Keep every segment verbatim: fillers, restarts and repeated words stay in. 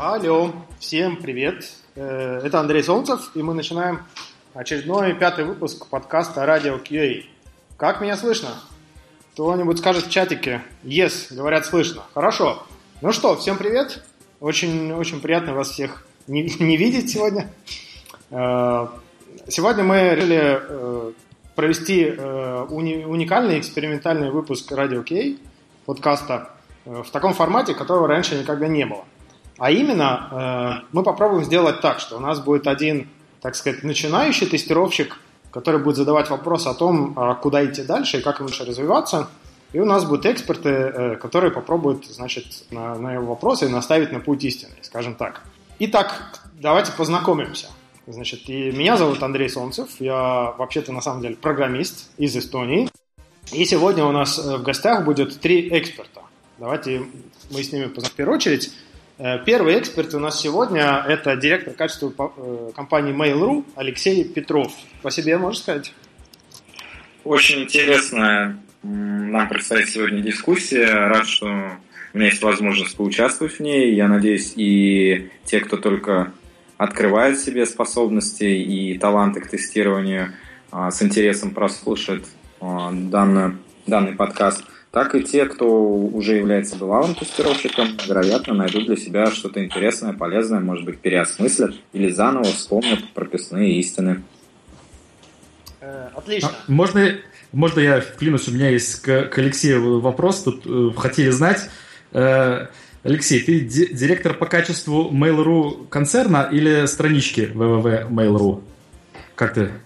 Алло, всем привет. Это Андрей Солнцев, и мы начинаем очередной пятый выпуск подкаста Радио кью эй. Как меня слышно? Кто-нибудь скажет в чатике «Yes», говорят, слышно. Хорошо. Ну что, всем привет. Очень, очень приятно вас всех не, не видеть сегодня. Сегодня мы решили провести уни, уникальный экспериментальный выпуск Радио кью эй, подкаста, в таком формате, которого раньше никогда не было. А именно, э, мы попробуем сделать так, что у нас будет один, так сказать, начинающий тестировщик, который будет задавать вопросы о том, куда идти дальше и как им лучше развиваться. И у нас будут эксперты, э, которые попробуют, значит, на, на его вопросы наставить на путь истины, скажем так. Итак, давайте познакомимся. Значит, и меня зовут Андрей Солнцев, я вообще-то на самом деле программист из Эстонии. И сегодня у нас в гостях будет три эксперта. Давайте мы с ними познакомимся. В первую очередь, первый эксперт у нас сегодня – это директор качества компании Mail.ru Алексей Петров. По себе можешь сказать? Очень интересная нам предстоит сегодня дискуссия. Рад, что у меня есть возможность поучаствовать в ней. Я надеюсь, и те, кто только открывает в себе способности и таланты к тестированию, с интересом прослушает данный, данный подкаст, так и те, кто уже является бывалым тестировщиком, вероятно, найдут для себя что-то интересное, полезное, может быть, переосмыслят или заново вспомнят прописные истины. Э, отлично. А, можно, можно я вклинусь? У меня есть к, к Алексею вопрос. Тут э, хотели знать. Э, Алексей, ты ди- директор по качеству Mail.ru концерна или странички дабл ю дабл ю дабл ю точка мейл точка ру? Как ты?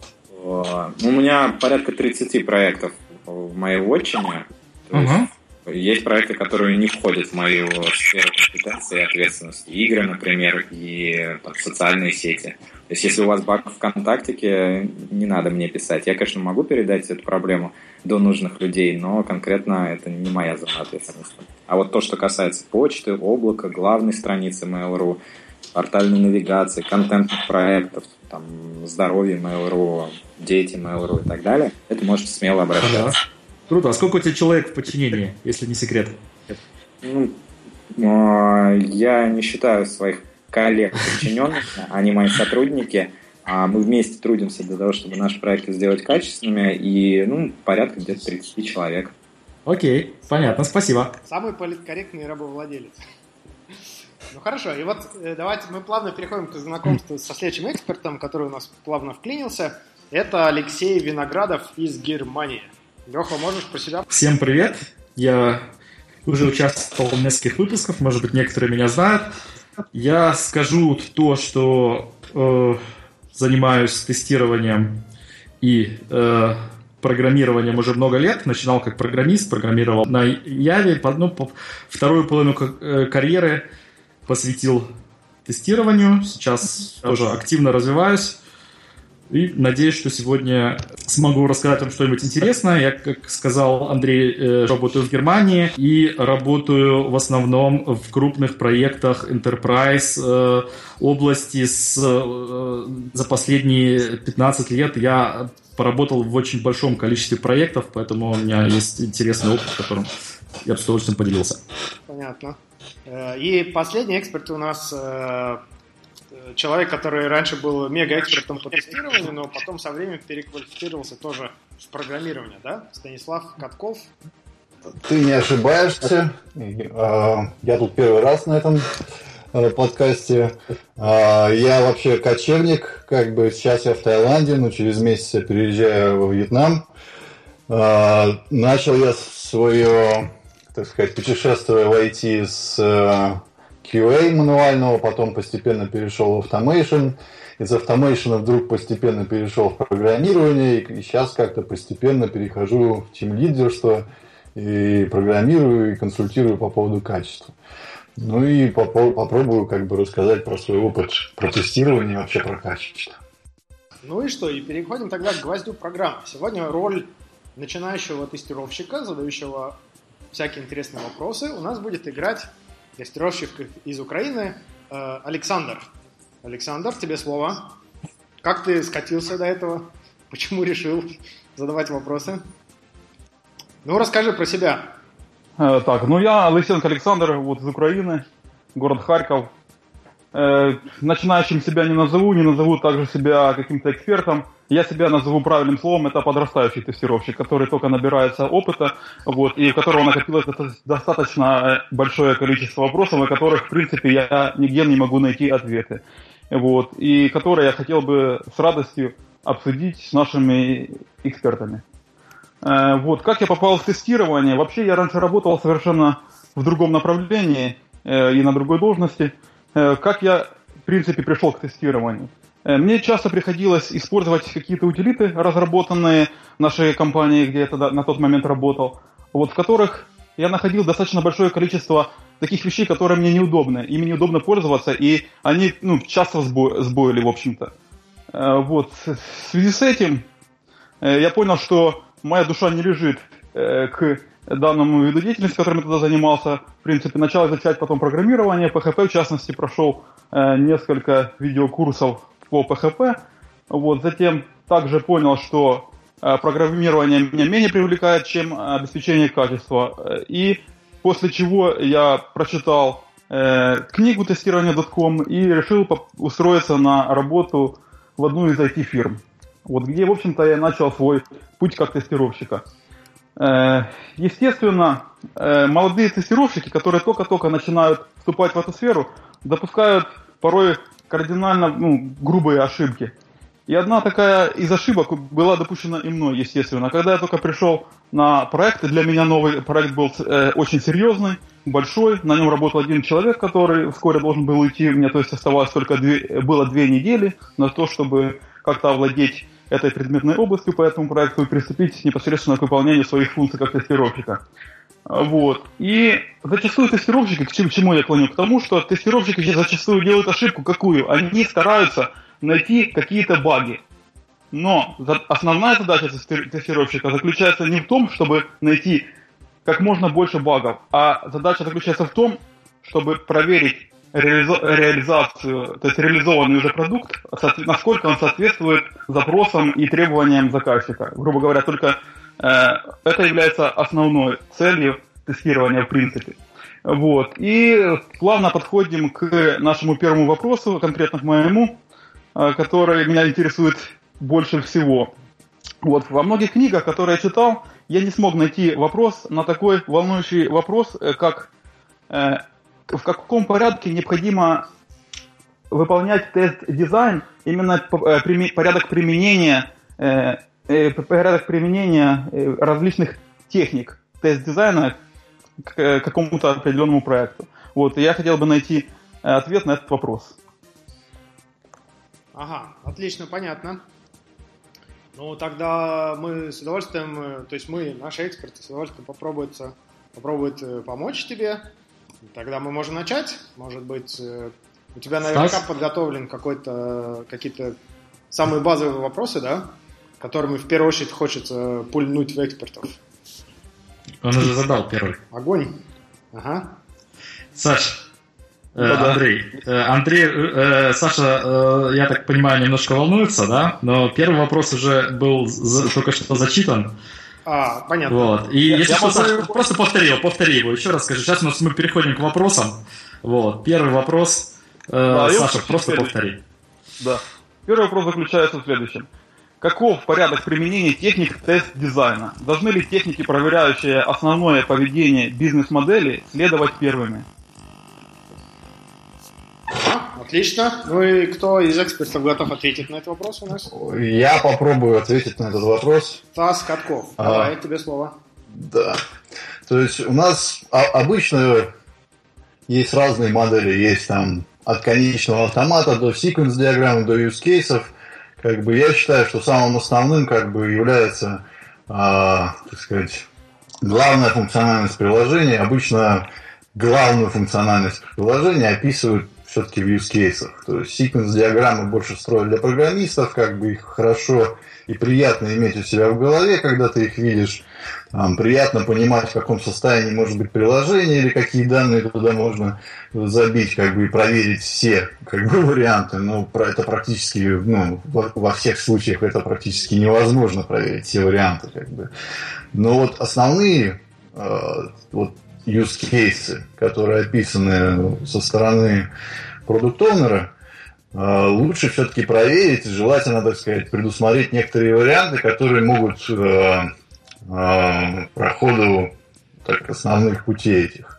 У меня порядка тридцать проектов в моей вотчине. То uh-huh. есть, есть проекты, которые не входят в мою сферу компетенции и ответственности. Игры, например, и там, социальные сети. То есть, если у вас баг ВКонтактике, не надо мне писать. Я, конечно, могу передать эту проблему до нужных людей, но конкретно это не моя зона ответственности. А вот то, что касается почты, облака, главной страницы Mail.ru, портальной навигации, контентных проектов, там, здоровья Mail.ru, дети Mail.ru и так далее, это можете смело обращаться. Ага. Круто. А сколько у тебя человек в подчинении, если не секрет? Ну, я не считаю своих коллег подчиненными, они мои сотрудники. Мы вместе трудимся для того, чтобы наши проекты сделать качественными, и ну, порядка где-то тридцать человек. Окей, понятно, спасибо. Самый политкорректный рабовладелец. Ну хорошо, и вот давайте мы плавно переходим к знакомству со следующим экспертом, который у нас плавно вклинился. Это Алексей Виноградов из Германии. Леха, можешь про себя? Всем привет. Я уже участвовал в нескольких выпусках, может быть, некоторые меня знают. Я скажу то, что э, занимаюсь тестированием и э, программированием уже много лет. Начинал как программист, программировал на Яве. Ну, вторую половину карьеры посвятил тестированию. Сейчас тоже активно развиваюсь. И надеюсь, что сегодня смогу рассказать вам что-нибудь интересное. Я, как сказал Андрей, работаю в Германии и работаю в основном в крупных проектах Enterprise области. С, за последние пятнадцать лет я поработал в очень большом количестве проектов, поэтому у меня есть интересный опыт, которым я бы с удовольствием поделился. Понятно. И последний эксперт у нас... Человек, который раньше был мега-экспертом по тестированию, но потом со временем переквалифицировался тоже в программирование, да? Станислав Катков. Ты не ошибаешься. Я тут первый раз на этом подкасте. Я вообще кочевник, как бы сейчас я в Таиланде, но через месяц я переезжаю во Вьетнам. Начал я свое, так сказать, путешествие в ай ти с кью эй мануального, потом постепенно перешел в Automation, из Automation вдруг постепенно перешел в программирование, и сейчас как-то постепенно перехожу в тимлидерство и программирую, и консультирую по поводу качества. Ну и попо- попробую как бы рассказать про свой опыт про тестирование и вообще про качество. Ну и что, и переходим тогда к гвоздю программы. Сегодня роль начинающего тестировщика, задающего всякие интересные вопросы, у нас будет играть тестировщик из Украины Александр. Александр, тебе слово. Как ты скатился до этого? Почему решил задавать вопросы? Ну, расскажи про себя. Так, ну я Лысенко Александр, вот из Украины, город Харьков. э, начинающим себя не назову, не назову также себя каким-то экспертом. Я себя назову правильным словом, это подрастающий тестировщик, который только набирается опыта, вот, и у которого накопилось достаточно большое количество вопросов, на которых, в принципе, я нигде не могу найти ответы. Вот, и которые я хотел бы с радостью обсудить с нашими экспертами. Вот, как я попал в тестирование? Вообще, я раньше работал совершенно в другом направлении и на другой должности. Как я, в принципе, пришел к тестированию? Мне часто приходилось использовать какие-то утилиты, разработанные нашей компанией, где я тогда, на тот момент работал, вот, в которых я находил достаточно большое количество таких вещей, которые мне неудобны. Ими неудобно пользоваться, и они ну, часто сбо- сбоили, в общем-то. Вот. В связи с этим я понял, что моя душа не лежит к данному виду деятельности, которым я тогда занимался. В принципе, начал изучать потом программирование, пэ хэ пэ, в частности, прошел несколько видеокурсов по пэ хэ пэ. Вот. Затем также понял, что программирование меня менее привлекает, чем обеспечение качества. И после чего я прочитал э, книгу тестирования точка ком и решил устроиться на работу в одну из ай ти-фирм. Вот, где, в общем-то, я начал свой путь как тестировщика. Э, естественно, э, молодые тестировщики, которые только-только начинают вступать в эту сферу, допускают порой кардинально ну, грубые ошибки. И одна такая из ошибок была допущена и мной, естественно. Когда я только пришел на проект, и для меня новый проект был э, очень серьезный, большой, на нем работал один человек, который вскоре должен был уйти, мне то есть оставалось только две, было две недели на то, чтобы как-то овладеть этой предметной областью по этому проекту и приступить непосредственно к выполнению своих функций как тестировщика. Вот. И зачастую тестировщики, к чему я клоню? К тому, что тестировщики зачастую делают ошибку какую? Они стараются найти какие-то баги. Но основная задача тестировщика заключается не в том, чтобы найти как можно больше багов, а задача заключается в том, чтобы проверить реализо- реализацию, то есть реализованный уже продукт, насколько он соответствует запросам и требованиям заказчика. Грубо говоря, только э, это является основной целью тестирования в принципе. Вот. И плавно подходим к нашему первому вопросу, конкретно к моему, который меня интересует больше всего. Вот, во многих книгах, которые я читал, я не смог найти вопрос на такой волнующий вопрос, как э, в каком порядке необходимо выполнять тест-дизайн, именно э, прими, порядок применения, э, э, порядок применения э, различных техник тест-дизайна к э, какому-то определенному проекту. Вот, и я хотел бы найти э, ответ на этот вопрос. Ага, отлично, понятно. Ну, тогда мы с удовольствием, то есть мы, наши эксперты, с удовольствием попробуют, попробуют помочь тебе. Тогда мы можем начать. Может быть, у тебя наверняка Стас? подготовлен какой-то, какие-то самые базовые вопросы, да? Которыми в первую очередь хочется пульнуть в экспертов. Он уже задал первый. Огонь. Ага. Саш, Э, Андрей, э, Андрей, э, Саша, э, я так понимаю, немножко волнуется, да? Но первый вопрос уже был за, только что зачитан. А, понятно. Вот. И я, если я что, могу... Саша, просто повтори его, повтори его, еще раз скажи. Сейчас у нас мы переходим к вопросам. Вот. Первый вопрос, э, да, Саша, просто следующий. повтори. Да. Первый вопрос заключается в следующем. Каков порядок применения техник тест-дизайна? Должны ли техники, проверяющие основное поведение бизнес-модели, следовать первыми? Отлично. Ну и кто из экспертов готов ответить на этот вопрос у нас? Я попробую ответить на этот вопрос. Стас Катков, а, давай, тебе слово. Да. То есть у нас обычно есть разные модели. Есть там от конечного автомата до секвенс-диаграммы, до юзкейсов. Как бы я считаю, что самым основным как бы является, а, так сказать, главная функциональность приложения. Обычно главную функциональность приложения описывают все-таки в use-кейсах. То есть секвенс-диаграммы больше строят для программистов, как бы их хорошо и приятно иметь у себя в голове, когда ты их видишь. Там, приятно понимать, в каком состоянии может быть приложение или какие данные туда можно забить, как бы и проверить все как бы, варианты. Но это практически, ну, во, во всех случаях это практически невозможно проверить все варианты. Как бы. Но вот основные э, вот, use cases, которые описаны со стороны продукт-оунера, лучше все-таки проверить, желательно, так сказать, предусмотреть некоторые варианты, которые могут проходу так, основных путей этих.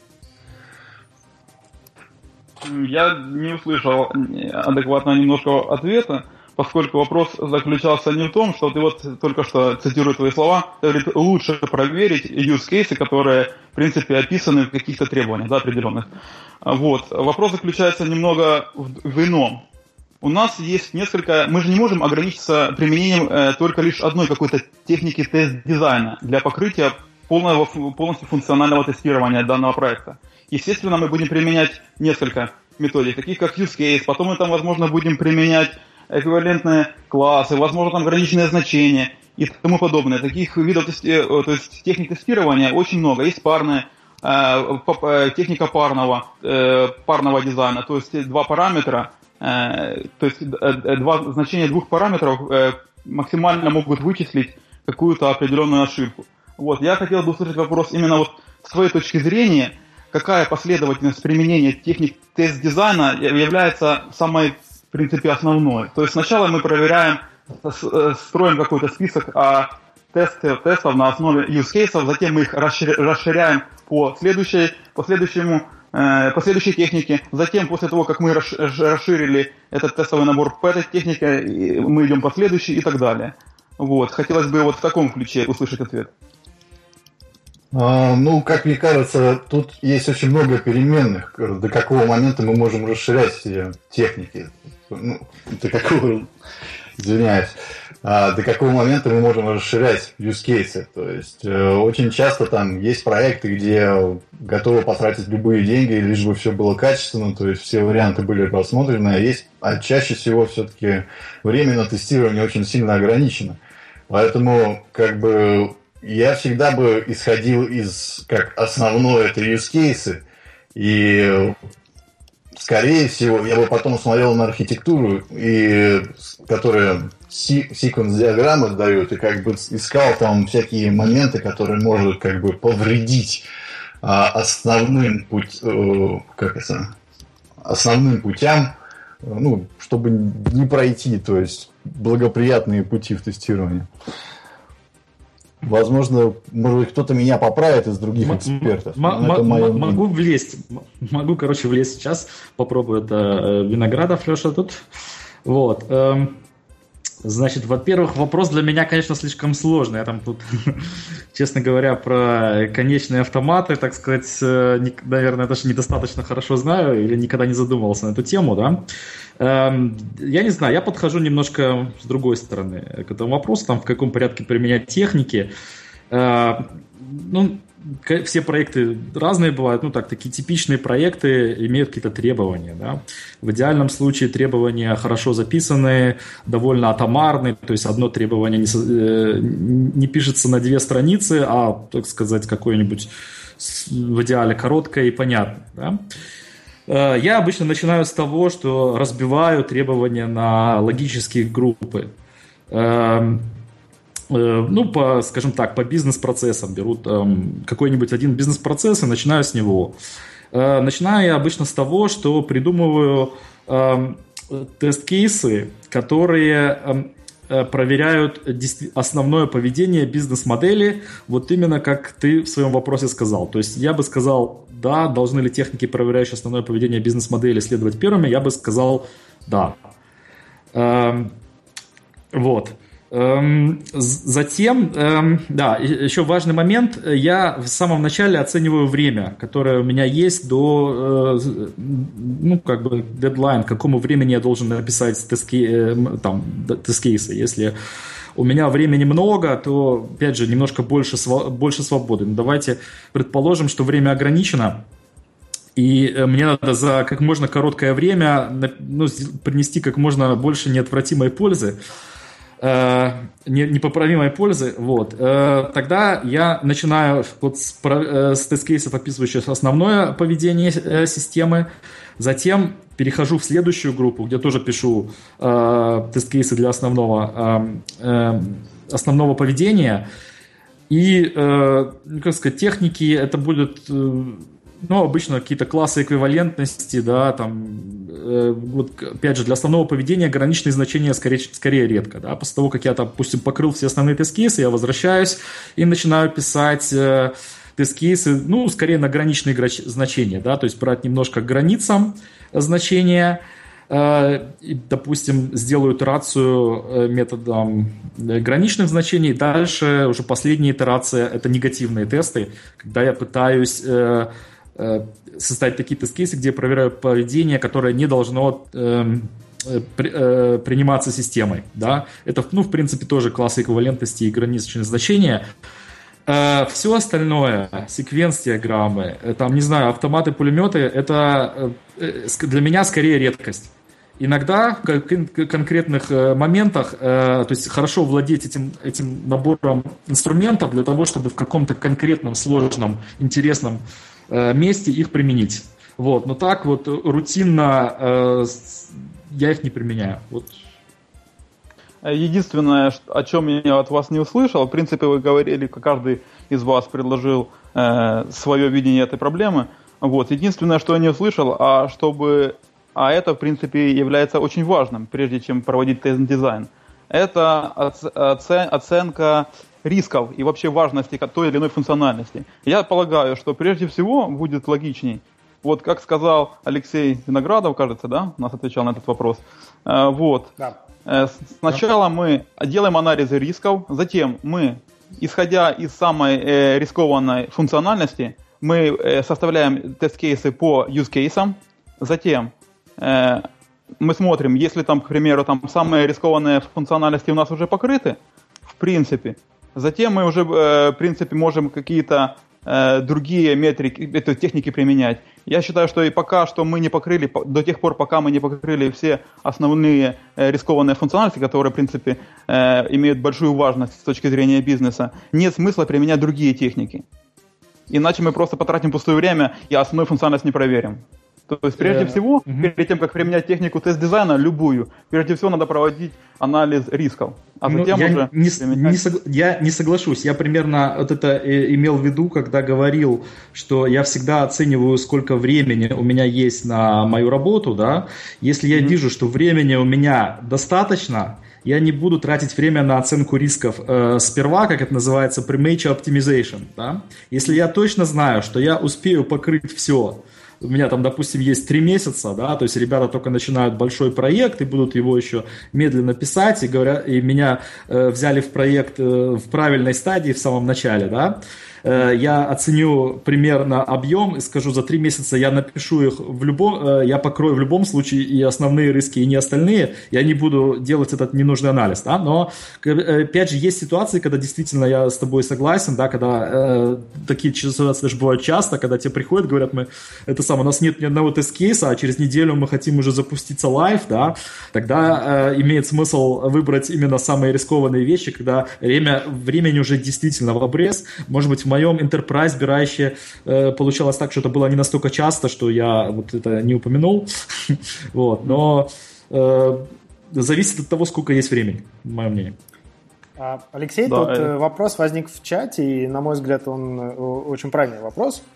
Я не услышал адекватного немножко ответа, поскольку вопрос заключался не в том, что ты вот только что, цитирую твои слова, ты говорит, лучше проверить use cases, которые, в принципе, описаны в каких-то требованиях, да, определенных. Вот. Вопрос заключается немного в, в ином. У нас есть несколько... Мы же не можем ограничиться применением э, только лишь одной какой-то техники тест-дизайна для покрытия полного, полностью функционального тестирования данного проекта. Естественно, мы будем применять несколько методик, таких как use case, потом мы там, возможно, будем применять эквивалентные классы, возможно, там ограниченные значения и тому подобное. Таких видов тести... то есть техник тестирования очень много. Есть парные, э, техника парного, э, парного дизайна, то есть два параметра, э, то есть э, два значения двух параметров э, максимально могут вычислить какую-то определенную ошибку. Вот, я хотел бы услышать вопрос именно вот с твоей точки зрения, какая последовательность применения техник тест-дизайна является самой, в принципе, основной. То есть сначала мы проверяем, строим какой-то список тестов, тестов на основе use cases, затем мы их расширяем по следующей, по следующему, по следующей технике. Затем, после того, как мы расширили этот тестовый набор по этой технике, мы идем по следующей и так далее. Вот. Хотелось бы вот в таком ключе услышать ответ. А, ну, как мне кажется, тут есть очень много переменных, до какого момента мы можем расширять все техники. Ну, до какого, извиняюсь, а, до какого момента мы можем расширять use cases. То есть, э, очень часто там есть проекты, где готовы потратить любые деньги, лишь бы все было качественно, то есть все варианты были просмотрены, а есть, а чаще всего все-таки время на тестирование очень сильно ограничено. Поэтому, как бы, я всегда бы исходил из, как основное, это use cases, и, скорее всего, я бы потом смотрел на архитектуру, и, которая секвенс-диаграммы дает, и как бы искал там всякие моменты, которые могут как бы повредить а, основным, путь, э, как это, основным путям, ну, чтобы не пройти, то есть благоприятные пути в тестировании. Возможно, может быть, кто-то меня поправит из других м- экспертов. М- м- моё... Могу влезть. Могу, короче, влезть сейчас. Попробую это Виноградов, Леша тут. Вот. Значит, во-первых, вопрос для меня, конечно, слишком сложный. Я там тут, честно говоря, про конечные автоматы, так сказать, наверное, даже недостаточно хорошо знаю или никогда не задумывался на эту тему, да. Я не знаю, я подхожу немножко с другой стороны к этому вопросу, там, в каком порядке применять техники. Ну, все проекты разные бывают, ну так, такие типичные проекты имеют какие-то требования, да. В идеальном случае требования хорошо записаны, довольно атомарные, то есть одно требование не, не пишется на две страницы, а, так сказать, какое-нибудь в идеале короткое и понятное, да. Я обычно начинаю с того, что разбиваю требования на логические группы. Ну, по, скажем так, по бизнес-процессам. Беру там какой-нибудь один бизнес-процесс и начинаю с него. Начинаю я обычно с того, что придумываю тест-кейсы, которые проверяют основное поведение бизнес-модели, вот именно как ты в своем вопросе сказал. То есть я бы сказал, да, должны ли техники, проверяющие основное поведение бизнес-модели, следовать первыми? Я бы сказал, да. Вот. Затем, да, еще важный момент, я в самом начале оцениваю время, которое у меня есть до, ну, как бы, дедлайн, к какому времени я должен написать тест-кейсы, там, тест-кейсы. Если у меня времени много, то, опять же, немножко больше, больше свободы. Но давайте предположим, что время ограничено, и мне надо за как можно короткое время, ну, принести как можно больше неотвратимой пользы, непоправимой пользы, вот, тогда я начинаю вот с, с тест-кейсов, описывающих основное поведение системы, затем перехожу в следующую группу, где тоже пишу тест-кейсы для основного, основного поведения, и, как сказать, техники, это будет ну, обычно какие-то классы эквивалентности, да, там, э, вот, опять же, для основного поведения граничные значения скорее, скорее редко, да, после того, как я, там, допустим, покрыл все основные тест-кейсы, я возвращаюсь и начинаю писать э, тест-кейсы, ну, скорее на граничные грач- значения, да, то есть брать немножко к границам значения, э, и, допустим, сделаю итерацию э, методом граничных значений, дальше уже последняя итерация – это негативные тесты, когда я пытаюсь э, составить такие тест-кейсы, где я проверяю поведение, которое не должно э, при, э, приниматься системой. Да? Это, ну, в принципе, тоже классы эквивалентности и граничные значения. Э, все остальное, секвенс-диаграммы, э, там, не знаю, автоматы, пулеметы, это э, для меня скорее редкость. Иногда в кон- конкретных э, моментах, э, то есть хорошо владеть этим, этим набором инструментов для того, чтобы в каком-то конкретном, сложном, интересном месте их применить. Вот. Но так вот рутинно э, я их не применяю. Вот. Единственное, о чем я от вас не услышал, в принципе, вы говорили, каждый из вас предложил э, свое видение этой проблемы. Вот. Единственное, что я не услышал, а чтобы, а это, в принципе, является очень важным, прежде чем проводить тест-дизайн, это оце- оценка рисков и вообще важности той или иной функциональности. Я полагаю, что прежде всего будет логичней, вот как сказал Алексей Виноградов, кажется, да, у нас отвечал на этот вопрос, э, вот, да. Сначала мы делаем анализы рисков, затем мы, исходя из самой э, рискованной функциональности, мы э, составляем тест-кейсы по use-кейсам, затем э, мы смотрим, если там, к примеру, там самые рискованные функциональности у нас уже покрыты, в принципе, затем мы уже, э, в принципе, можем какие-то э, другие метрики, это, техники применять. Я считаю, что и пока что мы не покрыли, до тех пор, пока мы не покрыли все основные э, рискованные функциональности, которые, в принципе, э, имеют большую важность с точки зрения бизнеса, нет смысла применять другие техники. Иначе мы просто потратим пустое время и основную функциональность не проверим. То есть, прежде yeah. всего, mm-hmm. перед тем, как применять технику тест-дизайна, любую, прежде всего надо проводить анализ рисков. А затем ну, я, уже не, не согла- я не соглашусь. Я примерно вот это имел в виду, когда говорил, что я всегда оцениваю, сколько времени у меня есть на мою работу. Да? Если я mm-hmm. вижу, что времени у меня достаточно, я не буду тратить время на оценку рисков э, сперва, как это называется, premature optimization. Да? Если я точно знаю, что я успею покрыть все, у меня там, допустим, есть три месяца, да, то есть ребята только начинают большой проект и будут его еще медленно писать, и, говорят, и меня э, взяли в проект э, в правильной стадии в самом начале, да, э, я оценю примерно объем и скажу, за три месяца я напишу их в любом, э, я покрою в любом случае и основные риски, и не остальные, я не буду делать этот ненужный анализ, да, но, опять же, есть ситуации, когда действительно я с тобой согласен, да, когда э, такие ситуации даже бывают часто, когда тебе приходят, говорят, мы, это самое, у нас нет ни одного тест-кейса, а через неделю мы хотим уже запуститься лайв, да, тогда э, имеет смысл выбрать именно самые рискованные вещи, когда время, времени уже действительно в обрез. Может быть, в моем Enterprise Bereich э, получалось так, что это было не настолько часто, что я вот это не упомянул, вот, но э, зависит от того, сколько есть времени, мое мнение. Алексей, да, тут э... вопрос возник в чате, и, на мой взгляд, он очень правильный вопрос.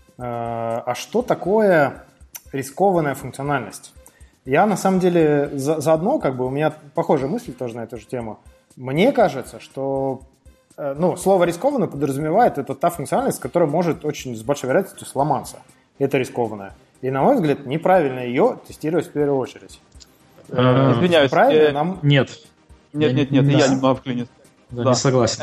А что такое рискованная функциональность? Я, на самом деле, за, заодно, как бы, у меня похожая мысль тоже на эту же тему. Мне кажется, что ну, слово «рискованно» подразумевает, это та функциональность, которая может очень с большой вероятностью сломаться. Это рискованная. И, на мой взгляд, неправильно ее тестировать в первую очередь. Извиняюсь. Правильно? Нам... Нет. Нет, нет, нет, я немного вклинюсь. Да, не согласен.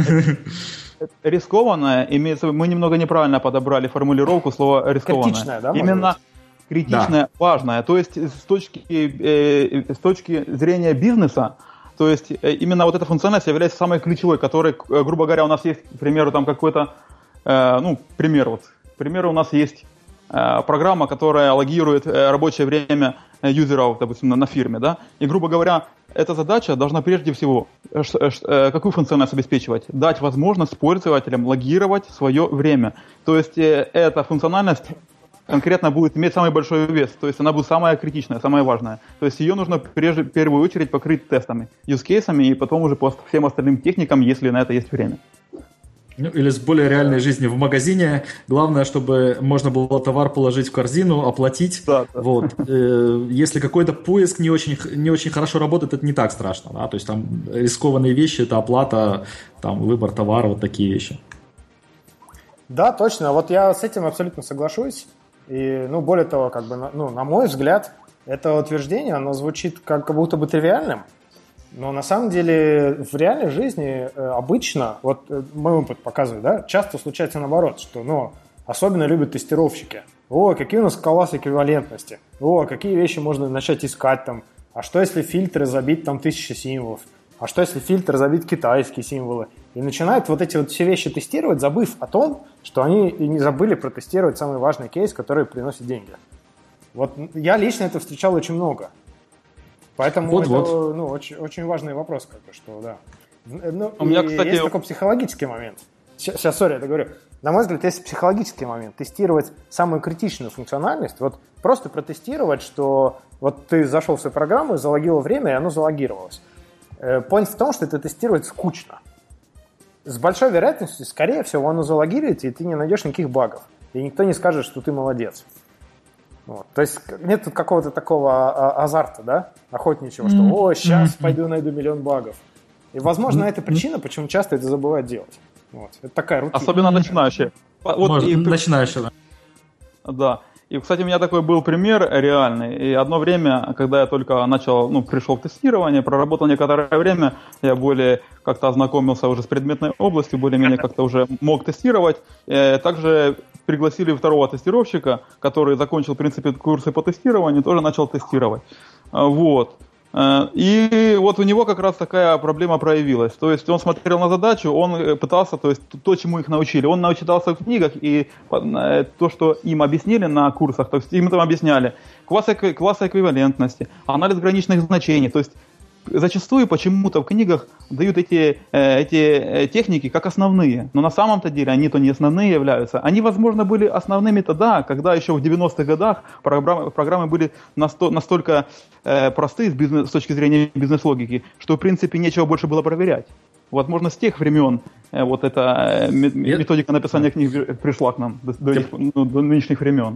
Рискованное имеется, мы немного неправильно подобрали формулировку слова рискованное. Критичное, да? Именно критичное, да. Важное. То есть с точки, э, с точки зрения бизнеса, то есть э, именно вот эта функциональность является самой ключевой, которая, грубо говоря, у нас есть, к примеру, там какой-то, э, ну, пример вот, к примеру, у нас есть э, программа, которая логирует э, рабочее время юзеров, допустим, на, на фирме, да, и, грубо говоря, эта задача должна прежде всего ш, ш, какую функциональность обеспечивать? Дать возможность пользователям логировать свое время. То есть э, эта функциональность конкретно будет иметь самый большой вес, то есть она будет самая критичная, самая важная. То есть ее нужно прежде, в первую очередь покрыть тестами, юзкейсами и потом уже по всем остальным техникам, если на это есть время. Ну, или с более реальной жизни в магазине. Главное, чтобы можно было товар положить в корзину, оплатить. Да, да. Вот. Если какой-то поиск не очень, не очень хорошо работает, это не так страшно. Да? То есть там рискованные вещи, это оплата, там, выбор товара, вот такие вещи. Да, точно. Вот я с этим абсолютно соглашусь. И, ну, более того, как бы, ну, на мой взгляд, это утверждение, оно звучит как, как будто бы тривиальным. Но на самом деле в реальной жизни э, обычно, вот э, мой опыт показывает, да, часто случается наоборот, что, ну, особенно любят тестировщики. О, какие у нас классы эквивалентности. О, какие вещи можно начать искать там. А что если фильтры забить там тысячи символов? А что если фильтр забить китайские символы? И начинают вот эти вот все вещи тестировать, забыв о том, что они и не забыли протестировать самый важный кейс, который приносит деньги. Вот я лично это встречал очень много. Поэтому вот, это вот. Ну, очень, очень важный вопрос, как бы, что да. Ну, у меня, кстати, есть такой психологический момент. Сейчас, сори, я договорю. На мой взгляд, есть психологический момент. Тестировать самую критичную функциональность. Вот просто протестировать, что вот ты зашел в свою программу, залогил время, и оно залогировалось. Point в том, что это тестировать скучно. С большой вероятностью, скорее всего, оно залогируется, и ты не найдешь никаких багов. И никто не скажет, что ты молодец. Вот. То есть нет тут какого-то такого азарта, да, охотничьего, что «О, сейчас пойду найду миллион багов». И, возможно, это причина, почему часто это забывают делать. Вот. Это такая рутина. Особенно начинающие. Вот Может, и... начинающие. Да. И, кстати, у меня такой был пример реальный. И одно время, когда я только начал, ну, пришел в тестирование, проработал некоторое время, я более как-то ознакомился уже с предметной областью, более-менее как-то уже мог тестировать. Также пригласили второго тестировщика, который закончил, в принципе, курсы по тестированию, тоже начал тестировать. Вот. И вот у него как раз такая проблема проявилась. То есть он смотрел на задачу, он пытался, то есть то, чему их научили, он научился в книгах, и то, что им объяснили на курсах, то есть им там объясняли классы, классы эквивалентности, анализ граничных значений, то есть зачастую почему-то в книгах дают эти, эти техники как основные, но на самом-то деле они-то не основные являются. Они, возможно, были основными тогда, когда еще в девяностых годах программы, программы были насто, настолько э, простые с, бизнес, с точки зрения бизнес-логики, что, в принципе, нечего больше было проверять. Возможно, с тех времен э, вот эта э, методика написания книг пришла к нам до, до, ну, до нынешних времен.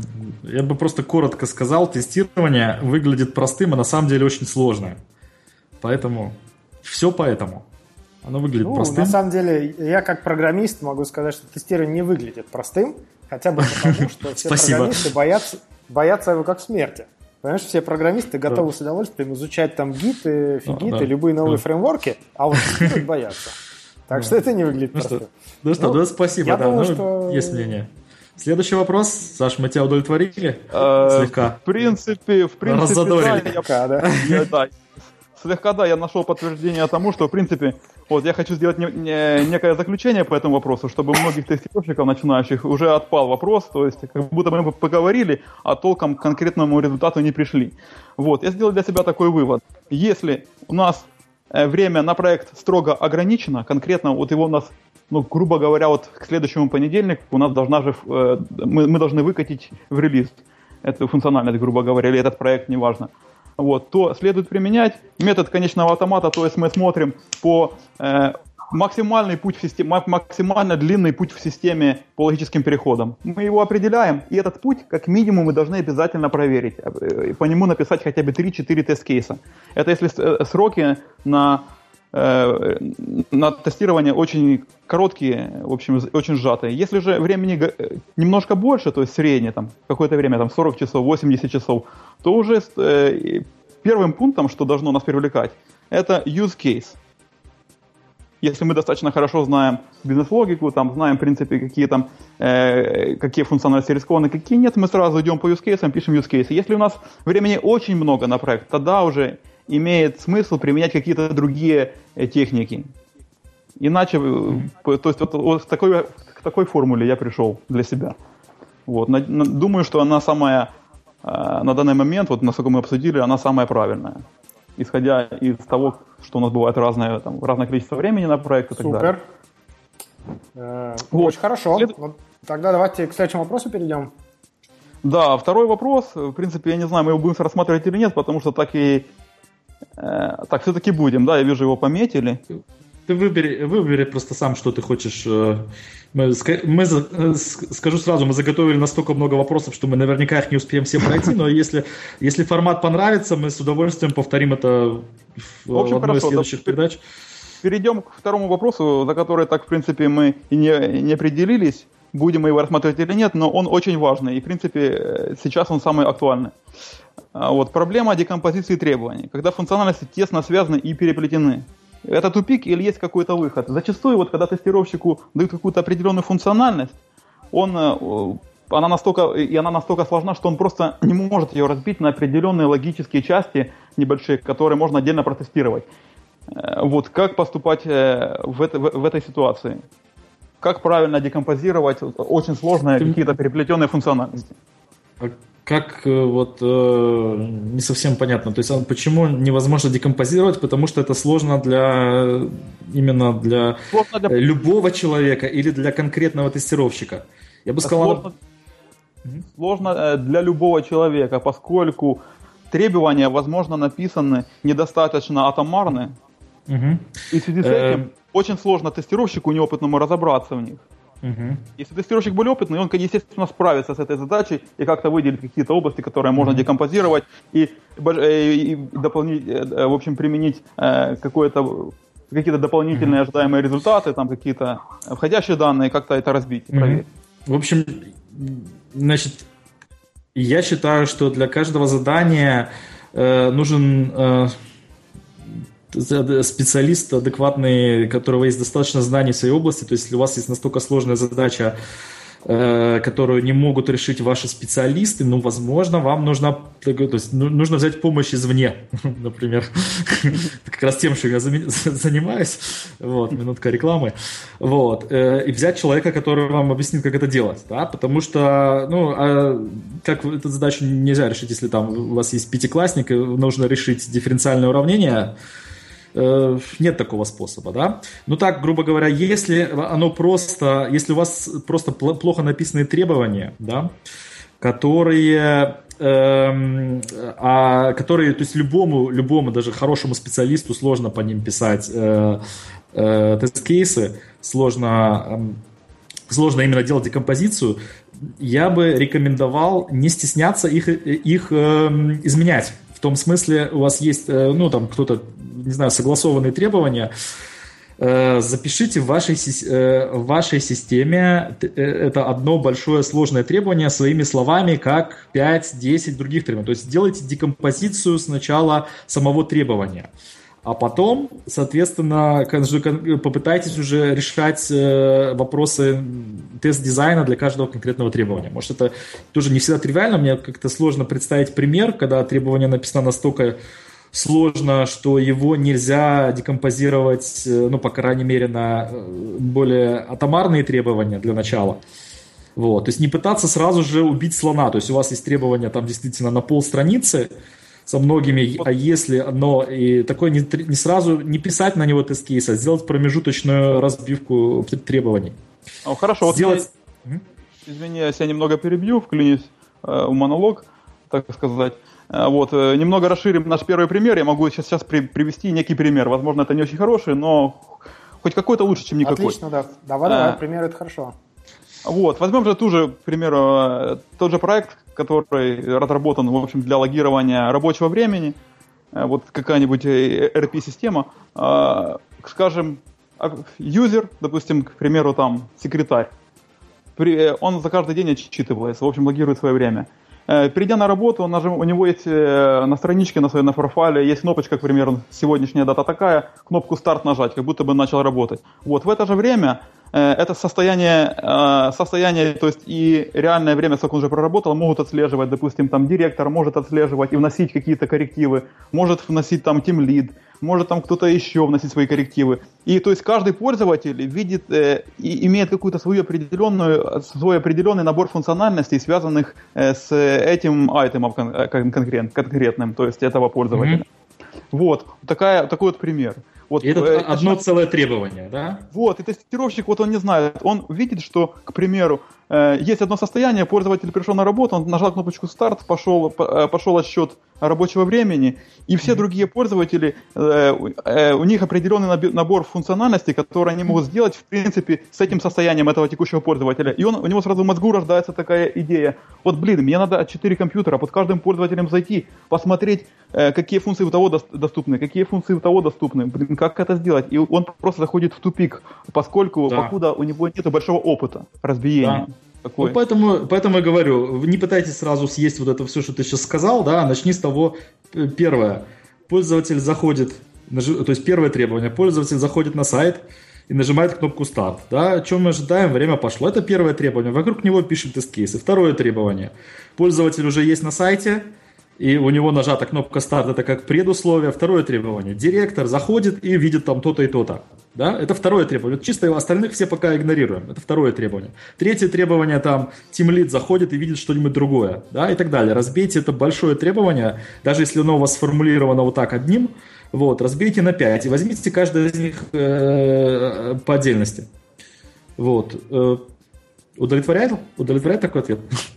Я бы просто коротко сказал, тестирование выглядит простым, а на самом деле очень сложное. Поэтому, все поэтому. Оно выглядит ну, простым. На самом деле, я как программист могу сказать, что тестирование не выглядит простым, хотя бы потому, что все программисты боятся, боятся его как смерти. Понимаешь, все программисты готовы с удовольствием изучать там гиты, фигиты, любые новые фреймворки, а вот тестировать боятся. Так что это не выглядит простым. Ну что, да, спасибо, да, ну, есть мнение. Следующий вопрос. Саш, мы тебя удовлетворили? Слегка. В принципе, в принципе, раззадорили. Да, слегка, да, я нашел подтверждение тому, что, в принципе, вот я хочу сделать не, не, некое заключение по этому вопросу, чтобы у многих тестировщиков начинающих уже отпал вопрос, то есть как будто бы мы поговорили, а толком к конкретному результату не пришли. Вот, я сделал для себя такой вывод. Если у нас время на проект строго ограничено, конкретно вот его у нас, ну, грубо говоря, вот к следующему понедельнику у нас должна же, мы, мы должны выкатить в релиз эту функциональность, грубо говоря, или этот проект, неважно. Вот, то следует применять метод конечного автомата, то есть мы смотрим по э, максимальный путь в системе, максимально длинный путь в системе по логическим переходам. Мы его определяем, и этот путь, как минимум, мы должны обязательно проверить. По нему написать хотя бы три-четыре тест-кейса. Это если сроки на, э, на тестирование очень короткие, в общем, очень сжатые. Если же времени немножко больше, то есть среднее, там, какое-то время, там, сорок часов, восемьдесят часов, то уже э, первым пунктом, что должно нас привлекать, это use case. Если мы достаточно хорошо знаем бизнес-логику, там, знаем, в принципе, какие там, э, какие функциональности рискованные, какие нет, мы сразу идем по use case, пишем use case. Если у нас времени очень много на проект, тогда уже имеет смысл применять какие-то другие э, техники. Иначе, то есть вот, вот к, такой, к такой формуле я пришел для себя. Вот. На, на, думаю, что она самая, э, на данный момент, вот насколько мы обсудили, она самая правильная. Исходя из того, что у нас бывает разное, там, разное количество времени на проект и так Супер. далее. Э, вот. Очень хорошо. След... Вот, тогда давайте к следующему вопросу перейдем. Да, второй вопрос. В принципе, я не знаю, мы его будем рассматривать или нет, потому что так и э, так все-таки будем. Да, я вижу, его пометили. ты выбери, выбери просто сам, что ты хочешь. Мы, мы, скажу сразу, мы заготовили настолько много вопросов, что мы наверняка их не успеем все пройти, но если, если формат понравится, мы с удовольствием повторим это в, в общем, одной из следующих да, передач. Перейдем к второму вопросу, за который так, в принципе, мы и не, не определились, будем мы его рассматривать или нет, но он очень важный, и, в принципе, сейчас он самый актуальный. Вот, проблема декомпозиции требований, когда функциональности тесно связаны и переплетены. Это тупик или есть какой-то выход? Зачастую, вот, когда тестировщику дают какую-то определенную функциональность, он, она, настолько, и она настолько сложна, что он просто не может ее разбить на определенные логические части небольшие, которые можно отдельно протестировать. Вот, как поступать в, это, в, в этой ситуации? Как правильно декомпозировать очень сложные Ты... какие-то переплетенные функциональности? Как вот э, не совсем понятно. То есть почему невозможно декомпозировать? Потому что это сложно для именно для, сложно для... любого человека или для конкретного тестировщика. Я бы сказал. Сложно, сложно для любого человека, поскольку требования, возможно, написаны недостаточно атомарны. Угу. И в связи с этим э... очень сложно тестировщику неопытному разобраться в них. Угу. Если тестировщик более опытный, он, естественно, справится с этой задачей и как-то выделит какие-то области, которые можно угу. декомпозировать и, и, и дополнить, в общем, применить какое-то, какие-то дополнительные угу. ожидаемые результаты, там какие-то входящие данные, как-то это разбить и проверить. В общем, значит, я считаю, что для каждого задания э, нужен... Э, специалист адекватный, у которого есть достаточно знаний в своей области. То есть, если у вас есть настолько сложная задача, э, которую не могут решить ваши специалисты, ну, возможно, вам нужно, то есть, нужно взять помощь извне, например. Как раз тем, что я занимаюсь. Вот, минутка рекламы. Вот. И взять человека, который вам объяснит, как это делать. Да? Потому что, ну, как эту задачу нельзя решить, если там у вас есть пятиклассник, и нужно решить дифференциальное уравнение. Нет такого способа, да. Ну так, грубо говоря, если оно просто, если у вас просто плохо написанные требования, да, которые, э, а, которые, то есть любому, любому даже хорошему специалисту сложно по ним писать э, э, тест-кейсы, сложно, э, сложно именно делать декомпозицию, я бы рекомендовал не стесняться их, их э, изменять. В том смысле, у вас есть, ну, там, кто-то, не знаю, согласованные требования, запишите в вашей, в вашей системе это одно большое сложное требование своими словами, как пять-десять других требований. То есть сделайте декомпозицию сначала самого требования, а потом, соответственно, попытайтесь уже решать вопросы тест-дизайна для каждого конкретного требования. Может, это тоже не всегда тривиально, мне как-то сложно представить пример, когда требование написано настолько сложно, что его нельзя декомпозировать, ну, по крайней мере, на более атомарные требования для начала. Вот. То есть не пытаться сразу же убить слона. То есть у вас есть требования там действительно на полстраницы, со многими, а если оно и такое не, не сразу не писать на него тест-кейс, а сделать промежуточную разбивку требований. О, хорошо, сделать... вот я, извини, если я немного перебью, вклинюсь э, в монолог, так сказать. Э, вот, э, немного расширим наш первый пример. Я могу сейчас, сейчас при, привести некий пример. Возможно, это не очень хороший, но хоть какой-то лучше, чем никакой. Отлично, да. Давай, давай, а, пример, это хорошо. Вот, возьмем же ту же, к примеру, тот же проект, который разработан, в общем, для логирования рабочего времени, вот какая-нибудь эр пи-система, скажем, юзер, допустим, к примеру, там, секретарь, он за каждый день отчитывается, в общем, логирует свое время. Перейдя на работу, он нажим, у него есть на страничке, на своей на профайле, есть кнопочка, к примеру, сегодняшняя дата такая, кнопку «Старт» нажать, как будто бы начал работать. Вот, в это же время это состояние, состояние, то есть и реальное время, сколько он уже проработал, могут отслеживать, допустим, там директор может отслеживать и вносить какие-то коррективы, может вносить там тимлид, может там кто-то еще вносить свои коррективы. И то есть каждый пользователь видит э, и имеет какую-то свою определенную, свой определенный набор функциональностей, связанных э, с этим айтемом кон- конкрет, конкретным, то есть этого пользователя. Mm-hmm. Вот, такая, такой вот пример. Вот, и это э, одно начинает... целое требование, да? Вот, и тестировщик, вот он не знает, он видит, что, к примеру, э, есть одно состояние, пользователь пришел на работу, он нажал кнопочку «Старт», пошел, по, пошел отсчет рабочего времени, и все mm-hmm. другие пользователи, э, э, у них определенный набор функциональностей, которые они могут сделать, в принципе, с этим состоянием этого текущего пользователя. И он, у него сразу в мозгу рождается такая идея: вот, блин, мне надо четыре компьютера, под каждым пользователем зайти, посмотреть, э, какие функции у того доступны, какие функции у того доступны, блин, как это сделать. И он просто заходит в тупик, поскольку, да. покуда у него нет большого опыта разбиения. Да. Ну, поэтому, поэтому я говорю, не пытайтесь сразу съесть вот это все, что ты сейчас сказал, да, начни с того, первое, пользователь заходит, то есть первое требование, пользователь заходит на сайт и нажимает кнопку «Старт», да, о чем мы ожидаем, время пошло, это первое требование, вокруг него пишем тест-кейсы. Второе требование, пользователь уже есть на сайте, и у него нажата кнопка «Старт», это как предусловие. Второе требование, директор заходит и видит там то-то и то-то. Да? Это второе требование. Чисто его остальных все пока игнорируем. Это второе требование. Третье требование, там, тимлид заходит и видит что-нибудь другое. Да? И так далее. Разбейте это большое требование, даже если оно у вас сформулировано вот так одним, вот, разбейте на пять и возьмите каждое из них э, по отдельности. Вот. Удовлетворяет? Удовлетворяет такой ответ?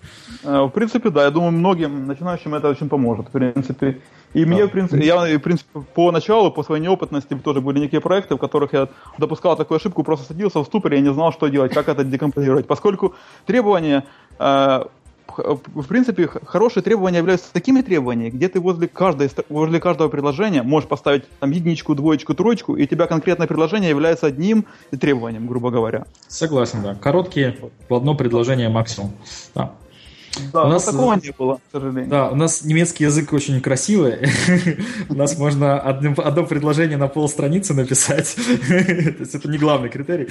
В принципе, да, я думаю, многим начинающим это очень поможет, в принципе. И да. мне, в принципе, я, в принципе, по началу, по своей неопытности, тоже были некие проекты, в которых я допускал такую ошибку, просто садился в ступоре и не знал, что делать, как это декомпозировать. Поскольку требования, э, в принципе, хорошие требования являются такими требованиями, где ты возле, каждой, возле каждого предложения можешь поставить там единичку, двоечку, троечку, и у тебя конкретное предложение является одним требованием, грубо говоря. Согласен, да. Короткие, в одно предложение максимум. Да. Да, у нас такого не было, к сожалению. Да, у нас немецкий язык очень красивый. У нас можно одно предложение на полстраницы написать. То есть это не главный критерий.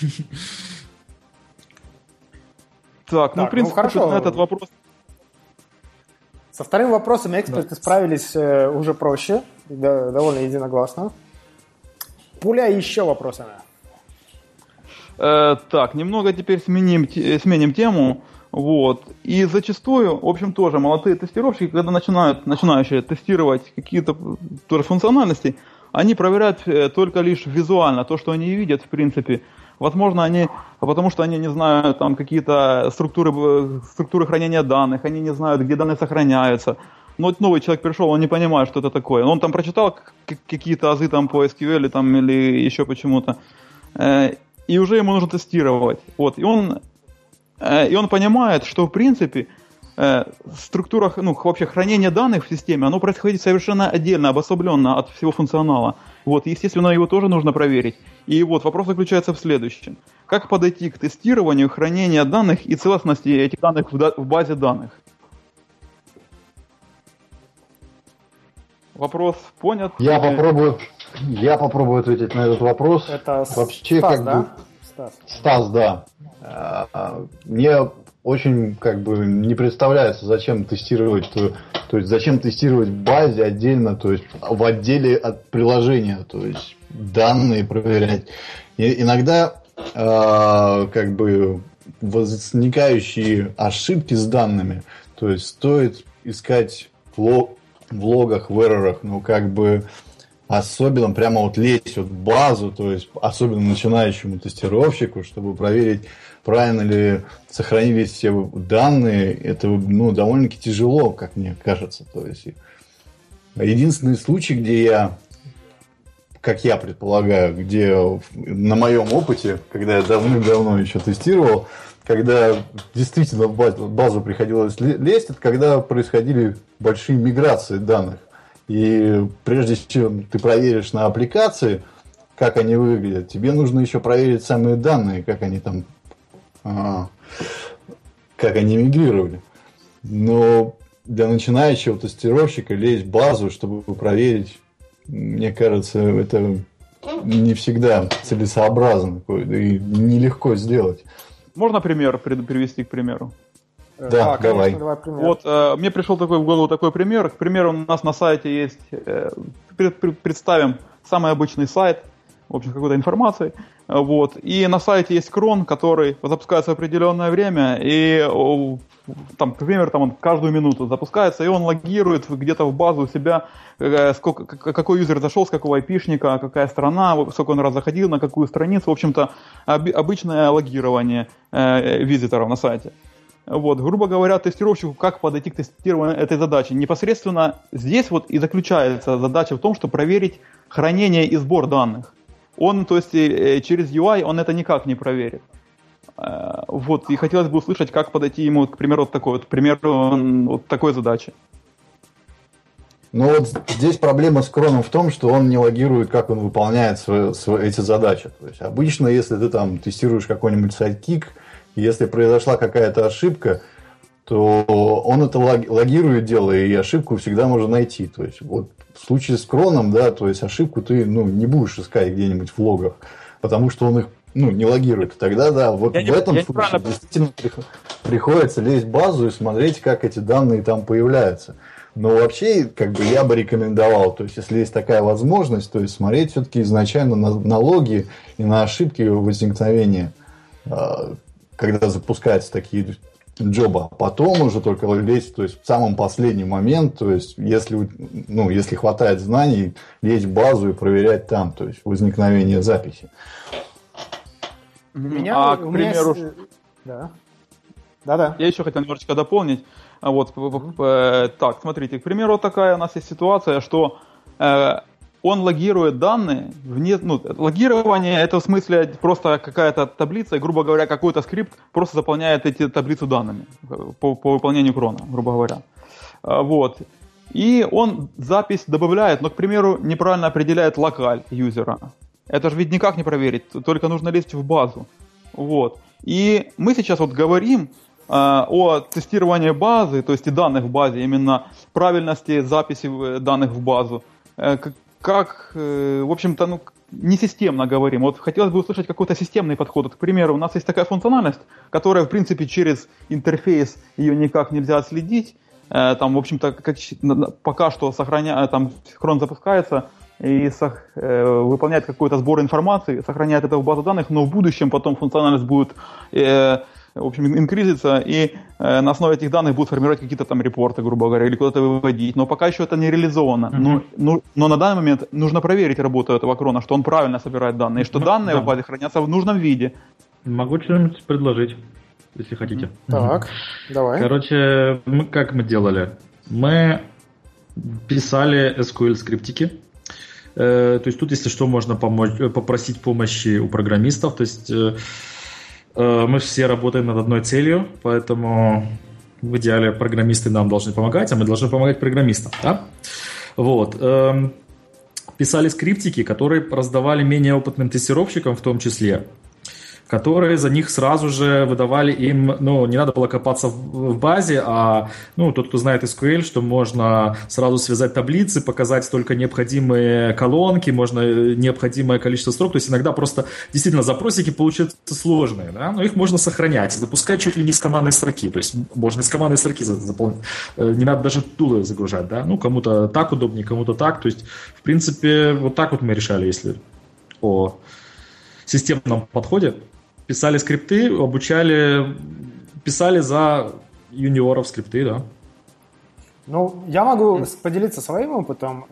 Так, ну, в принципе, на этот вопрос... Со вторым вопросом эксперты справились уже проще, довольно единогласно. Пуля еще вопросами. Так, немного теперь сменим тему. Вот. И зачастую, в общем, тоже молодые тестировщики, когда начинают, начинающие тестировать какие-то тоже функциональности, они проверяют только лишь визуально то, что они видят, в принципе. Возможно, они, потому что они не знают там какие-то структуры, структуры хранения данных, они не знают, где данные сохраняются. Но вот новый человек пришел, он не понимает, что это такое. Он там прочитал какие-то азы там по эс кью эль там, или еще почему-то, и уже ему нужно тестировать. Вот. И он... И он понимает, что в принципе структура, ну, вообще хранение данных в системе, оно происходит совершенно отдельно, обособленно от всего функционала. Вот, естественно, его тоже нужно проверить. И вот вопрос заключается в следующем. Как подойти к тестированию хранения данных и целостности этих данных в базе данных? Вопрос понят? Я попробую, я попробую ответить на этот вопрос. Это вообще Стас, как да? бы... Стас. Стас, да. Мне очень как бы не представляется, зачем тестировать, то, то есть зачем тестировать в базе отдельно, то есть в отделе от приложения, то есть данные проверять. И иногда э, как бы возникающие ошибки с данными, то есть стоит искать в, лог, в логах, в эррорах, ну как бы особенно прямо вот лезть вот в базу, то есть особенно начинающему тестировщику, чтобы проверить, правильно ли сохранились все данные, это, ну, довольно-таки тяжело, как мне кажется. То есть единственный случай, где я, как я предполагаю, где на моем опыте, когда я давным-давно еще тестировал, когда действительно в базу, в базу приходилось лезть, это когда происходили большие миграции данных. И прежде чем ты проверишь на аппликации, как они выглядят, тебе нужно еще проверить самые данные, как они там, а, как они мигрировали. Но для начинающего тестировщика лезть в базу, чтобы проверить, мне кажется, это не всегда целесообразно и нелегко сделать. Можно пример привести к примеру? Да, а, давай. Конечно, давай пример. Вот, э, мне пришел такой в голову такой пример. К примеру, у нас на сайте есть, э, пред, представим, самый обычный сайт. в общем, какой-то информацией. Вот. И на сайте есть крон, который запускается в определенное время, и там, к примеру, там он каждую минуту запускается, и он логирует где-то в базу у себя, сколько, какой юзер зашел, с какого айпишника, какая страна, сколько он раз заходил, на какую страницу. В общем-то, обычное логирование э, визиторов на сайте. Вот, грубо говоря, тестировщику, как подойти к тестированию этой задачи. Непосредственно здесь вот и заключается задача в том, чтобы проверить хранение и сбор данных. Он, то есть, через ю ай он это никак не проверит. Вот, и хотелось бы услышать, как подойти ему, к примеру, вот такой, вот, к примеру, вот такой задачи. Ну вот здесь проблема с кроном в том, что он не логирует, как он выполняет свои, свои, эти задачи. То есть обычно, если ты там тестируешь какой-нибудь сайдкик, если произошла какая-то ошибка, то он это логирует дело, и ошибку всегда можно найти. То есть вот в случае с кроном, да, то есть ошибку ты ну, не будешь искать где-нибудь в логах, потому что он их ну, не логирует. Тогда, да, вот я в не, этом случае неправильно... действительно приходится лезть в базу и смотреть, как эти данные там появляются. Но вообще, как бы я бы рекомендовал, то есть, если есть такая возможность, то есть смотреть все-таки изначально на, на логи и на ошибки возникновения, когда запускаются такие джоба. Потом уже только лезть, то есть в самом последний момент, то есть если, ну, если хватает знаний, лезть в базу и проверять там, то есть возникновение записи. Меня, а, к примеру... Меня... Да. Да-да. Я еще хотел немножечко дополнить. Вот, mm-hmm. Так, смотрите, к примеру, такая у нас есть ситуация, что э, он логирует данные, вне, ну, логирование это в смысле просто какая-то таблица, и, грубо говоря, какой-то скрипт просто заполняет эти таблицу данными по, по выполнению крона, грубо говоря. Вот. И он запись добавляет, но, к примеру, неправильно определяет локаль юзера. Это же ведь никак не проверить, только нужно лезть в базу. Вот. И мы сейчас вот говорим э, о тестировании базы, то есть и данных в базе, именно правильности записи данных в базу. Э, как, э, в общем-то, ну, не системно говорим. Вот хотелось бы услышать какой-то системный подход. Вот, к примеру, у нас есть такая функциональность, которая, в принципе, через интерфейс ее никак нельзя отследить. Э, там, в общем-то, как, пока что сохраня, там, крон запускается и сох, э, выполняет какой-то сбор информации, сохраняет это в базу данных, но в будущем потом функциональность будет э, в общем, инкризиться, и э, на основе этих данных будут формировать какие-то там репорты, грубо говоря, или куда-то выводить. Но пока еще это не реализовано. Mm-hmm. Но, но, но на данный момент нужно проверить работу этого крона, что он правильно собирает данные, и что mm-hmm. данные да. в базе хранятся в нужном виде. Могу что-нибудь предложить, если хотите. Mm-hmm. Так, mm-hmm. давай. Короче, мы, как мы делали? Мы писали эс ку эль-скриптики. То есть тут, если что, можно помочь, попросить помощи у программистов. То есть мы все работаем над одной целью, поэтому в идеале программисты нам должны помогать, а мы должны помогать программистам. Да? Вот. Писали скриптики, которые раздавали менее опытным тестировщикам в том числе, которые за них сразу же выдавали им, ну, не надо было копаться в, в базе, а, ну, тот, кто знает эс ку эль, что можно сразу связать таблицы, показать только необходимые колонки, можно необходимое количество строк, то есть иногда просто действительно запросики получаются сложные, да, но их можно сохранять, запускать чуть ли не с командной строки, то есть можно из командной строки заполнить, не надо даже тулы загружать, да, ну, кому-то так удобнее, кому-то так, то есть, в принципе, вот так вот мы решали, если о системном подходе. Писали скрипты, обучали, писали за юниоров скрипты, да. Ну, я могу mm. поделиться своим опытом.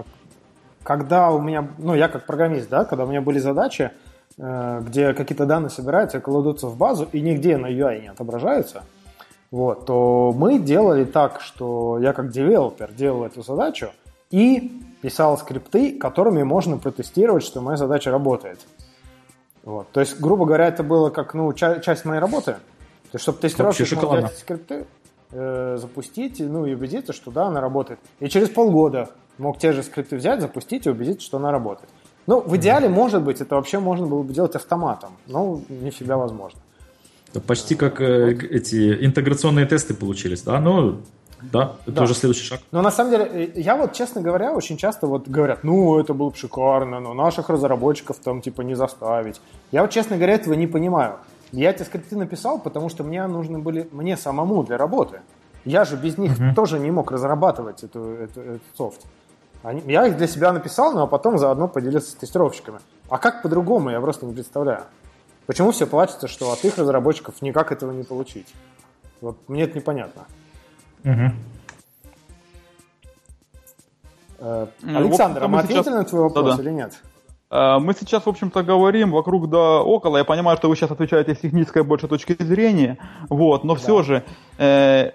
Когда у меня, ну, я как программист, да, когда у меня были задачи, где какие-то данные собираются и кладутся в базу, и нигде на ю ай не отображаются, вот, то мы делали так, что я как девелопер делал эту задачу и писал скрипты, которыми можно протестировать, что моя задача работает. Вот. То есть, грубо говоря, это было как ну, ча- часть моей работы. То есть, чтобы тестировщик мог взять скрипты, э, запустить, ну и убедиться, что да, она работает. И через полгода мог те же скрипты взять, запустить и убедиться, что она работает. Ну, в идеале, может быть, это вообще можно было бы делать автоматом, но не всегда возможно. Это почти как э, эти интеграционные тесты получились, да? Ну, да, это да. уже следующий шаг. Но на самом деле, я вот, честно говоря, очень часто вот говорят, ну, это было бы шикарно, но наших разработчиков там типа не заставить. Я вот, честно говоря, этого не понимаю. Я эти скрипты написал, потому что мне нужны были, мне самому для работы. Я же без них mm-hmm. тоже не мог разрабатывать эту, эту, этот софт. Они, я их для себя написал, но потом заодно поделился с тестировщиками. А как по-другому, я просто не представляю. Почему все плачутся, что от их разработчиков никак этого не получить? Вот мне это непонятно. Угу. Э, Александр, а мы ответили сейчас... на твой вопрос Да-да. или нет? Мы сейчас, в общем-то, говорим вокруг да около. Я понимаю, что вы сейчас отвечаете с технической больше точки зрения, вот, но да. все же, э, э,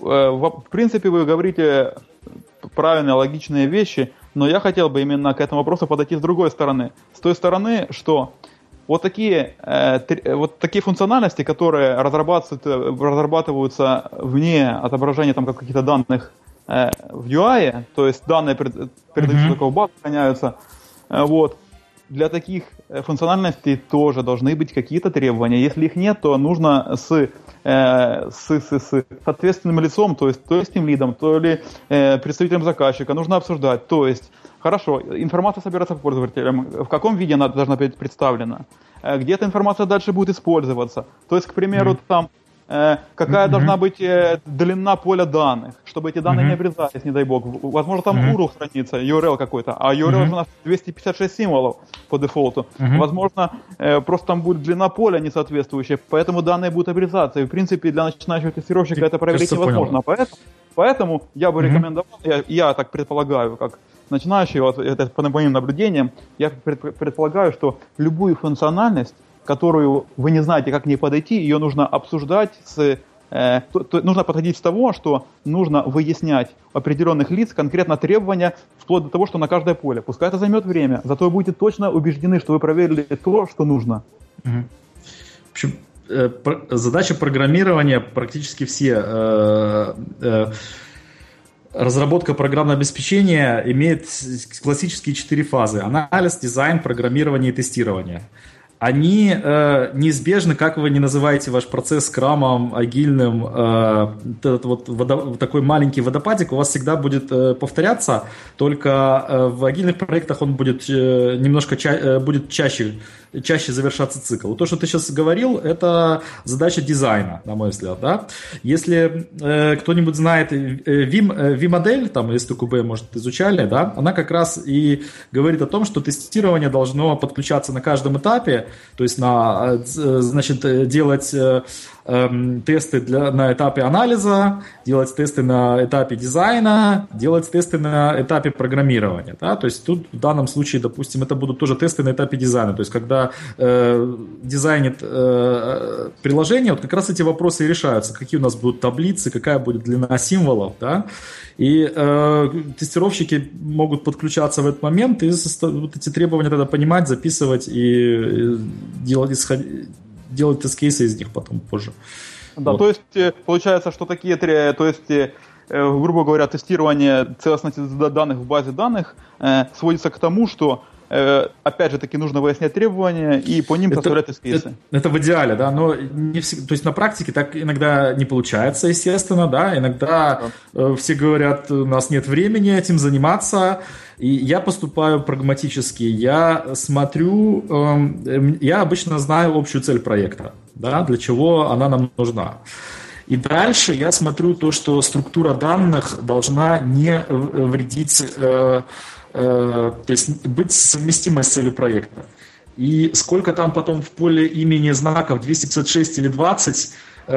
в принципе, вы говорите правильные, логичные вещи, но я хотел бы именно к этому вопросу подойти с другой стороны. С той стороны, что вот такие, э, вот такие функциональности, которые разрабатываются, разрабатываются вне отображения там, каких-то данных э, в ю ай, то есть данные передаются mm-hmm. только в базу, храняются, э, вот, для таких функциональностей тоже должны быть какие-то требования. Если их нет, то нужно с, э, с, с, с ответственным лицом, то есть то есть тимлидом, то ли э, представителем заказчика, нужно обсуждать. То есть, хорошо, информация собирается по пользователям, в каком виде она должна быть представлена, э, где эта информация дальше будет использоваться. То есть, к примеру, mm-hmm. там, э, какая mm-hmm. должна быть э, длина поля данных, чтобы эти данные mm-hmm. не обрезались, не дай бог. Возможно, там mm-hmm. ю ар эл хранится, ю ар эл какой-то, а ю ар эл mm-hmm. у нас двести пятьдесят шесть символов по дефолту. Mm-hmm. Возможно, э, просто там будет длина поля несоответствующая, поэтому данные будут обрезаться. И, в принципе, для начинающего тестировщика Ты, это проверить кажется, невозможно. Поэтому, поэтому я бы mm-hmm. рекомендовал, я, я так предполагаю, как начинающий, вот, это по моим наблюдениям, я предполагаю, что любую функциональность, которую вы не знаете, как к ней подойти, ее нужно обсуждать с... Э, то, то, нужно подходить с того, что нужно выяснять у определенных лиц конкретно требования, вплоть до того, что на каждое поле. Пускай это займет время, зато вы будете точно убеждены, что вы проверили то, что нужно. Угу. В общем, э, про, задача программирования практически все... Э, э, Разработка программного обеспечения имеет классические четыре фазы. Анализ, дизайн, программирование и тестирование. Они э, неизбежны, как вы не называете ваш процесс скрамом, агильным, э, этот вот водо, такой маленький водопадик у вас всегда будет э, повторяться, только э, в агильных проектах он будет э, немножко ча- э, будет чаще, чаще завершаться цикл. То, что ты сейчас говорил, это задача дизайна, на мой взгляд. Да? Если э, кто-нибудь знает э, Vim, э, Vim-модель, там, эс ди кью би, может, изучали, да, она как раз и говорит о том, что тестирование должно подключаться на каждом этапе, то есть на, значит, делать э, э, тесты для, на этапе анализа, делать тесты на этапе дизайна, делать тесты на этапе программирования. Да? То есть тут в данном случае, допустим, это будут тоже тесты на этапе дизайна. То есть когда э, дизайнит э, приложение, вот как раз эти вопросы и решаются. Какие у нас будут таблицы, какая будет длина символов. Да? И э, тестировщики могут подключаться в этот момент и вот эти требования тогда понимать, записывать и делать, исход... делать тест-кейсы из них потом позже. Да, вот. То есть получается, что такие, то есть, грубо говоря, тестирование целостности данных в базе данных э, сводится к тому, что э, опять же таки нужно выяснять требования и по ним составлять тест-кейсы. Это, это в идеале, да, но не всегда, то есть на практике так иногда не получается, естественно, да, иногда э, все говорят, у нас нет времени этим заниматься. И я поступаю прагматически. Я смотрю, э, я обычно знаю общую цель проекта, да, для чего она нам нужна. И дальше я смотрю то, что структура данных должна не вредить, э, э, то есть быть совместимой с целью проекта. И сколько там потом в поле имени знаков, двести пятьдесят шесть или двадцать,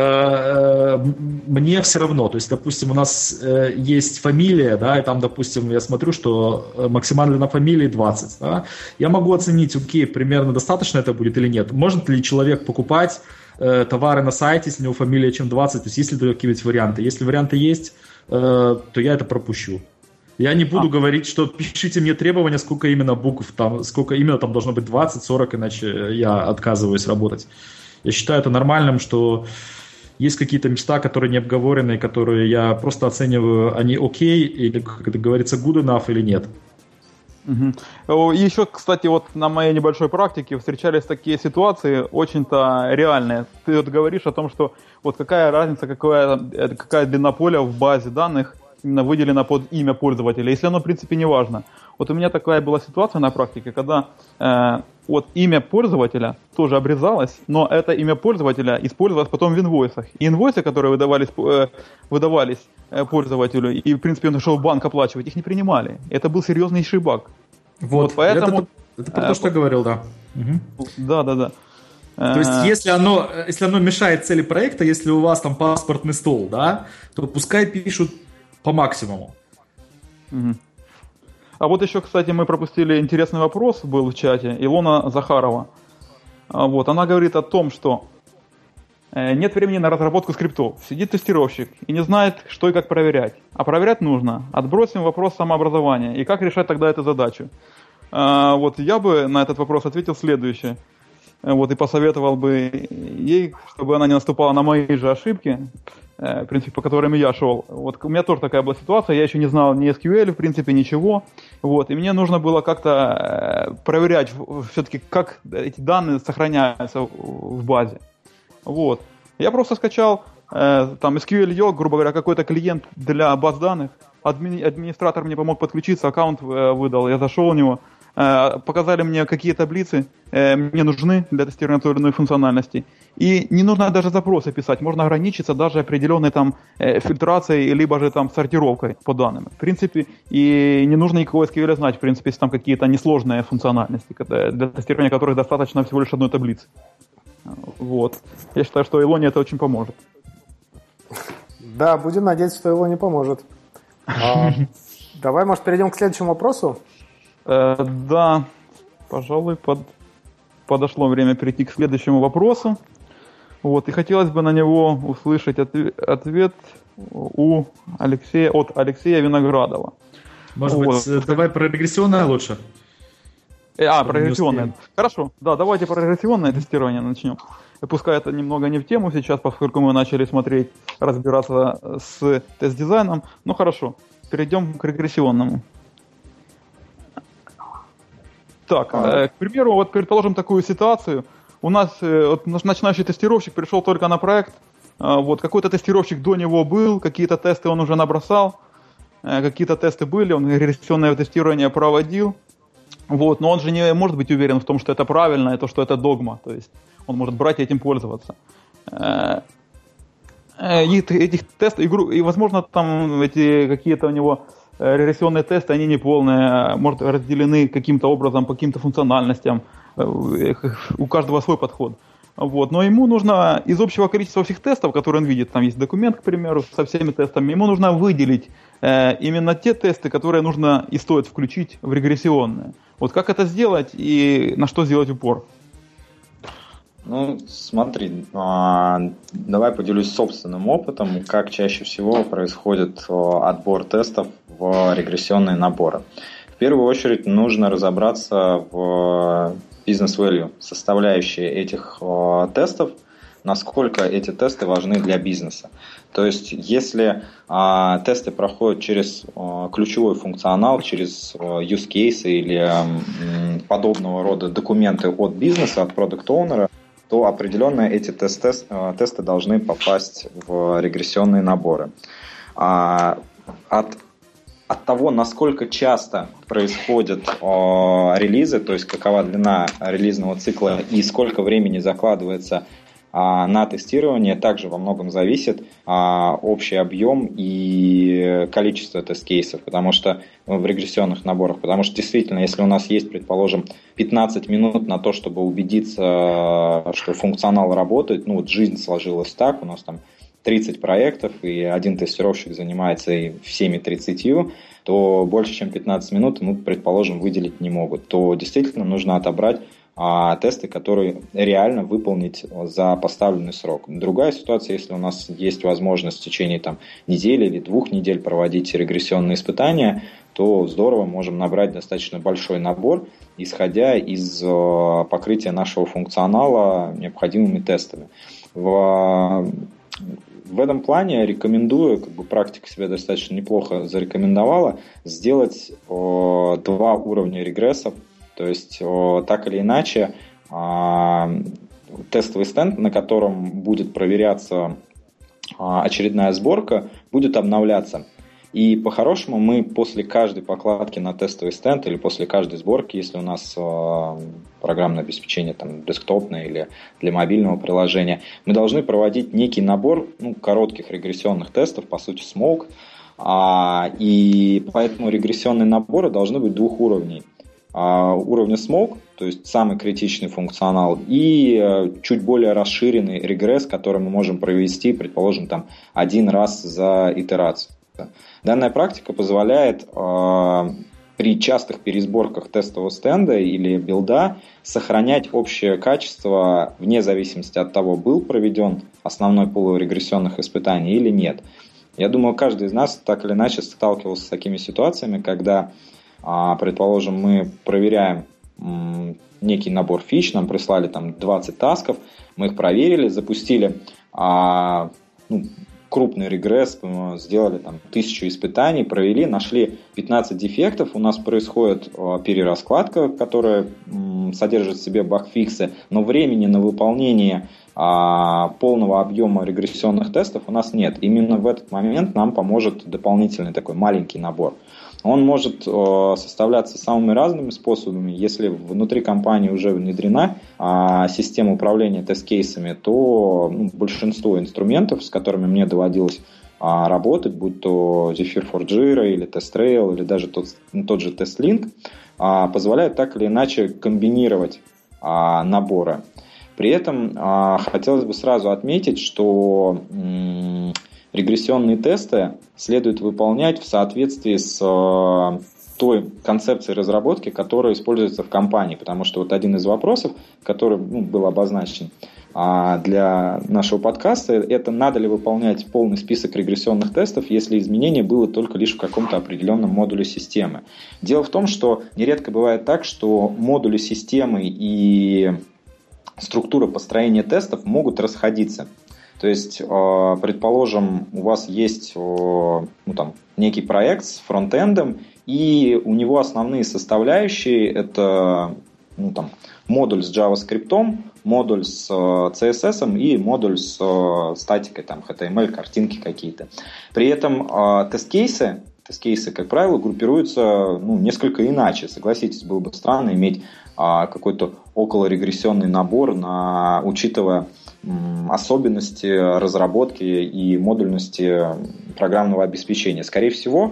мне все равно. То есть, допустим, у нас есть фамилия, да, и там, допустим, я смотрю, что максимально на фамилии двадцать. Да, я могу оценить, окей, примерно достаточно это будет или нет. Может ли человек покупать э, товары на сайте, если у него фамилия чем двадцать, то есть есть ли какие-нибудь варианты. Если варианты есть, э, то я это пропущу. Я не буду а. говорить, что пишите мне требования, сколько именно букв там, сколько именно там должно быть двадцать сорок, иначе я отказываюсь работать. Я считаю это нормальным, что есть какие-то места, которые не обговорены, которые я просто оцениваю, они окей, или, как это говорится, good enough или нет. Угу. И еще, кстати, вот на моей небольшой практике встречались такие ситуации, очень-то реальные. Ты вот говоришь о том, что вот какая разница, какая, какая длина поля в базе данных именно выделено под имя пользователя, если оно, в принципе, не важно. Вот у меня такая была ситуация на практике, когда э, вот имя пользователя тоже обрезалось, но это имя пользователя использовалось потом в инвойсах. И инвойсы, которые выдавались, э, выдавались э, пользователю, и, в принципе, он шел в банк оплачивать, их не принимали. Это был серьезнейший баг. Вот, вот поэтому... Это, это про э, то, что я говорил, да. Угу. Да, да, да. То есть, если оно, если оно мешает цели проекта, если у вас там паспортный стол, да, то пускай пишут по максимуму. Угу. А вот еще, кстати, мы пропустили интересный вопрос, был в чате, Илона Захарова. Вот, она говорит о том, что нет времени на разработку скриптов. Сидит тестировщик и не знает, что и как проверять. А проверять нужно. Отбросим вопрос самообразования. И как решать тогда эту задачу? Вот я бы на этот вопрос ответил следующее. Вот, и посоветовал бы ей, чтобы она не наступала на мои же ошибки, в принципе, по которым я шел. Вот у меня тоже такая была ситуация, я еще не знал ни эс кью эль, в принципе, ничего. Вот, и мне нужно было как-то проверять все-таки, как эти данные сохраняются в базе. Вот. Я просто скачал там эс кью эль йо, грубо говоря, какой-то клиент для баз данных. Адми- администратор мне помог подключиться, аккаунт выдал, я зашел в него. Показали мне, какие таблицы мне нужны для тестирования той или иной функциональности. И не нужно даже запросы писать, можно ограничиться даже определенной там фильтрацией, либо же там сортировкой по данным. В принципе, и не нужно никакого эс кью эль знать, в принципе, если там какие-то несложные функциональности, для тестирования которых достаточно всего лишь одной таблицы. Вот. Я считаю, что Илоне это очень поможет. Да, будем надеяться, что Илоне поможет. Давай, может, перейдем к следующему вопросу? Э, да, пожалуй, под, подошло время перейти к следующему вопросу. Вот, и хотелось бы на него услышать ответ, ответ у Алексея, от Алексея Виноградова. Может вот. быть, давай про регрессионное лучше? Э, а, про регрессионное. Хорошо, да, давайте про регрессионное тестирование начнем. Пускай это немного не в тему сейчас, поскольку мы начали смотреть, разбираться с тест-дизайном. Ну хорошо, перейдем к регрессионному. Так, э, к примеру, вот предположим такую ситуацию. У нас э, вот, начинающий тестировщик пришел только на проект. Э, вот, какой-то тестировщик до него был, какие-то тесты он уже набросал, э, какие-то тесты были, он регрессионное тестирование проводил. Вот, но он же не может быть уверен в том, что это правильно, и то, что это догма. То есть он может брать и этим пользоваться. Э, э, этих тестов, и, и возможно там эти какие-то у него... регрессионные тесты, они не полные, может, разделены каким-то образом по каким-то функциональностям, у каждого свой подход. Вот. Но ему нужно из общего количества всех тестов, которые он видит, там есть документ, к примеру, со всеми тестами, ему нужно выделить э, именно те тесты, которые нужно и стоит включить в регрессионные. Вот как это сделать и на что сделать упор? Ну, смотри, давай поделюсь собственным опытом, как чаще всего происходит отбор тестов в регрессионные наборы. В первую очередь нужно разобраться в бизнес-value, составляющей этих тестов, насколько эти тесты важны для бизнеса. То есть, если а, тесты проходят через а, ключевой функционал, через а, use case или а, подобного рода документы от бизнеса, от продакт-оунера, то определенно эти тест -тест, тесты должны попасть в регрессионные наборы. А, от, от того, насколько часто происходят а, релизы, то есть какова длина релизного цикла и сколько времени закладывается а, на тестирование, также во многом зависит а, общий объем и количество тест-кейсов, потому что в регрессионных наборах, потому что действительно, если у нас есть, предположим, пятнадцать минут на то, чтобы убедиться, что функционал работает, ну вот жизнь сложилась так, у нас там тридцать проектов, и один тестировщик занимается и всеми тридцатью, то больше, чем пятнадцать минут, ну, предположим, выделить не могут, то действительно нужно отобрать а, тесты, которые реально выполнить за поставленный срок. Другая ситуация, если у нас есть возможность в течение там, недели или двух недель проводить регрессионные испытания, то здорово, можем набрать достаточно большой набор, исходя из а, покрытия нашего функционала необходимыми тестами. В, в этом плане рекомендую, как бы практика себя достаточно неплохо зарекомендовала, сделать о, два уровня регрессов. То есть, о, так или иначе, о, тестовый стенд, на котором будет проверяться о, очередная сборка, будет обновляться. И по-хорошему мы после каждой покладки на тестовый стенд или после каждой сборки, если у нас э, программное обеспечение там, десктопное или для мобильного приложения, мы должны проводить некий набор ну, коротких регрессионных тестов, по сути, смоук. А, и поэтому регрессионные наборы должны быть двух уровней. А, уровня смоук, то есть самый критичный функционал, и а, чуть более расширенный регресс, который мы можем провести, предположим, там, один раз за итерацию. Данная практика позволяет э, при частых пересборках тестового стенда или билда сохранять общее качество вне зависимости от того, был проведен основной пул регрессионных испытаний или нет. Я думаю, каждый из нас так или иначе сталкивался с такими ситуациями, когда, э, предположим, мы проверяем э, некий набор фич, нам прислали там двадцать тасков, мы их проверили, запустили э, ну, крупный регресс, сделали там тысячу испытаний, провели, нашли пятнадцать дефектов, у нас происходит перераскладка, которая содержит в себе багфиксы, но времени на выполнение а, полного объема регрессионных тестов у нас нет. Именно в этот момент нам поможет дополнительный такой маленький набор. Он может э, составляться самыми разными способами. Если внутри компании уже внедрена э, система управления тест-кейсами, то ну, большинство инструментов, с которыми мне доводилось э, работать, будь то Zephyr for Jira или TestRail, или даже тот, тот же TestLink, э, позволяют так или иначе комбинировать э, наборы. При этом э, хотелось бы сразу отметить, что э, регрессионные тесты следует выполнять в соответствии с э, той концепцией разработки, которая используется в компании. Потому что вот один из вопросов, который ну, был обозначен э, для нашего подкаста, это надо ли выполнять полный список регрессионных тестов, если изменение было только лишь в каком-то определенном модуле системы. Дело в том, что нередко бывает так, что модули системы и структура построения тестов могут расходиться. То есть, предположим, у вас есть ну, там, некий проект с фронтендом, и у него основные составляющие – это ну, там, модуль с JavaScript, модуль с си эс эс и модуль с статикой, там, эйч ти эм эль, картинки какие-то. При этом тест-кейсы, тест-кейсы, как правило, группируются ну, несколько иначе. Согласитесь, было бы странно иметь какой-то околорегрессионный набор, на, учитывая особенности разработки и модульности программного обеспечения. Скорее всего,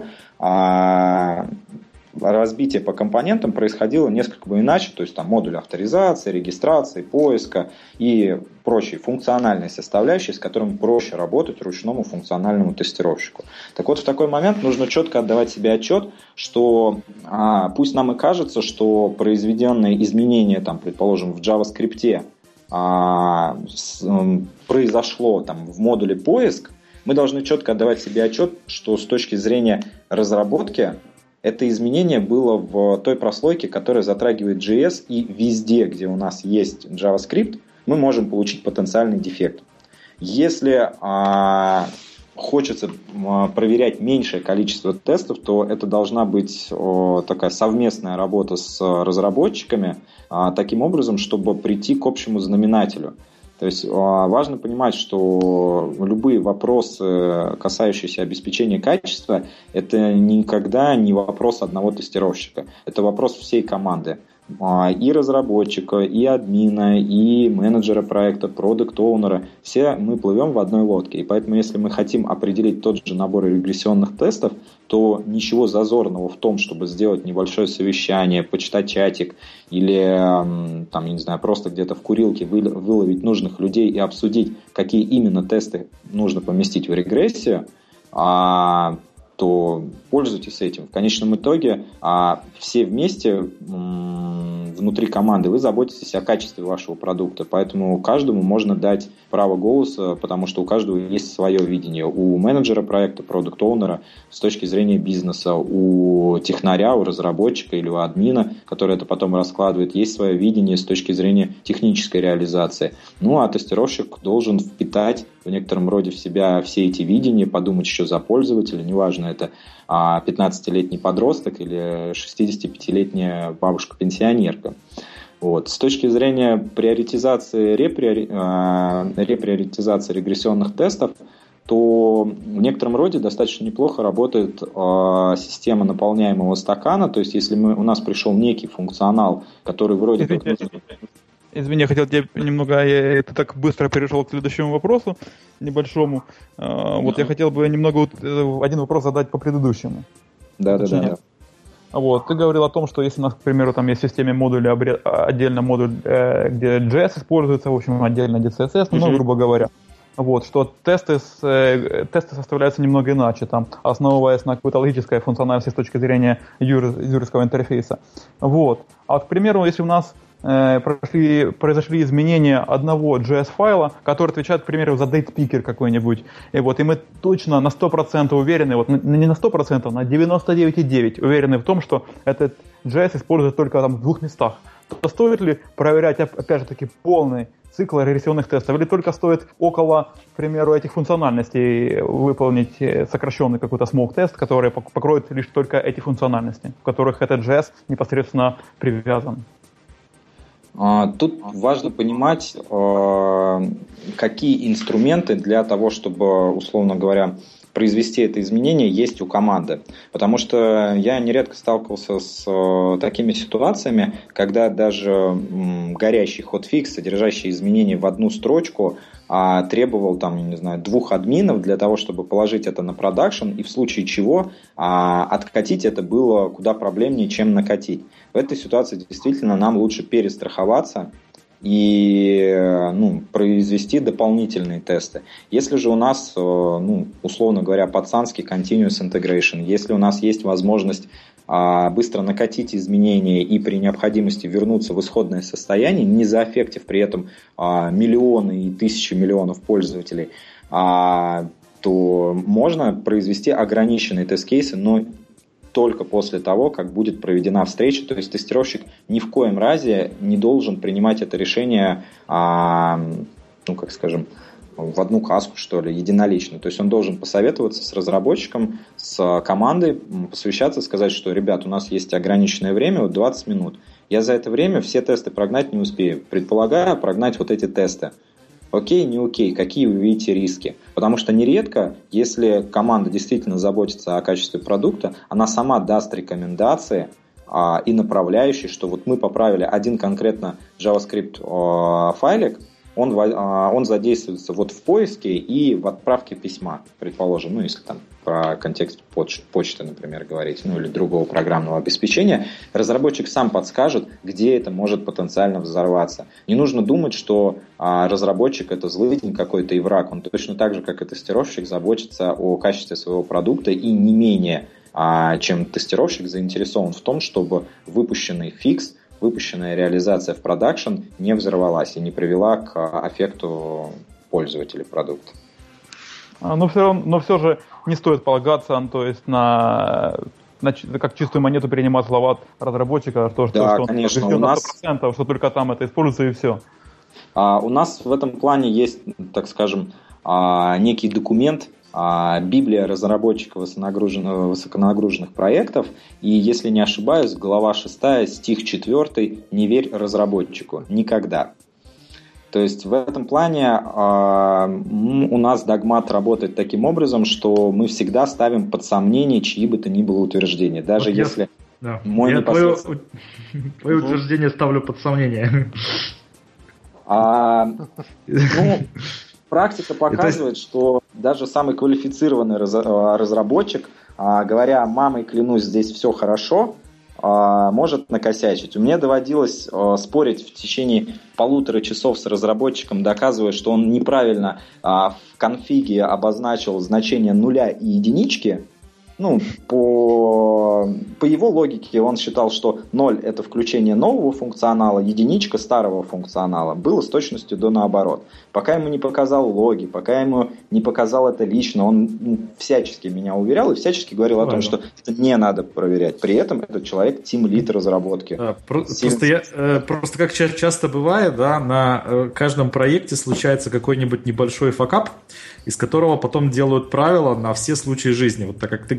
разбитие по компонентам происходило несколько бы иначе, то есть там модуль авторизации, регистрации, поиска и прочие функциональные составляющие, с которыми проще работать ручному функциональному тестировщику. Так вот, в такой момент нужно четко отдавать себе отчет, что а, пусть нам и кажется, что произведенные изменения, там, предположим, в JavaScript а, с, м, произошло там, в модуле поиск, мы должны четко отдавать себе отчет, что с точки зрения разработки это изменение было в той прослойке, которая затрагивает джей эс, и везде, где у нас есть JavaScript, мы можем получить потенциальный дефект. Если а, хочется а, проверять меньшее количество тестов, то это должна быть а, такая совместная работа с разработчиками, а, таким образом, чтобы прийти к общему знаменателю. То есть важно понимать, что любые вопросы, касающиеся обеспечения качества, это никогда не вопрос одного тестировщика. Это вопрос всей команды. И разработчика, и админа, и менеджера проекта, продакт-оунера. Все мы плывем в одной лодке. И поэтому, если мы хотим определить тот же набор регрессионных тестов, то ничего зазорного в том, чтобы сделать небольшое совещание, почитать чатик или, там, я не знаю, просто где-то в курилке выловить нужных людей и обсудить, какие именно тесты нужно поместить в регрессию, то пользуйтесь этим. В конечном итоге все вместе внутри команды вы заботитесь о качестве вашего продукта, поэтому каждому можно дать право голоса, потому что у каждого есть свое видение. У менеджера проекта, продакт-оунера с точки зрения бизнеса, у технаря, у разработчика или у админа, который это потом раскладывает, есть свое видение с точки зрения технической реализации. Ну а тестировщик должен впитать в некотором роде в себя все эти видения, подумать еще за пользователя, неважно, это пятнадцатилетний подросток или шестидесятипятилетняя бабушка-пенсионерка. Вот. С точки зрения приоритизации, реприори... реприоритизации регрессионных тестов, то в некотором роде достаточно неплохо работает э, система наполняемого стакана. То есть, если мы, у нас пришел некий функционал, который вроде как... Извини, я хотел тебе немного... Я, ты так быстро перешел к следующему вопросу, небольшому. Uh, вот я хотел бы немного один вопрос задать по предыдущему. Да-да-да. Вот, ты говорил о том, что если у нас, к примеру, там есть в системе модули, отдельно модуль, где джей эс используется, в общем, отдельно где си эс эс, ну, грубо говоря, вот, что тесты, с, тесты составляются немного иначе, там, основываясь на какой-то логической функциональности с точки зрения юр, юрского интерфейса. Вот. А, к примеру, если у нас э, прошли, произошли изменения одного джей эс-файла, который отвечает, к примеру, за DatePicker какой-нибудь, и, вот, и мы точно на сто процентов уверены, вот, не на сто процентов, на девяносто девять целых девять десятых уверены в том, что этот джей эс используется только там, в двух местах, то стоит ли проверять, опять же таки, полный цикл регрессионных тестов, или только стоит около, к примеру, этих функциональностей выполнить сокращенный какой-то smoke-тест, который покроет лишь только эти функциональности, в которых этот джей эс непосредственно привязан? Тут важно понимать, какие инструменты для того, чтобы, условно говоря, произвести это изменение, есть у команды. Потому что я нередко сталкивался с э, такими ситуациями, когда даже м, горящий хотфикс, содержащий изменения в одну строчку, э, требовал там, не знаю, двух админов для того, чтобы положить это на продакшн, и в случае чего э, откатить это было куда проблемнее, чем накатить. В этой ситуации действительно нам лучше перестраховаться и ну, произвести дополнительные тесты. Если же у нас, ну, условно говоря, пацанский continuous integration, если у нас есть возможность а, быстро накатить изменения и при необходимости вернуться в исходное состояние, не зааффектив при этом а, миллионы и тысячи миллионов пользователей, а, то можно произвести ограниченные тест-кейсы, но только после того, как будет проведена встреча. То есть тестировщик ни в коем разе не должен принимать это решение, а, ну, как скажем, в одну каску, что ли, единолично. То есть он должен посоветоваться с разработчиком, с командой, посовещаться, сказать, что, ребят, у нас есть ограниченное время, вот двадцать минут. Я за это время все тесты прогнать не успею. Предполагаю прогнать вот эти тесты. Окей, не окей, какие вы видите риски? Потому что нередко, если команда действительно заботится о качестве продукта, она сама даст рекомендации а, и направляющие, что вот мы поправили один конкретно JavaScript а, файлик, он, а, он задействуется вот в поиске и в отправке письма, предположим, ну если там про контекст поч- почты, например, говорить, ну или другого программного обеспечения, разработчик сам подскажет, где это может потенциально взорваться. Не нужно думать, что а, разработчик это злыдень какой-то и враг, он точно так же, как и тестировщик, заботится о качестве своего продукта и не менее, а, чем тестировщик, заинтересован в том, чтобы выпущенный фикс, выпущенная реализация в продакшн не взорвалась и не привела к аффекту пользователей продукта. Но все, равно, но все же не стоит полагаться, то есть на, на как чистую монету перенимать слова от разработчика, что, да, что конечно, он у нас... сто процентов, что только там это используется и все. А, у нас в этом плане есть, так скажем, а, некий документ, а, Библия разработчика высоконагруженных, высоконагруженных проектов, и, если не ошибаюсь, глава шестая, стих четвертый, «Не верь разработчику, никогда». То есть в этом плане э, у нас догмат работает таким образом, что мы всегда ставим под сомнение чьи бы то ни было утверждения. Даже вот если я, да. мой я непосредственно... твое, твое утверждение ставлю под сомнение. А, ну, практика показывает, что даже самый квалифицированный разработчик, говоря «мамой клянусь, здесь все хорошо», может накосячить. Мне доводилось э, спорить в течение полутора часов с разработчиком, доказывая, что он неправильно э, в конфиге обозначил значение нуля и единички. Ну, по, по его логике он считал, что ноль это включение нового функционала, единичка старого функционала. Было с точностью до наоборот. Пока ему не показал логи, пока ему не показал это лично, он ну, всячески меня уверял и всячески говорил Ладно. о том, что это не надо проверять. При этом этот человек тимлид разработки. А, про- просто, я, э, просто как часто бывает, да, на э, каждом проекте случается какой-нибудь небольшой факап, из которого потом делают правила на все случаи жизни. Вот так как ты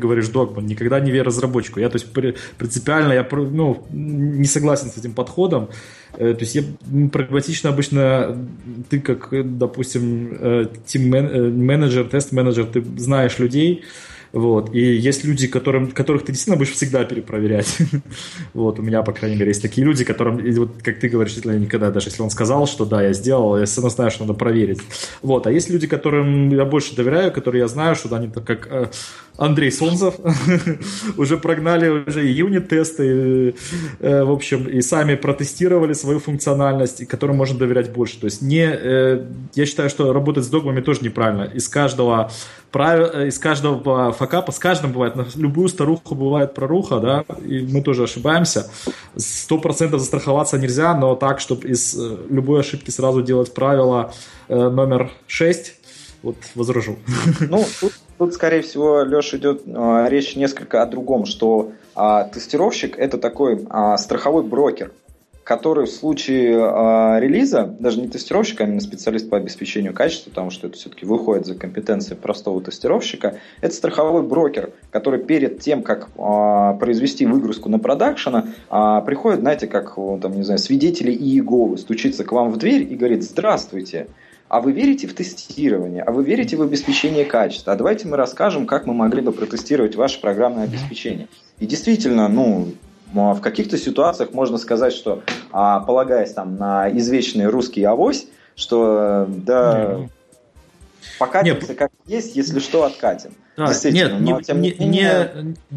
говоришь, догма, никогда не верь разработчику. Я, то есть, принципиально я ну, не согласен с этим подходом. То есть я прагматично обычно, ты как, допустим, тим-менеджер, тест-менеджер, ты знаешь людей, вот, и есть люди, которым, которых ты действительно будешь всегда перепроверять. Вот, у меня, по крайней мере, есть такие люди, которым, вот, как ты говоришь, если никогда, даже если он сказал, что да, я сделал, я все равно знаю, что надо проверить. Вот, а есть люди, которым я больше доверяю, которые я знаю, что они, как э, Андрей Сонзов, уже прогнали уже и юнит-тесты, э, в общем, и сами протестировали свою функциональность, и которым можно доверять больше. То есть не, э, я считаю, что работать с догмами тоже неправильно. Из каждого правила, из каждого факапа, с каждым бывает, на любую старуху бывает проруха, да, и мы тоже ошибаемся. Сто процентов застраховаться нельзя, но так, чтобы из любой ошибки сразу делать правило э, номер шесть, вот возражу. Ну, тут, тут скорее всего, Леш, идет э, речь несколько о другом, что э, тестировщик это такой э, страховой брокер, который в случае э, релиза, даже не тестировщик, а именно специалист по обеспечению качества, потому что это все-таки выходит за компетенции простого тестировщика, это страховой брокер, который перед тем, как э, произвести выгрузку на продакшена, э, приходит, знаете, как там, не знаю, свидетели Иеговы, стучится к вам в дверь и говорит: здравствуйте, а вы верите в тестирование, а вы верите в обеспечение качества, а давайте мы расскажем, как мы могли бы протестировать ваше программное обеспечение. И действительно, ну, в каких-то ситуациях можно сказать, что, полагаясь там на извечный русский авось, что да, не, покатимся нет. Как есть, если что, откатим. А, нет, но, не, тем не, не, менее...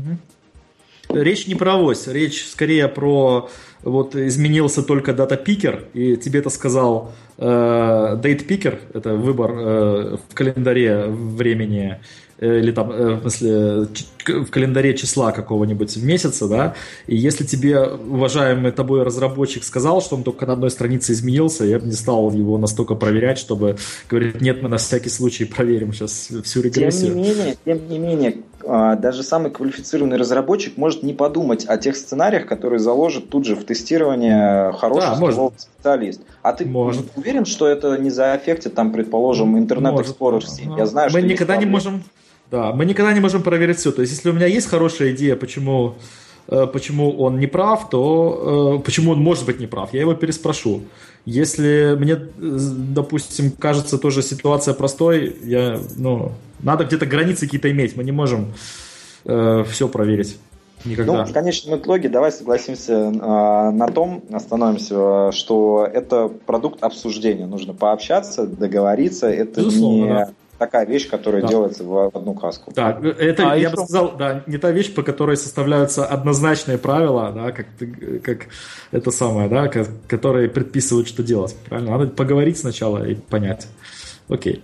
не, речь не про авось, речь скорее про вот изменился только дата-пикер, и тебе это сказал э, date-picker, это выбор э, в календаре времени, или там, в смысле, в календаре числа какого-нибудь месяца, да, и если тебе, уважаемый тобой разработчик, сказал, что он только на одной странице изменился, я бы не стал его настолько проверять, чтобы говорить: нет, мы на всякий случай проверим сейчас всю регрессию. Тем не менее, тем не менее, даже самый квалифицированный разработчик может не подумать о тех сценариях, которые заложит тут же в тестирование хороший да, специалист. А ты может. уверен, что это не заэффектит, там, предположим, Internet Explorer семь? Я знаю, мы что никогда не можем... Да, мы никогда не можем проверить все. То есть, если у меня есть хорошая идея, почему, э, почему он не прав, то э, почему он может быть неправ, я его переспрошу. Если мне, допустим, кажется тоже ситуация простой, я, ну, надо где-то границы какие-то иметь. Мы не можем э, все проверить. Никогда. Ну, в конечном итоге давай согласимся э, на том, остановимся, что это продукт обсуждения. Нужно пообщаться, договориться. Это Безусловно, не... Да. Такая вещь, которая да. делается в одну каску. Да, это, а я бы сказал, да, не та вещь, по которой составляются однозначные правила, да, как, как это самое, да, которые предписывают, что делать. Правильно? Надо поговорить сначала и понять. Окей.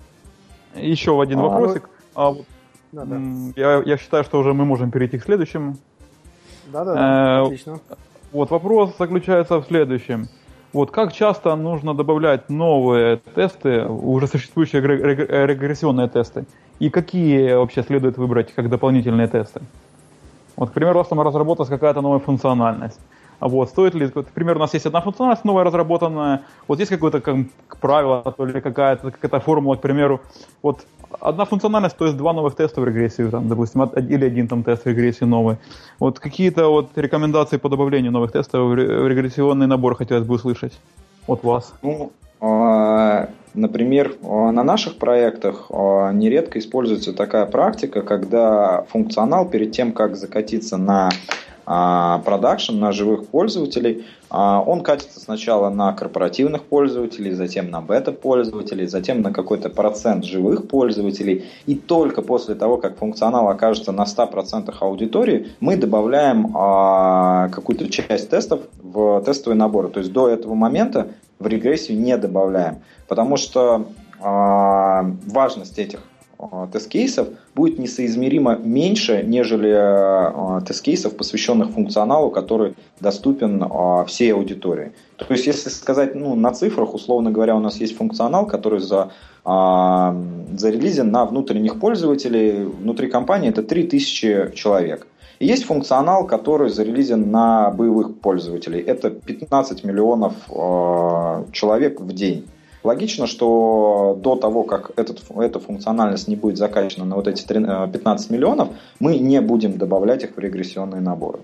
Еще один а, вопросик. А, да, да. Я, я считаю, что уже мы можем перейти к следующему. Да, да, да. Э, отлично. Вот вопрос заключается в следующем. Вот как часто нужно добавлять новые тесты, уже существующие регрессионные тесты, и какие вообще следует выбрать как дополнительные тесты? Вот, к примеру, у вас там разработалась какая-то новая функциональность. Вот, стоит ли, к примеру, у нас есть одна функциональность новая разработанная, вот есть какое-то как, правило, или какая-то, какая-то формула, к примеру, вот одна функциональность, то есть два новых теста в регрессию, там, допустим, или один там тест в регрессии новый. Вот какие-то вот рекомендации по добавлению новых тестов в регрессионный набор хотелось бы услышать от вас. Ну, например, на наших проектах нередко используется такая практика, когда функционал перед тем, как закатиться на продакшн, на живых пользователей, он катится сначала на корпоративных пользователей, затем на бета-пользователей, затем на какой-то процент живых пользователей, и только после того, как функционал окажется на сто процентов аудитории, мы добавляем какую-то часть тестов в тестовый набор. То есть до этого момента в регрессию не добавляем, потому что важность этих тест-кейсов будет несоизмеримо меньше, нежели тест-кейсов, посвященных функционалу, который доступен всей аудитории. То есть, если сказать ну, на цифрах, условно говоря, у нас есть функционал, который за, зарелизен на внутренних пользователей, внутри компании это три тысячи человек. И есть функционал, который зарелизен на боевых пользователей. Это пятнадцать миллионов человек в день. Логично, что до того, как этот, эта функциональность не будет закачана на вот эти пятнадцать миллионов, мы не будем добавлять их в регрессионные наборы.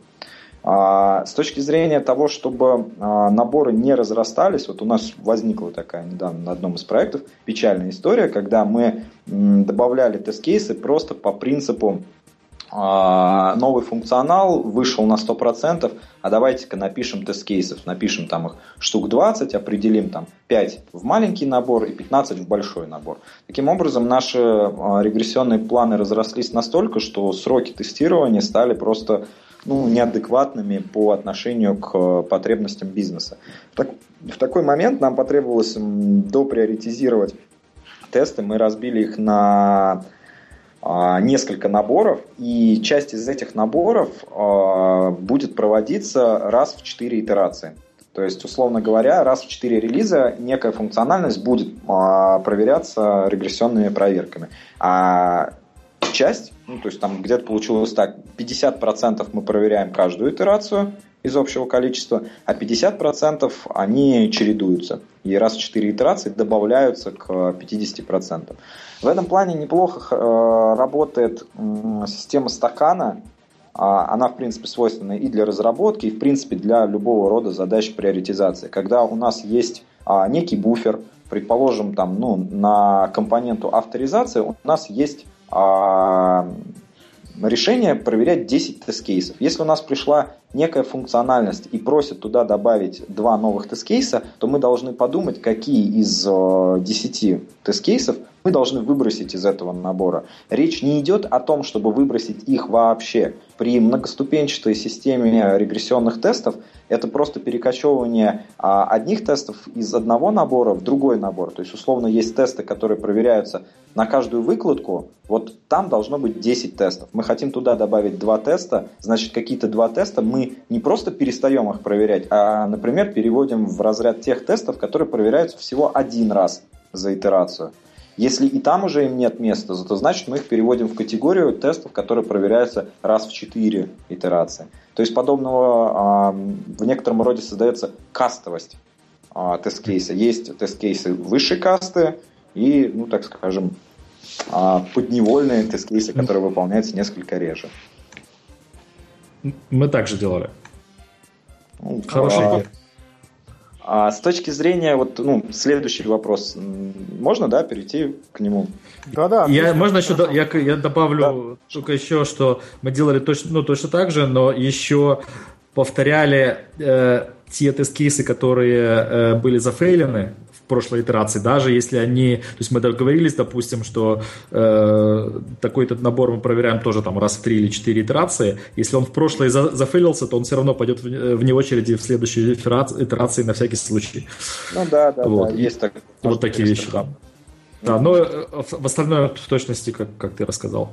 С точки зрения того, чтобы наборы не разрастались, вот у нас возникла такая недавно на одном из проектов печальная история, когда мы добавляли тест-кейсы просто по принципу новый функционал вышел на сто процентов, а давайте-ка напишем тест-кейсов, напишем там их штук двадцать, определим там пять в маленький набор и пятнадцать в большой набор. Таким образом, наши регрессионные планы разрослись настолько, что сроки тестирования стали просто ну, неадекватными по отношению к потребностям бизнеса. Так, в такой момент нам потребовалось доприоритизировать тесты, мы разбили их на несколько наборов, и часть из этих наборов э, будет проводиться раз в четыре итерации. То есть, условно говоря, раз в четыре релиза некая функциональность будет э, проверяться регрессионными проверками. А часть, ну, то есть там где-то получилось так, пятьдесят процентов мы проверяем каждую итерацию из общего количества, а пятьдесят процентов они чередуются. И раз в четыре итерации добавляются к пятьдесят процентов. В этом плане неплохо э, работает э, система стакана. Э, она, в принципе, свойственна и для разработки, и, в принципе, для любого рода задач приоритизации. Когда у нас есть э, некий буфер, предположим, там, ну, на компоненту авторизации у нас есть э, решение проверять десять тест-кейсов. Если у нас пришла некая функциональность и просит туда добавить два новых тест-кейса, то мы должны подумать, какие из десяти тест-кейсов мы должны выбросить из этого набора. Речь не идет о том, чтобы выбросить их вообще. При многоступенчатой системе регрессионных тестов это просто перекочевывание одних тестов из одного набора в другой набор. То есть, условно, есть тесты, которые проверяются на каждую выкладку. Вот там должно быть десять тестов. Мы хотим туда добавить два теста. Значит, какие-то два теста мы не просто перестаем их проверять, а, например, переводим в разряд тех тестов, которые проверяются всего один раз за итерацию. Если и там уже им нет места, то значит мы их переводим в категорию тестов, которые проверяются раз в четыре итерации. То есть подобного в некотором роде создается кастовость тест-кейса. Есть тест-кейсы высшей касты и, ну так скажем, подневольные тест-кейсы, которые выполняются несколько реже. Мы также делали. Ну, Хорошая идея. А с точки зрения, вот, ну, следующий вопрос, можно, да, перейти к нему? Да-да. Я, можно еще, я, я добавлю да. только еще, что мы делали точно, ну, точно так же, но еще повторяли э, те тест-кейсы, которые э, были зафейлены в прошлой итерации, даже если они, то есть мы договорились, допустим, что э, такой-то набор мы проверяем тоже там раз в три или четыре итерации, если он в прошлой за, зафейлился, то он все равно пойдет вне очереди в следующей итерации на всякий случай. Ну да, да, вот. да, есть так. Вот такие вещи, да. Да, но в остальное в точности, как, как ты рассказал.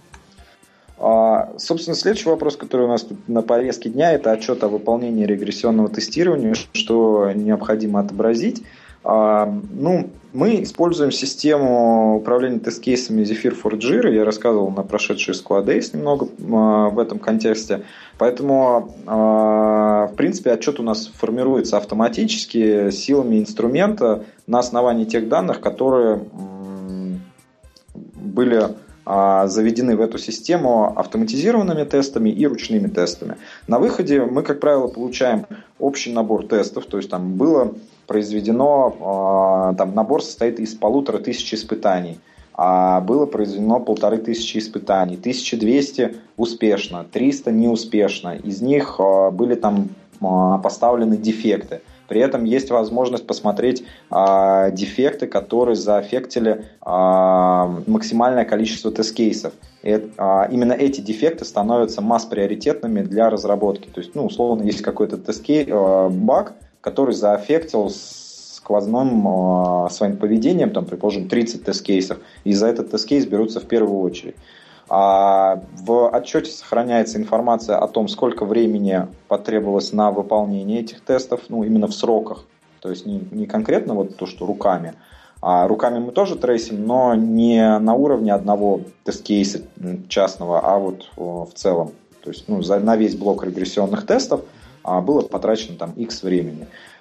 А, собственно, следующий вопрос, который у нас тут на повестке дня, это отчет о выполнении регрессионного тестирования, что необходимо отобразить. А, ну, мы используем систему управления тест-кейсами Zephyr for Jira. Я рассказывал на прошедшей Squad Days немного а, в этом контексте. Поэтому, а, в принципе, отчет у нас формируется автоматически силами инструмента на основании тех данных, которые м, были заведены в эту систему автоматизированными тестами и ручными тестами. На выходе мы, как правило, получаем общий набор тестов, то есть там было произведено, там набор состоит из полутора тысяч испытаний, а было произведено полторы тысячи испытаний, тысяча двести успешно, триста неуспешно, из них были там поставлены дефекты. При этом есть возможность посмотреть э, дефекты, которые заэффектили э, максимальное количество тест-кейсов. И, э, именно эти дефекты становятся масс-приоритетными для разработки. То есть, ну, условно, есть какой-то тест-кейс, э, баг, который заэффектил сквозным э, своим поведением, там, предположим, тридцать тест-кейсов, и за этот тест-кейс берутся в первую очередь. А в отчете сохраняется информация о том, сколько времени потребовалось на выполнение этих тестов, ну, именно в сроках. То есть не, не конкретно вот то, что руками. А руками мы тоже трейсим, но не на уровне одного тест-кейса частного, а вот в целом. То есть ну, за, на весь блок регрессионных тестов было потрачено там X времени.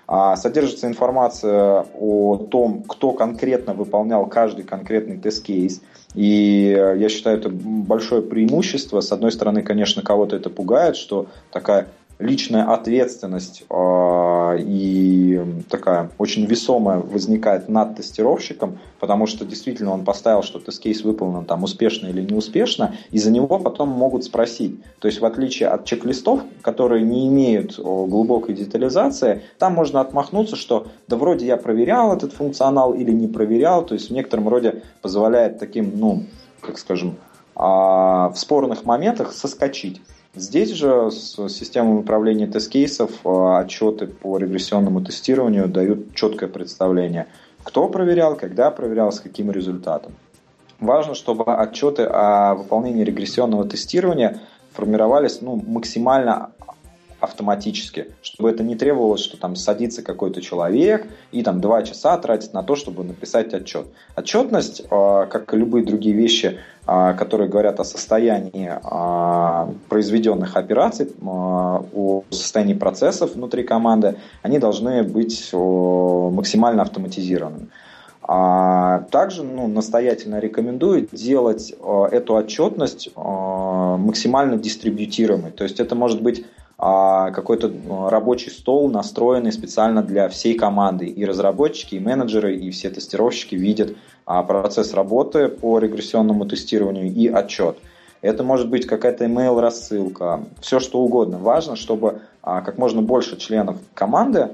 Содержится информация о том, кто конкретно выполнял каждый конкретный тест-кейс. И я считаю, это большое преимущество. С одной стороны, конечно, кого-то это пугает, что такая личная ответственность э, и такая очень весомая возникает над тестировщиком, потому что действительно он поставил, что тест-кейс выполнен там успешно или неуспешно, и за него потом могут спросить. То есть в отличие от чек-листов, которые не имеют глубокой детализации, там можно отмахнуться, что да вроде я проверял этот функционал или не проверял, то есть в некотором роде позволяет таким, ну, как скажем, э, в спорных моментах соскочить. Здесь же с системой управления тест-кейсов отчеты по регрессионному тестированию дают четкое представление, кто проверял, когда проверял, с каким результатом. Важно, чтобы отчеты о выполнении регрессионного тестирования формировались ну, максимально автоматически, чтобы это не требовалось, что там садится какой-то человек и там два часа тратит на то, чтобы написать отчет. Отчетность, как и любые другие вещи, которые говорят о состоянии произведенных операций, о состоянии процессов внутри команды, они должны быть максимально автоматизированы. Также ну, настоятельно рекомендую делать эту отчетность максимально дистрибьютируемой. То есть это может быть какой-то рабочий стол, настроенный специально для всей команды. И разработчики, и менеджеры, и все тестировщики видят процесс работы по регрессионному тестированию и отчет. Это может быть какая-то email-рассылка, все что угодно. Важно, чтобы как можно больше членов команды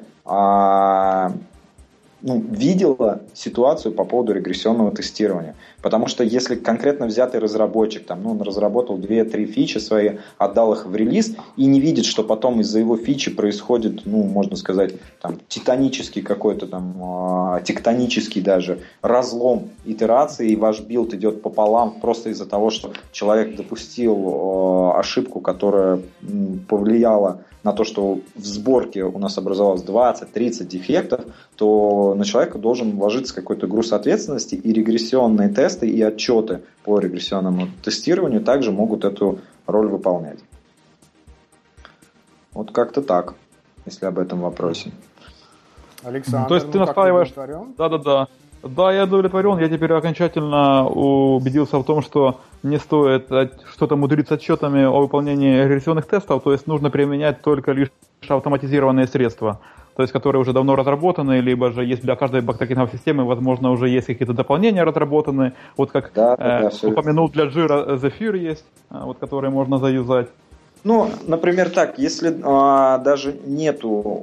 ну, видела ситуацию по поводу регрессионного тестирования. Потому что если конкретно взятый разработчик там, ну, он разработал две-три фичи свои, отдал их в релиз и не видит, что потом из-за его фичи происходит, ну, можно сказать, там, титанический какой-то там, э, тектонический даже разлом итерации, и ваш билд идет пополам просто из-за того, что человек допустил э, ошибку, которая м, повлияла на то, что в сборке у нас образовалось двадцать-тридцать дефектов, то на человека должен ложиться какой-то груз ответственности, и регрессионные тесты и отчеты по регрессионному тестированию также могут эту роль выполнять. Вот как-то так, если об этом вопросе. Александр, то есть ну, ты настаиваешь... удовлетворен? Да-да-да. Да, я удовлетворен. Я теперь окончательно убедился в том, что не стоит что-то мудрить с отчетами о выполнении регрессионных тестов, то есть нужно применять только лишь автоматизированные средства, то есть которые уже давно разработаны, либо же есть для каждой бактокинговой системы, возможно, уже есть какие-то дополнения разработаны, вот как да, э, да, упомянул для Jira Zephyr есть, вот которые можно заюзать. Ну, например, так, если э, даже нету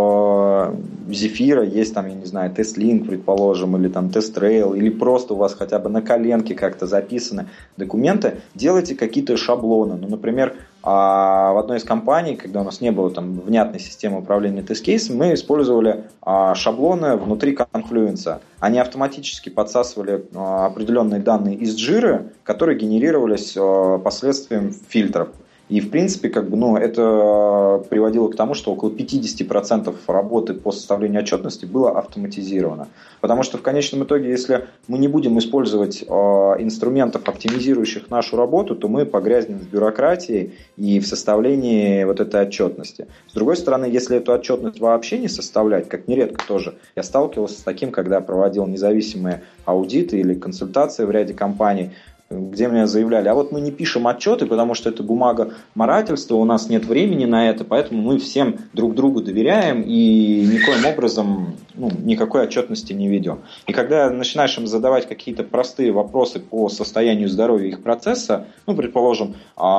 э, Зефира, есть там, я не знаю, TestLink, предположим, или там TestRail, или просто у вас хотя бы на коленке как-то записаны документы, делайте какие-то шаблоны. Ну, например, э, в одной из компаний, когда у нас не было там внятной системы управления тест-кейсом, мы использовали э, шаблоны внутри Confluence. Они автоматически подсасывали э, определенные данные из Jira, которые генерировались э, последствием фильтров. И, в принципе, как бы, ну, это приводило к тому, что около пятьдесят процентов работы по составлению отчетности было автоматизировано. Потому что в конечном итоге, если мы не будем использовать э, инструментов, оптимизирующих нашу работу, то мы погрязнем в бюрократии и в составлении вот этой отчетности. С другой стороны, если эту отчетность вообще не составлять, как нередко тоже, я сталкивался с таким, когда проводил независимые аудиты или консультации в ряде компаний, где мне заявляли, а вот мы не пишем отчеты, потому что это бумагоморательство, у нас нет времени на это, поэтому мы всем друг другу доверяем и никоим образом ну, никакой отчетности не ведем. И когда начинаешь им задавать какие-то простые вопросы по состоянию здоровья их процесса, ну, предположим,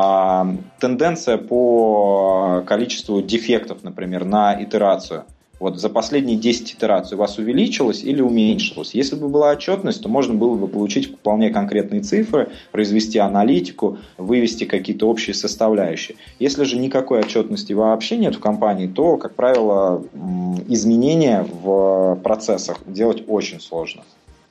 тенденция по количеству дефектов, например, на итерацию, вот за последние десять итераций у вас увеличилось или уменьшилось? Если бы была отчетность, то можно было бы получить вполне конкретные цифры, произвести аналитику, вывести какие-то общие составляющие. Если же никакой отчетности вообще нет в компании, то, как правило, изменения в процессах делать очень сложно.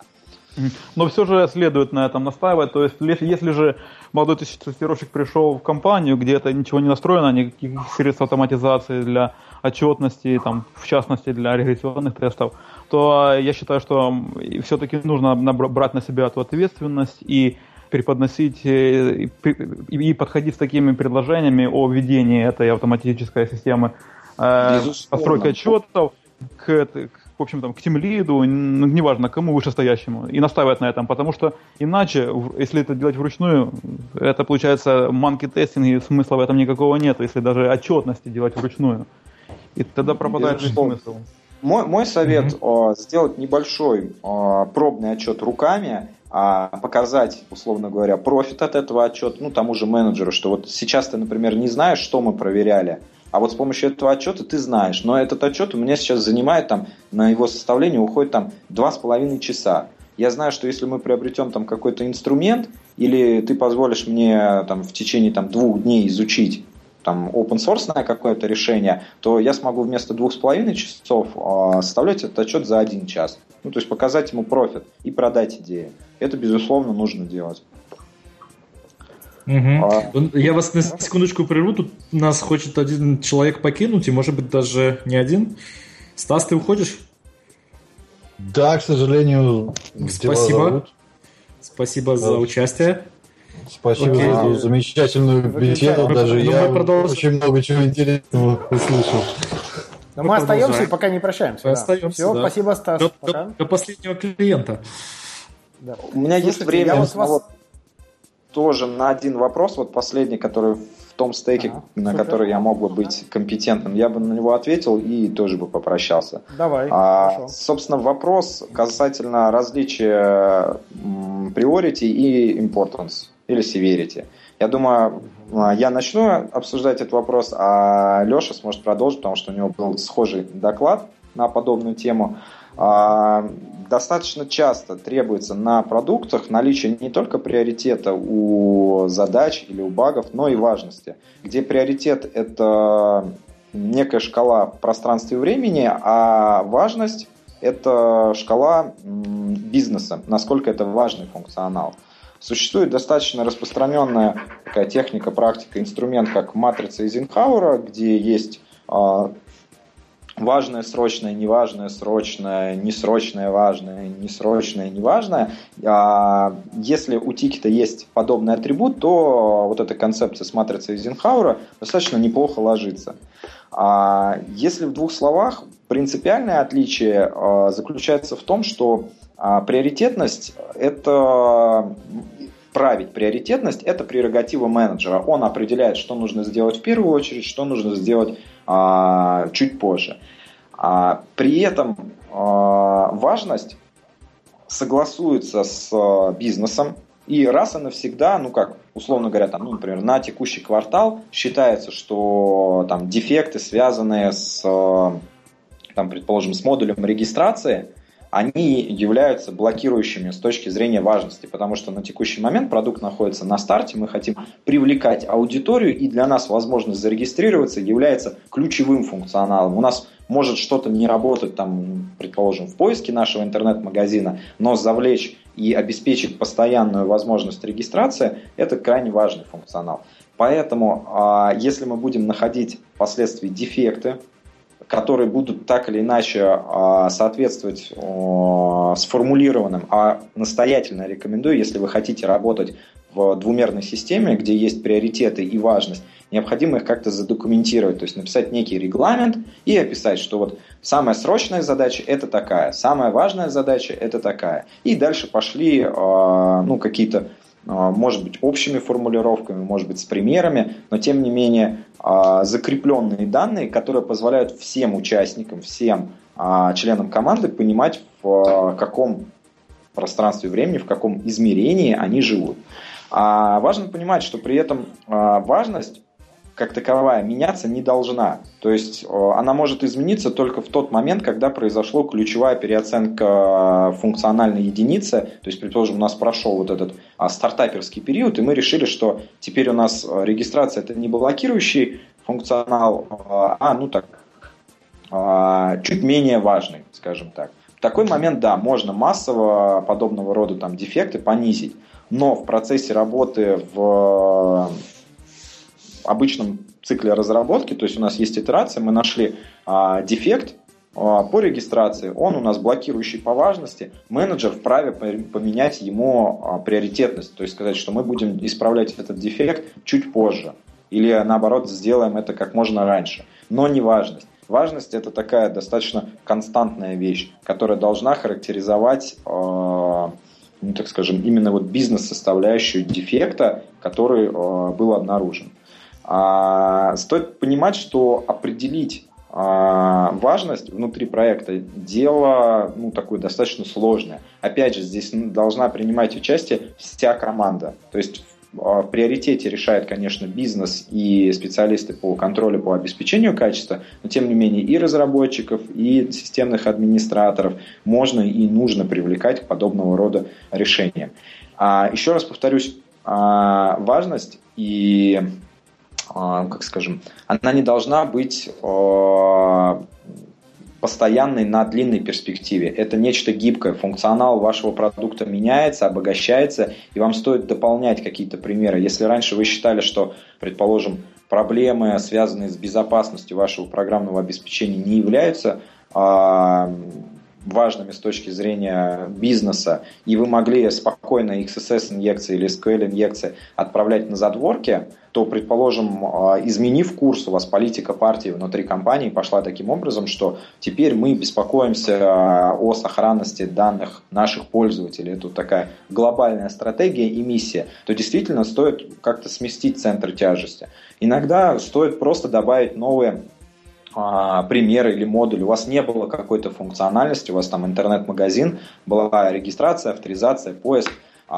Но все же следует на этом настаивать. То есть, если же молодой тестировщик пришел в компанию, где это ничего не настроено, никаких средств автоматизации для отчетности, там, в частности для регрессионных тестов, то я считаю, что все-таки нужно брать на себя эту ответственность и преподносить и, и подходить с такими предложениями о введении этой автоматической системы э, постройки отчетов. к, к, в общем, там, к тимлиду, неважно, кому вышестоящему, и настаивать на этом, потому что иначе, если это делать вручную, это получается манки-тестинг, и смысла в этом никакого нет, если даже отчетности делать вручную. И тогда пропадает весь смысл. Мой, мой совет mm-hmm. сделать небольшой пробный отчет руками, показать, условно говоря, профит от этого отчета, ну, тому же менеджеру, что вот сейчас ты, например, не знаешь, что мы проверяли, а вот с помощью этого отчета ты знаешь. Но этот отчет у меня сейчас занимает, там, на его составление уходит там два с половиной часа. Я знаю, что если мы приобретем там какой-то инструмент, или ты позволишь мне там, в течение там, двух дней изучить там open source какое-то решение, то я смогу вместо двух с половиной часов э, составлять этот отчет за один час. Ну, то есть показать ему профит и продать идею. Это, безусловно, нужно делать. Угу. А... Я вас на секундочку прерву. Тут нас хочет один человек покинуть, и, может быть, даже не один. Стас, ты уходишь? Да, к сожалению. Спасибо. Спасибо да. за участие. Спасибо Окей. за эту замечательную беседу. Даже мы, я продолжим. Очень много чего интересного услышал. Но мы, мы остаемся и пока не прощаемся. Мы да. остаемся, Все, да. спасибо, Стас. До, до, до последнего клиента. Да. У меня Слушайте, есть время вот вас... вот, тоже на один вопрос, вот последний, который в том стеке, ага, на супер. который я мог бы быть компетентным. Я бы на него ответил и тоже бы попрощался. Давай, а, хорошо. Собственно, вопрос касательно различия priority и importance или severity. Я думаю, я начну обсуждать этот вопрос, а Леша сможет продолжить, потому что у него был схожий доклад на подобную тему. Достаточно часто требуется на продуктах наличие не только приоритета у задач или у багов, но и важности. Где приоритет – это некая шкала в пространстве и времени, а важность – это шкала бизнеса, насколько это важный функционал. Существует достаточно распространенная такая техника, практика, инструмент, как матрица Эйзенхауэра, где есть э, важное, срочное, неважное, срочное, несрочное, важное, несрочное, неважное. А если у тикета есть подобный атрибут, то вот эта концепция с матрицей Эйзенхауэра достаточно неплохо ложится. А если в двух словах, принципиальное отличие э, заключается в том, что А приоритетность – это править приоритетность – это прерогатива менеджера. Он определяет, что нужно сделать в первую очередь, что нужно сделать а, чуть позже. А, при этом а, важность согласуется с а, бизнесом. И раз и навсегда, ну как, условно говоря, там, ну, например, на текущий квартал считается, что там, дефекты, связанные с, там, предположим, с модулем регистрации, они являются блокирующими с точки зрения важности, потому что на текущий момент продукт находится на старте, мы хотим привлекать аудиторию, и для нас возможность зарегистрироваться является ключевым функционалом. У нас может что-то не работать, там, предположим, в поиске нашего интернет-магазина, но завлечь и обеспечить постоянную возможность регистрации – это крайне важный функционал. Поэтому, если мы будем находить впоследствии дефекты, которые будут так или иначе соответствовать сформулированным, а настоятельно рекомендую, если вы хотите работать в двумерной системе, где есть приоритеты и важность, необходимо их как-то задокументировать, то есть написать некий регламент и описать, что вот самая срочная задача – это такая, самая важная задача – это такая. И дальше пошли ну, какие-то, может быть, общими формулировками, может быть, с примерами, но тем не менее закрепленные данные, которые позволяют всем участникам, всем членам команды понимать, в каком пространстве времени, в каком измерении они живут. А важно понимать, что при этом важность как таковая меняться не должна. То есть она может измениться только в тот момент, когда произошла ключевая переоценка функциональной единицы. То есть, предположим, у нас прошел вот этот а, стартаперский период, и мы решили, что теперь у нас регистрация – это не блокирующий функционал, а ну так, а, чуть менее важный, скажем так. В такой момент, да, можно массово подобного рода там, дефекты понизить, но в процессе работы в обычном цикле разработки, то есть у нас есть итерация, мы нашли а, дефект а, по регистрации, он у нас блокирующий по важности, менеджер вправе поменять ему а, приоритетность, то есть сказать, что мы будем исправлять этот дефект чуть позже, или наоборот сделаем это как можно раньше, но не важность. Важность – это такая достаточно константная вещь, которая должна характеризовать, ну, так скажем, именно вот бизнес-составляющую дефекта, который был обнаружен. Стоит понимать, что определить важность внутри проекта дело, ну, такое достаточно сложное. Опять же, здесь должна принимать участие вся команда. То есть в приоритете решает, конечно, бизнес и специалисты по контролю, по обеспечению качества, но тем не менее и разработчиков, и системных администраторов можно и нужно привлекать к подобного рода решениям. Еще раз повторюсь, важность и, как скажем, она не должна быть постоянной на длинной перспективе. Это нечто гибкое. Функционал вашего продукта меняется, обогащается, и вам стоит дополнять какие-то примеры. Если раньше вы считали, что, предположим, проблемы, связанные с безопасностью вашего программного обеспечения, не являются а, важными с точки зрения бизнеса, и вы могли спокойно икс эс эс-инъекции или эс ку эль-инъекции отправлять на задворки, то, предположим, изменив курс, у вас политика партии внутри компании пошла таким образом, что теперь мы беспокоимся о сохранности данных наших пользователей. Это такая глобальная стратегия и миссия. То действительно стоит как-то сместить центр тяжести. Иногда стоит просто добавить новые а, примеры или модули. У вас не было какой-то функциональности, у вас там интернет-магазин, была регистрация, авторизация, поиск,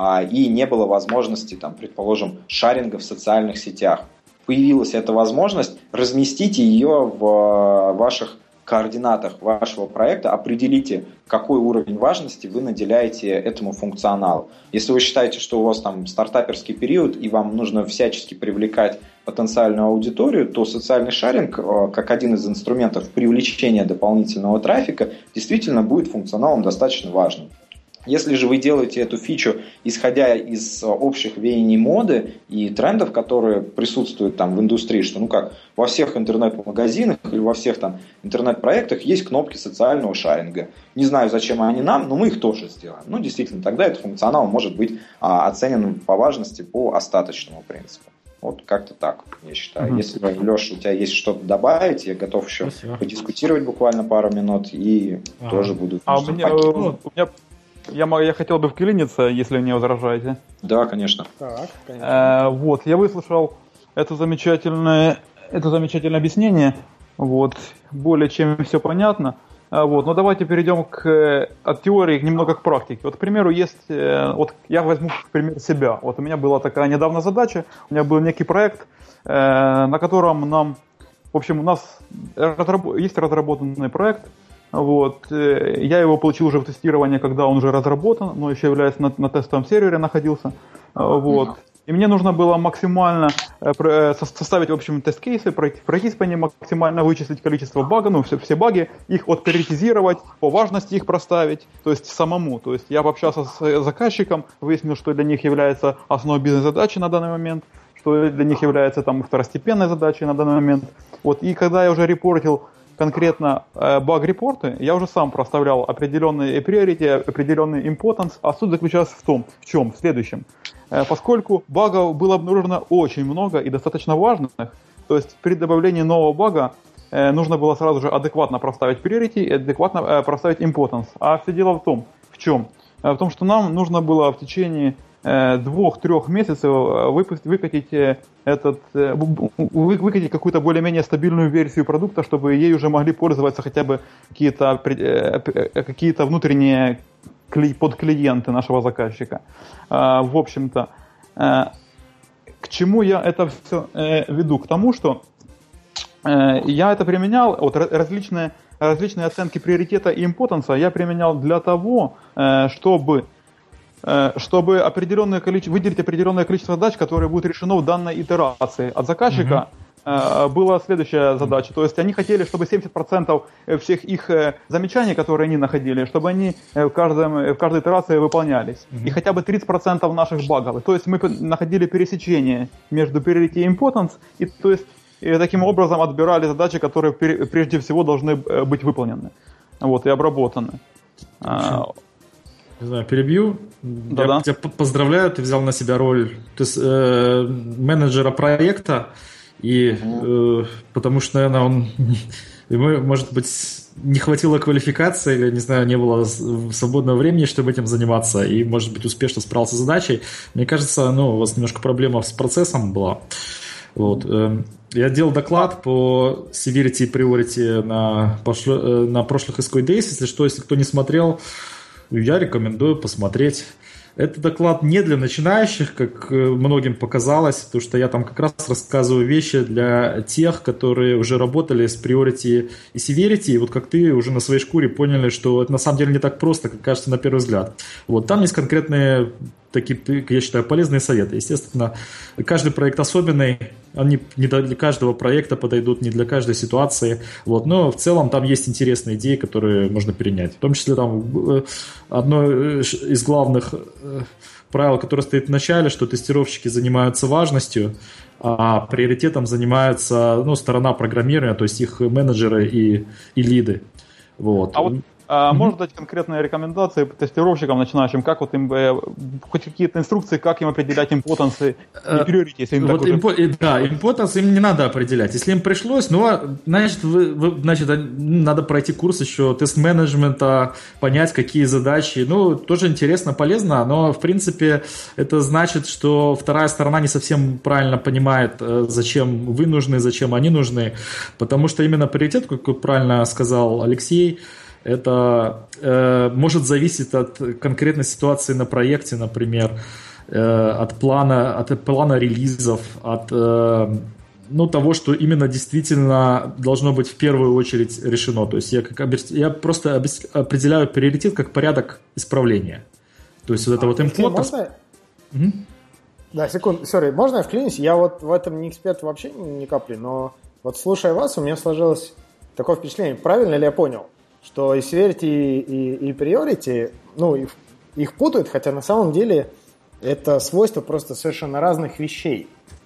и не было возможности, там, предположим, шаринга в социальных сетях. Появилась эта возможность, разместите ее в ваших координатах вашего проекта, определите, какой уровень важности вы наделяете этому функционалу. Если вы считаете, что у вас там стартаперский период и вам нужно всячески привлекать потенциальную аудиторию, то социальный шаринг, как один из инструментов привлечения дополнительного трафика, действительно будет функционалом достаточно важным. Если же вы делаете эту фичу, исходя из общих веяний моды и трендов, которые присутствуют там в индустрии, что ну как во всех интернет-магазинах или во всех там интернет-проектах есть кнопки социального шаринга. Не знаю, зачем они нам, но мы их тоже сделаем. Ну, действительно, тогда этот функционал может быть а, оценен по важности по остаточному принципу. Вот как-то так, я считаю. Mm-hmm. Если, Леша, у тебя есть что-то добавить, я готов еще Спасибо. подискутировать буквально пару минут и а. тоже буду... А у меня, у меня... Я, я хотел бы вклиниться, если не возражаете. Да, конечно. Так, конечно. Э, вот, я выслушал это замечательное, это замечательное объяснение. Вот, более чем все понятно. Э, вот, но давайте перейдем к, от теории немного к практике. Вот, к примеру, есть, э, вот я возьму в пример себя. Вот у меня была такая недавно задача, у меня был некий проект, э, на котором нам, в общем, у нас разраб, есть разработанный проект. Вот. Я его получил уже в тестирование, когда он уже разработан, но еще является на, на тестовом сервере находился. Вот. И мне нужно было максимально составить, в общем, тест-кейсы, пройтись по ним, максимально вычислить количество багов, ну, все, все баги, их отприоритизировать, по важности их проставить, то есть самому. То есть я пообщался с заказчиком, выяснил, что для них является основной бизнес-задачей на данный момент, что для них является там второстепенной задачей на данный момент. Вот. И когда я уже репортил конкретно э, баг-репорты, я уже сам проставлял определенные priority, определенный importance, а суть заключалась в том, в чем, в следующем. Э, поскольку багов было обнаружено очень много и достаточно важных, то есть при добавлении нового бага э, нужно было сразу же адекватно проставить priority и адекватно э, проставить importance. А все дело в том, в чем? Э, в том, что нам нужно было в течение э, двух-трех месяцев выпустить, выкатить э, этот, э, выкатить какую-то более-менее стабильную версию продукта, чтобы ей уже могли пользоваться хотя бы какие-то, э, какие-то внутренние подклиенты нашего заказчика. Э, в общем-то, э, к чему я это все э, веду? К тому, что э, я это применял, вот различные, различные оценки приоритета и импотенса я применял для того, э, чтобы чтобы определенное количество, выделить определенное количество задач, которые будут решены в данной итерации. От заказчика uh-huh. была следующая задача. То есть они хотели, чтобы семьдесят процентов всех их замечаний, которые они находили, чтобы они в, каждом, в каждой итерации выполнялись. Uh-huh. И хотя бы тридцать процентов наших багов. То есть мы находили пересечение между priority и importance, и, то есть, и таким образом отбирали задачи, которые прежде всего должны быть выполнены, вот, и обработаны. Uh-huh. Не знаю, перебью. Да-да. Я тебя поздравляю, ты взял на себя роль ты, э, менеджера проекта, и, э, потому что, наверное, он И мы, может быть, не хватило квалификации, или, не знаю, не было свободного времени, чтобы этим заниматься, и, может быть, успешно справился с задачей. Мне кажется, ну, у вас немножко проблема с процессом была. Вот. Я делал доклад по Severity и Priority на, пошло, на прошлых эс кью эй Days. Если что, если кто не смотрел, я рекомендую посмотреть. Это доклад не для начинающих, как многим показалось, потому что я там как раз рассказываю вещи для тех, которые уже работали с Priority и Severity, и вот как ты уже на своей шкуре поняли, что это на самом деле не так просто, как кажется на первый взгляд. Вот, там есть конкретные такие, я считаю, полезные советы. Естественно, каждый проект особенный, они не для каждого проекта подойдут, не для каждой ситуации, вот, но в целом там есть интересные идеи, которые можно перенять. В том числе там одно из главных правил, которое стоит в начале, что тестировщики занимаются важностью, а приоритетом занимается, ну, сторона программирования, то есть их менеджеры и, и лиды. Вот. А вот А, mm-hmm. Можно дать конкретные рекомендации тестировщикам начинающим, как вот им, э, хоть какие-то инструкции, как им определять импотенсы и приорити, если им вот так импо- уже... Да, импотенс им не надо определять. Если им пришлось, ну, значит, вы, вы, значит, надо пройти курс еще тест-менеджмента, понять, какие задачи. Ну, тоже интересно, полезно, но, в принципе, это значит, что вторая сторона не совсем правильно понимает, зачем вы нужны, зачем они нужны, потому что именно приоритет, как правильно сказал Алексей, это э, может зависеть от конкретной ситуации на проекте, например, э, от плана, от плана релизов, от э, ну, того, что именно действительно должно быть в первую очередь решено. То есть я, как, я просто определяю приоритет как порядок исправления. То есть вот это а, вот импорт. Можно... Угу. Да, секунду, сори, можно я вклинюсь? Я вот в этом не эксперт вообще ни капли, но вот слушая вас, у меня сложилось такое впечатление, правильно ли я понял, что и Severity, и, и Priority, ну, их, их путают, хотя на самом деле это свойства просто совершенно разных вещей.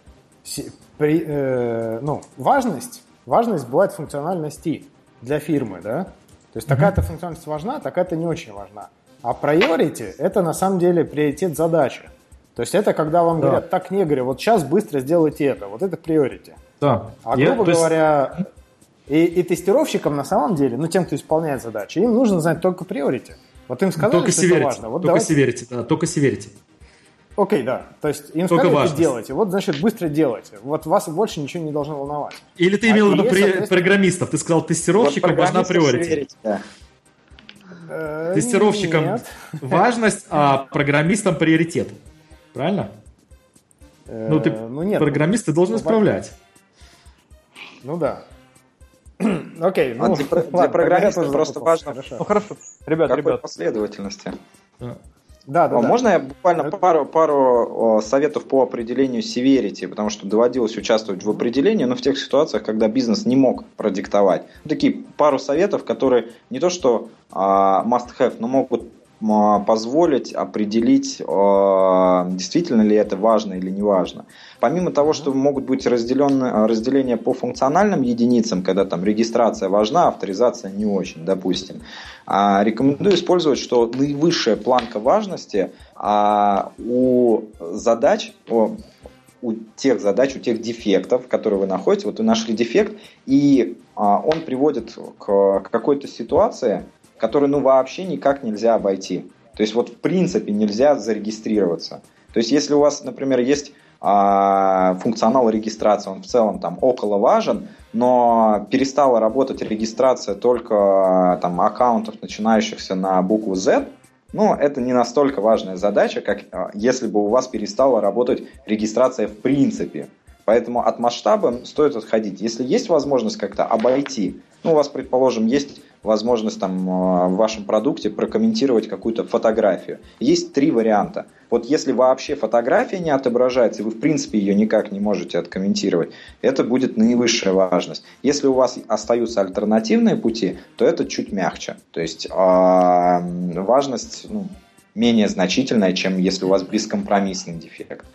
При, э, ну, важность, важность бывает функциональности для фирмы, да? То есть такая-то mm-hmm. функциональность важна, такая-то не очень важна. А Priority – это на самом деле приоритет задачи. То есть это когда вам да. говорят, так, не говоря, вот сейчас быстро сделайте это, вот это Priority. Да. А грубо Я, говоря... Есть... И, и тестировщикам на самом деле, ну тем, кто исполняет задачи, им нужно знать только priority. Вот им сказали, только что Severity, это важно. Вот только давайте... Severity, да, только Severity. Окей, да. То есть им только сказали, это делайте. Вот, значит, быстро делайте. Вот вас больше ничего не должно волновать. Или ты имел в виду при... программистов? Ты сказал, тестировщикам вот важна priority. Да. Э, Тестировщикам нет. важность, а программистам приоритет. Правильно? Э, ну, ты ну, нет, программисты ну, должны исправлять. Ну да. Окей, ну, а для, ладно, для программистов просто важно, хорошо. Ну хорошо, ребят, какой ребят. последовательности. Да, да, да. Можно я буквально Это... пару, пару советов по определению Severity, потому что доводилось участвовать в определении, но в тех ситуациях, когда бизнес не мог продиктовать. Такие пару советов, которые не то что uh, must have, но могут позволить определить, действительно ли это важно или не важно. Помимо того, что могут быть разделения по функциональным единицам, когда там регистрация важна, авторизация не очень, допустим, рекомендую использовать, что наивысшая планка важности у задач, у тех задач, у тех дефектов, которые вы находите, вот вы нашли дефект, и он приводит к какой-то ситуации, который ну вообще никак нельзя обойти. То есть вот в принципе нельзя зарегистрироваться. То есть если у вас, например, есть а, функционал регистрации, он в целом там около важен, но перестала работать регистрация только там аккаунтов, начинающихся на букву Z, ну это не настолько важная задача, как если бы у вас перестала работать регистрация в принципе. Поэтому от масштаба стоит отходить. Если есть возможность как-то обойти, ну у вас, предположим, есть возможность там в вашем продукте прокомментировать какую-то фотографию. Есть три варианта. Вот если вообще фотография не отображается, и вы в принципе ее никак не можете откомментировать, это будет наивысшая важность. Если у вас остаются альтернативные пути, то это чуть мягче. То есть э, важность ну, менее значительная, чем если у вас бескомпромиссный дефект.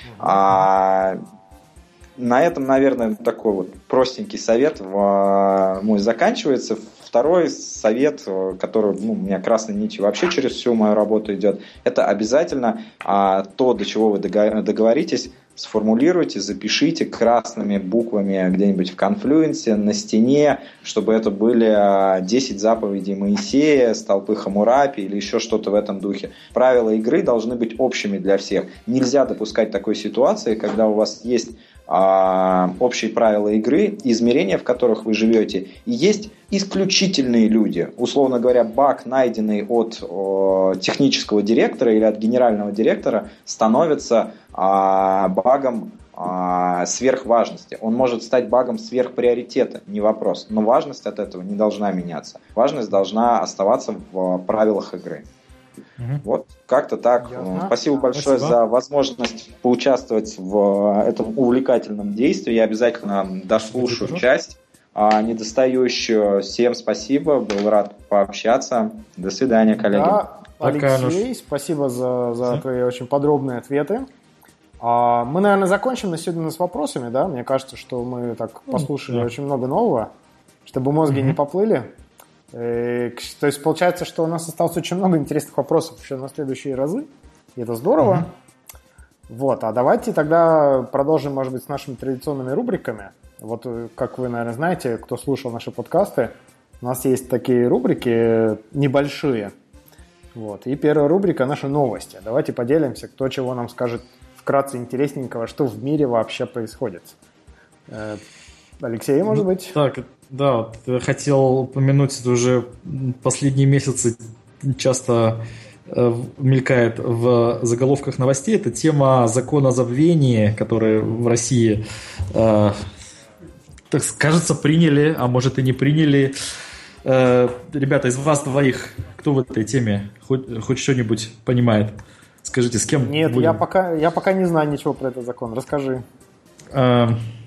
А, на этом, наверное, такой вот простенький совет мой заканчивается. Второй совет, который ну, у меня красной нитью вообще через всю мою работу идет, это обязательно а, то, до чего вы договоритесь, сформулируйте, запишите красными буквами где-нибудь в конфлюенсе на стене, чтобы это были десять заповедей Моисея, столпы Хаммурапи или еще что-то в этом духе. Правила игры должны быть общими для всех. Нельзя допускать такой ситуации, когда у вас есть а, общие правила игры, измерения, в которых вы живете, и есть исключительные люди. Условно говоря, баг, найденный от о, технического директора или от генерального директора, становится а, багом а, сверхважности. Он может стать багом сверхприоритета, не вопрос. Но важность от этого не должна меняться. Важность должна оставаться в правилах игры. Угу. Вот как-то так. Ясно. Спасибо большое Спасибо. за возможность поучаствовать в этом увлекательном действии. Я обязательно дослушаю Спасибо. часть а, недостающую. Всем спасибо, был рад пообщаться. До свидания, коллеги. Да, Алексей, спасибо за, за твои очень подробные ответы. А, мы, наверное, закончим на сегодня с вопросами, да? Мне кажется, что мы так послушали да. очень много нового, чтобы мозги mm-hmm. не поплыли. То есть получается, что у нас осталось очень много интересных вопросов еще на следующие разы, и это здорово. Mm-hmm. Вот, а давайте тогда продолжим, может быть, с нашими традиционными рубриками. Вот, как вы, наверное, знаете, кто слушал наши подкасты, у нас есть такие рубрики небольшие. Вот, и первая рубрика – наши новости. Давайте поделимся, кто чего нам скажет вкратце интересненького, что в мире вообще происходит. Алексей, может быть? Так, да, вот хотел упомянуть, это уже последние месяцы часто э, мелькает в заголовках новостей. Это тема закона о забвении, который в России, э, так кажется, приняли, а может и не приняли. Э, ребята, из вас двоих, кто в этой теме хоть, хоть что-нибудь понимает? Скажите, с кем Нет, будем? я пока, я пока не знаю ничего про этот закон. Расскажи. Э,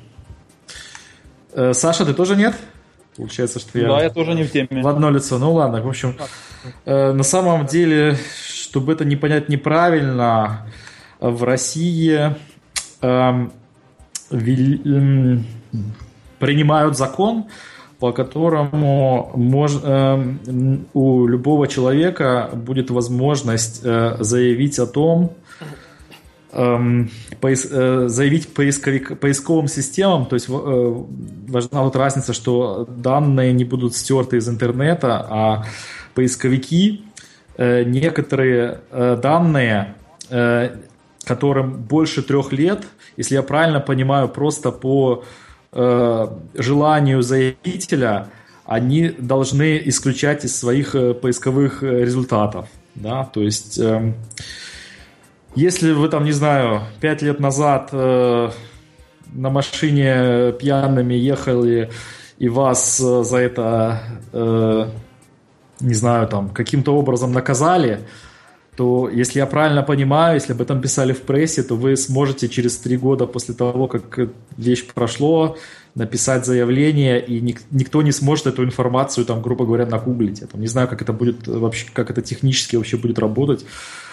э, Саша, ты тоже нет? Получается, что я... Да, я тоже не в теме. В одно лицо. Ну ладно, в общем, э, на самом деле, чтобы это не понять неправильно, в России э, вели, э, принимают закон, по которому мож, э, у любого человека будет возможность э, заявить о том, э, поис, э, заявить поисковик, поисковым системам, то есть э, важна вот разница, что данные не будут стерты из интернета, а поисковики э, некоторые э, данные, э, которым больше трех лет, если я правильно понимаю, просто по желанию заявителя, они должны исключать из своих поисковых результатов. Да? То есть, э, если вы там, не знаю, пять лет назад э, на машине пьяными ехали и вас э, за это, э, не знаю, там каким-то образом наказали, то, если я правильно понимаю, если об этом писали в прессе, то вы сможете через три года после того, как вещь прошло, написать заявление, и ник- никто не сможет эту информацию, там, грубо говоря, нагуглить. Я там не знаю, как это будет вообще, как это технически вообще будет работать.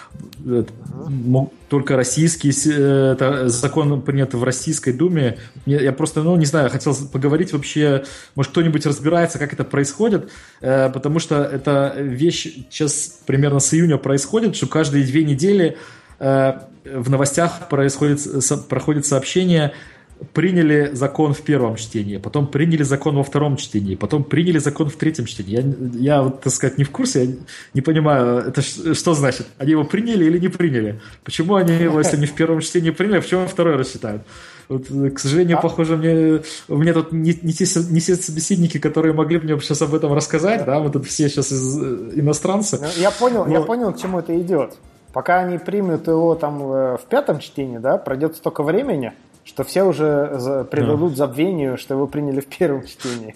Только российский, это закон принят в Российской Думе. Я просто, ну, не знаю, хотел поговорить вообще, может, кто-нибудь разбирается, как это происходит, потому что эта вещь сейчас примерно с июня происходит, что каждые две недели в новостях происходит, проходит сообщение: приняли закон в первом чтении, потом приняли закон во втором чтении, потом приняли закон в третьем чтении. Я, я вот, так сказать, не в курсе, я не понимаю, это что значит? Они его приняли или не приняли? Почему они его, если не в первом чтении приняли, почему во второй раз считают? Вот, к сожалению, похоже, мне, у меня тут не, не, те, не те собеседники, которые могли бы мне сейчас об этом рассказать, да, мы тут все сейчас из, иностранцы. Я понял, Но... я понял, к чему это идет. Пока они примут его там в пятом чтении, да, пройдет столько времени, что все уже предадут забвению, что его приняли в первом чтении.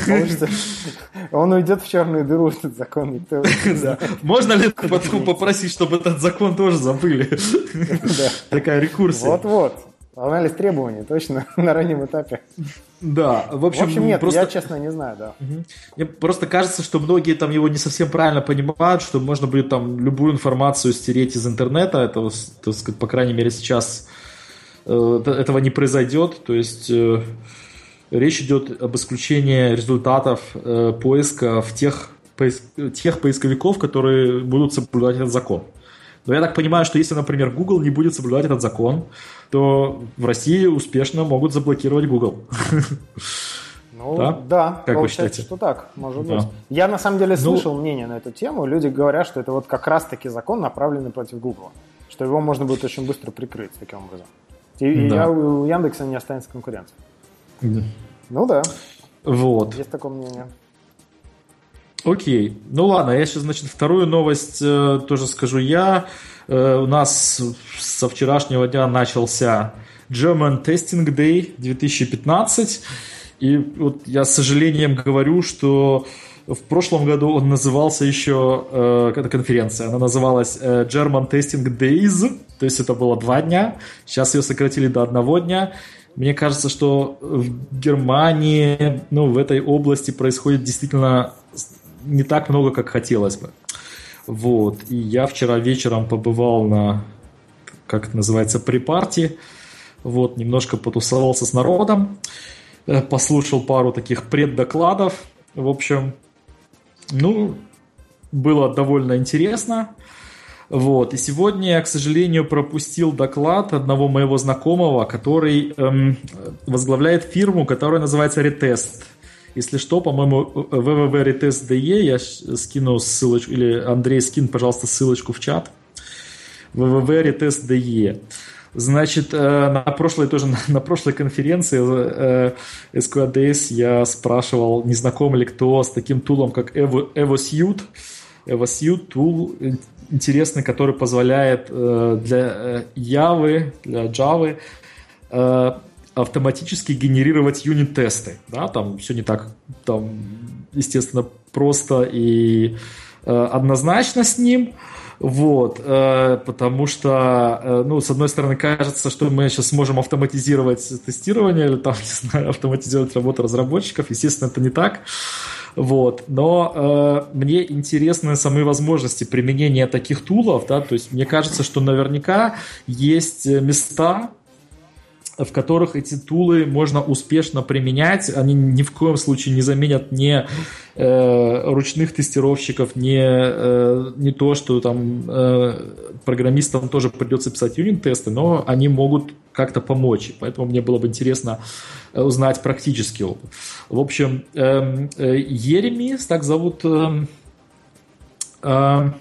Он уйдет в черную дыру, этот закон. Можно ли потом попросить, чтобы этот закон тоже забыли? Такая рекурсия. Вот-вот. Анализ требований, точно, на раннем этапе. Да, в общем, в общем нет, просто... я честно не знаю, да. Угу. Мне просто кажется, что многие там его не совсем правильно понимают, что можно будет там любую информацию стереть из интернета. Это, так сказать, по крайней мере, сейчас э, этого не произойдет. То есть э, речь идет об исключении результатов э, поиска в тех, поиск... тех поисковиков, которые будут соблюдать этот закон. Но я так понимаю, что если, например, Google не будет соблюдать этот закон, то в России успешно могут заблокировать Google. Ну, да, да как получается, что так, может да. быть. Я, на самом деле, слышал ну, мнение на эту тему. Люди говорят, что это вот как раз-таки закон, направленный против Google. Что его можно будет очень быстро прикрыть таким образом. И, да. и у Яндекса не останется конкуренции. Да. Ну да. Вот. Есть такое мнение. Окей. Ну ладно, я сейчас, значит, вторую новость э, тоже скажу я. Э, у нас со вчерашнего дня начался German Testing Day две тысячи пятнадцать. И вот я с сожалением говорю, что в прошлом году он назывался еще, э, эта конференция, она называлась э, German Testing Days, то есть это было два дня, сейчас ее сократили до одного дня. Мне кажется, что в Германии, ну, в этой области происходит действительно не так много, как хотелось бы. Вот, и я вчера вечером побывал на, как это называется, припарти, вот, немножко потусовался с народом, послушал пару таких преддокладов. В общем, ну, было довольно интересно. Вот. И сегодня я, к сожалению, пропустил доклад одного моего знакомого, который эм, возглавляет фирму, которая называется Retest. Если что, по-моему, дабл ю дабл ю дабл ю точка ретест точка ди и, я скину ссылочку, или Андрей, скинь, пожалуйста, ссылочку в чат. дабл ю дабл ю дабл ю точка ретест точка ди и. Значит, на прошлой тоже на прошлой конференции эс кью эй ди эс я спрашивал, не знаком ли кто с таким тулом, как EvoSuite. EvoSuite тул интересный, который позволяет для Java, для Java автоматически генерировать юнит-тесты. Да, там все не так, там, естественно, просто и однозначно с ним. Вот, э, потому что, э, ну, с одной стороны, кажется, что мы сейчас сможем автоматизировать тестирование или там, не знаю, автоматизировать работу разработчиков. Естественно, это не так. Вот, но э, мне интересны самые возможности применения таких тулов, да, то есть мне кажется, что наверняка есть места, в которых эти тулы можно успешно применять. Они ни в коем случае не заменят ни э, ручных тестировщиков, ни, э, не то, что там э, программистам тоже придется писать юнит-тесты, но они могут как-то помочь. Поэтому мне было бы интересно узнать практический опыт. В общем, э, э, Еремис, так зовут э, э,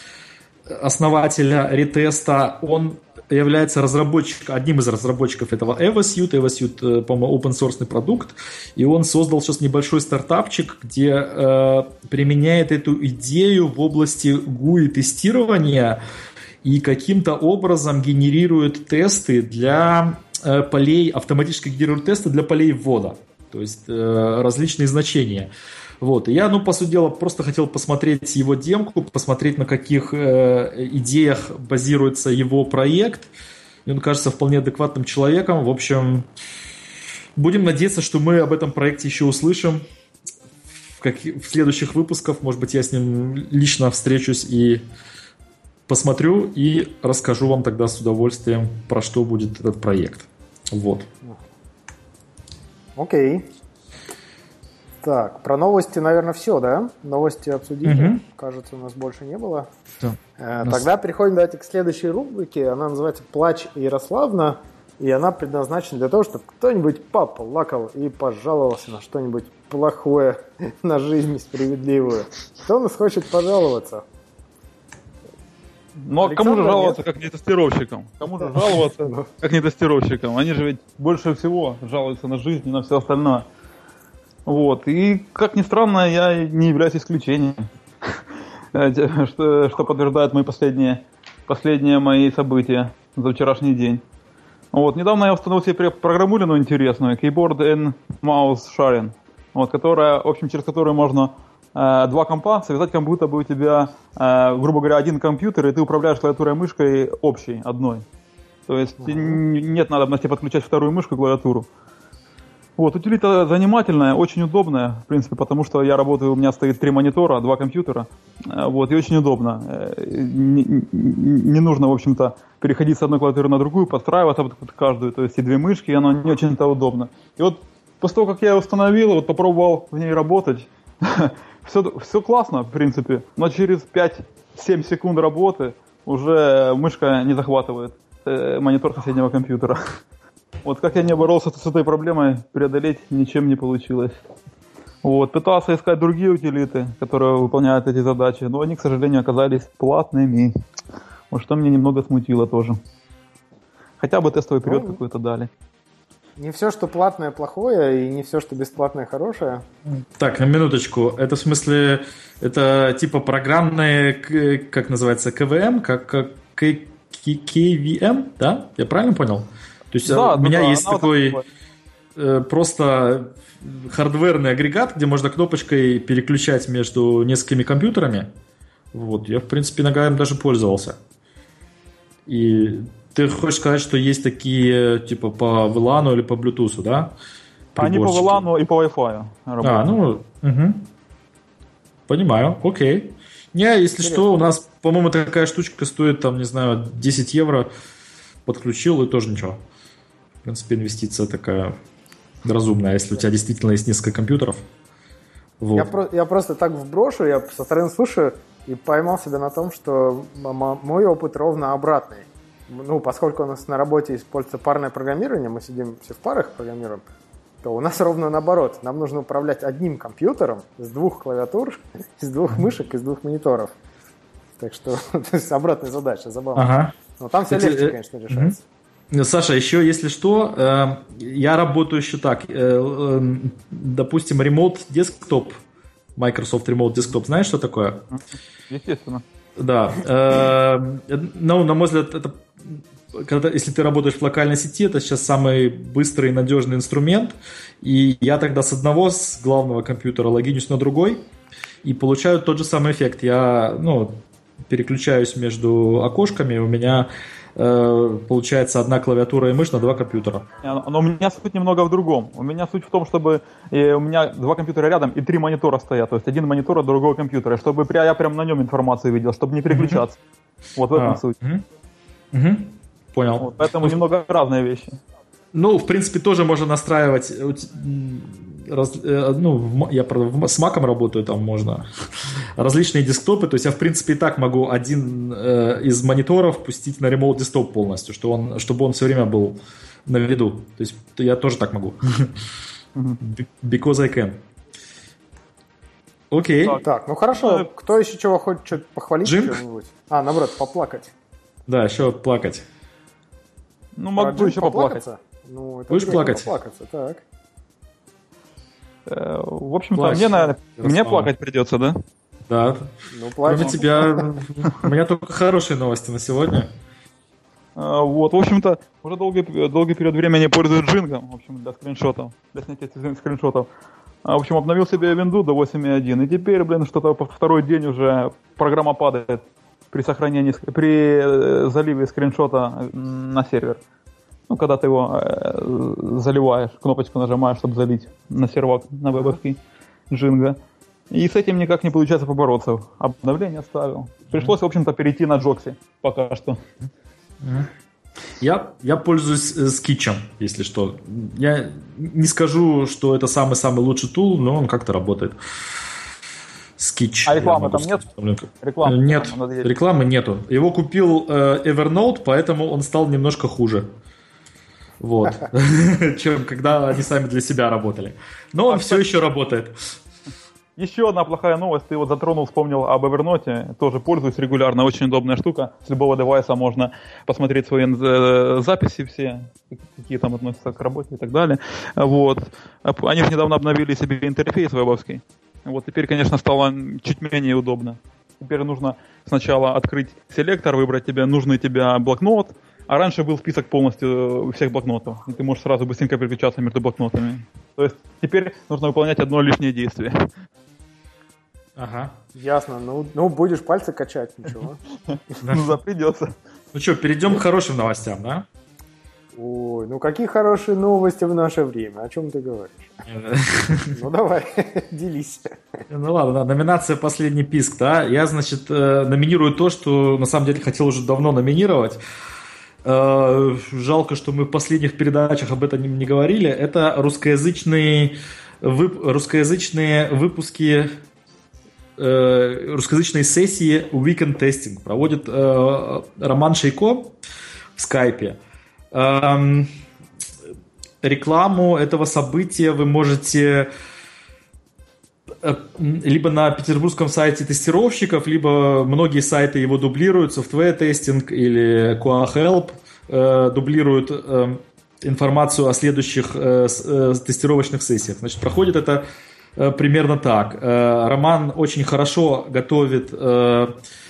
основателя Ретеста, он является разработчиком, одним из разработчиков этого EvoSuite. EvoSuite, по-моему, open-source продукт. И он создал сейчас небольшой стартапчик, где э, применяет эту идею в области джи ю I-тестирования и каким-то образом генерирует тесты для э, полей, автоматически генерирует тесты для полей ввода. То есть э, различные значения. Вот. И я, ну, по сути дела, просто хотел посмотреть его демку, посмотреть, на каких э, идеях базируется его проект. И он кажется вполне адекватным человеком. В общем, будем надеяться, что мы об этом проекте еще услышим в, как... в следующих выпусках. Может быть, я с ним лично встречусь и посмотрю, и расскажу вам тогда с удовольствием, про что будет этот проект. Вот. Окей. Okay. Так, про новости, наверное, все, да? Новости обсудили. Угу. Кажется, у нас больше не было. Да. Э, нас... Тогда переходим, давайте, к следующей рубрике. Она называется «Плач Ярославна». И она предназначена для того, чтобы кто-нибудь поплакал и пожаловался на что-нибудь плохое, на жизнь несправедливую. Кто у нас хочет пожаловаться? Ну, а кому же жаловаться, нет? Как не тестировщикам? Кому же жаловаться, как не тестировщикам? Они же ведь больше всего жалуются на жизнь и на все остальное. Вот. И, как ни странно, я не являюсь исключением, что, что подтверждает мои последние, последние мои события за вчерашний день. Вот. Недавно я установил себе программулину интересную, Keyboard and Mouse Sharing, вот, которая, в общем, через которую можно э, два компа связать, как будто бы у тебя, э, грубо говоря, один компьютер, и ты управляешь клавиатурой и мышкой общей, одной. То есть uh-huh. нет надобности подключать вторую мышку и клавиатуру. Вот, утилита занимательная, очень удобная, в принципе, потому что я работаю, у меня стоит три монитора, два компьютера, вот, и очень удобно. Не, не нужно, в общем-то, переходить с одной клавиатуры на другую, подстраиваться под каждую, то есть и две мышки, и оно не очень-то удобно. И вот после того, как я ее установил, вот попробовал в ней работать, все, все классно, в принципе, но через пять-семь секунд работы уже мышка не захватывает монитор соседнего компьютера. Вот как я не боролся с этой проблемой, преодолеть ничем не получилось. Вот, пытался искать другие утилиты, которые выполняют эти задачи, но они, к сожалению, оказались платными. Вот что меня немного смутило тоже. Хотя бы тестовый период ну, какой-то дали. Не все, что платное, плохое, и не все, что бесплатное, хорошее. Так, на минуточку. Это в смысле, это типа программные, как называется, ка вэ эм, как, как кей ви эм, да? Я правильно понял? То есть да, у меня да, есть такой вот э, просто хардверный агрегат, где можно кнопочкой переключать между несколькими компьютерами. Вот, я, в принципе, иногда им даже пользовался. И ты хочешь сказать, что есть такие, типа, по ви лану или по Bluetooth, да? Они по ви лану и по Wi-Fi работают. А, ну, угу. Понимаю, окей. Не, если Интересно. Что, у нас, по-моему, такая штучка стоит, там, не знаю, десять евро. Подключил, и тоже ничего. В принципе, инвестиция такая разумная, если у тебя действительно есть несколько компьютеров. Вот. Я, про- я просто так вброшу, я со стороны слушаю и поймал себя на том, что м- мой опыт ровно обратный. Ну, поскольку у нас на работе используется парное программирование, мы сидим все в парах программируем, то у нас ровно наоборот. Нам нужно управлять одним компьютером с двух клавиатур, из двух мышек, из двух мониторов. Так что, то есть обратная задача, забавно. Ага. Но там все легче, конечно, решается. Саша, еще, если что, э, я работаю еще так. Э, э, допустим, Remote Desktop, Microsoft Remote Desktop, знаешь, что такое? Естественно. Да. Э, ну, на мой взгляд, это, когда, если ты работаешь в локальной сети, это сейчас самый быстрый и надежный инструмент. И я тогда с одного, с главного компьютера логинюсь на другой и получаю тот же самый эффект. Я, ну, переключаюсь между окошками, у меня э, получается одна клавиатура и мышь на два компьютера. Но у меня суть немного в другом. У меня суть в том, чтобы э, у меня два компьютера рядом и три монитора стоят. То есть один монитор от другого компьютера, чтобы я прям на нем информацию видел, чтобы не переключаться. Mm-hmm. Вот в этом а, суть. Mm-hmm. Mm-hmm. Понял. Вот, поэтому немного разные вещи. Ну, в принципе, тоже можно настраивать. Раз, ну, я правда, с Mac'ом работаю, там можно различные десктопы. То есть я, в принципе, и так могу один э, из мониторов пустить на Remote Desktop полностью, что он, чтобы он все время был на виду. То есть я тоже так могу. Because I can. Окей. Okay. Так, ну хорошо. Кто еще чего хочет что-то похвалить? Что-нибудь? А, наоборот, поплакать. Да, еще плакать. Ну, могу еще поплакать. Ну, это будешь плакать? Поплакаться, так. Э, в общем-то, Плачь. мне, наверное, мне плакать придется, да? Да. Ну, плачь. Кроме тебя, у меня только хорошие новости на сегодня. Вот, в общем-то, уже долгий, долгий период времени пользуюсь джингом, в общем, для скриншотов, для снятия скриншотов. В общем, обновил себе винду до восемь точка один, и теперь, блин, что-то по второй день уже программа падает при сохранении, при заливе скриншота на сервер. Ну, когда ты его э, заливаешь, кнопочку нажимаешь, чтобы залить на сервак, на вебовский джинго. И с этим никак не получается побороться. Обновление ставил. Пришлось, в общем-то, перейти на Джокси пока что. Я, я пользуюсь Skitch'ем, если что. Я не скажу, что это самый-самый лучший тул, но он как-то работает. Skitch. А рекламы там нет? Рекламы нет, там рекламы нету. Его купил э, Evernote, поэтому он стал немножко хуже. Вот. Чем когда они сами для себя работали. Но он все еще работает. Еще одна плохая новость. Ты вот затронул, вспомнил об Evernote. Тоже пользуюсь регулярно. Очень удобная штука. С любого девайса можно посмотреть свои записи все, какие там относятся к работе и так далее. Вот. Они же недавно обновили себе интерфейс вебовский. Вот теперь, конечно, стало чуть менее удобно. Теперь нужно сначала открыть селектор, выбрать тебе нужный тебе блокнот. А раньше был список полностью всех блокнотов. И ты можешь сразу быстренько переключаться между блокнотами. То есть теперь нужно выполнять одно лишнее действие. Ага. Ясно. Ну, ну будешь пальцы качать, ничего. Ну да, придется. Ну что, перейдем к хорошим новостям, да? Ой, ну какие хорошие новости в наше время? О чем ты говоришь? Ну давай, делись. Ну ладно, номинация «Последний писк», да? Я, значит, номинирую то, что на самом деле хотел уже давно номинировать. Жалко, что мы в последних передачах об этом не говорили. Это русскоязычные, вып, русскоязычные выпуски э, русскоязычные сессии Weekend Testing. Проводит э, Роман Шейко в скайпе. Эм, рекламу этого события вы можете либо на петербургском сайте тестировщиков, либо многие сайты его дублируют, Software Testing или QA-Help э, дублируют э, информацию о следующих э, э, тестировочных сессиях. Значит, проходит это э, примерно так. Э, Роман очень хорошо готовит э,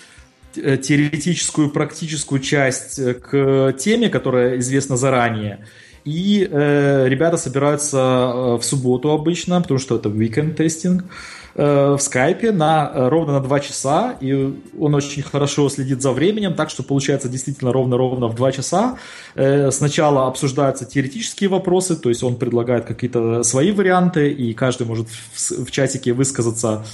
теоретическую, практическую часть к теме, которая известна заранее. И э, ребята собираются э, в субботу обычно, потому что это weekend тестинг, э, в скайпе на, э, ровно на два часа. И он очень хорошо следит за временем, так что получается действительно ровно-ровно в два часа. Э, сначала обсуждаются теоретические вопросы, то есть он предлагает какие-то свои варианты, и каждый может в, в чатике высказаться,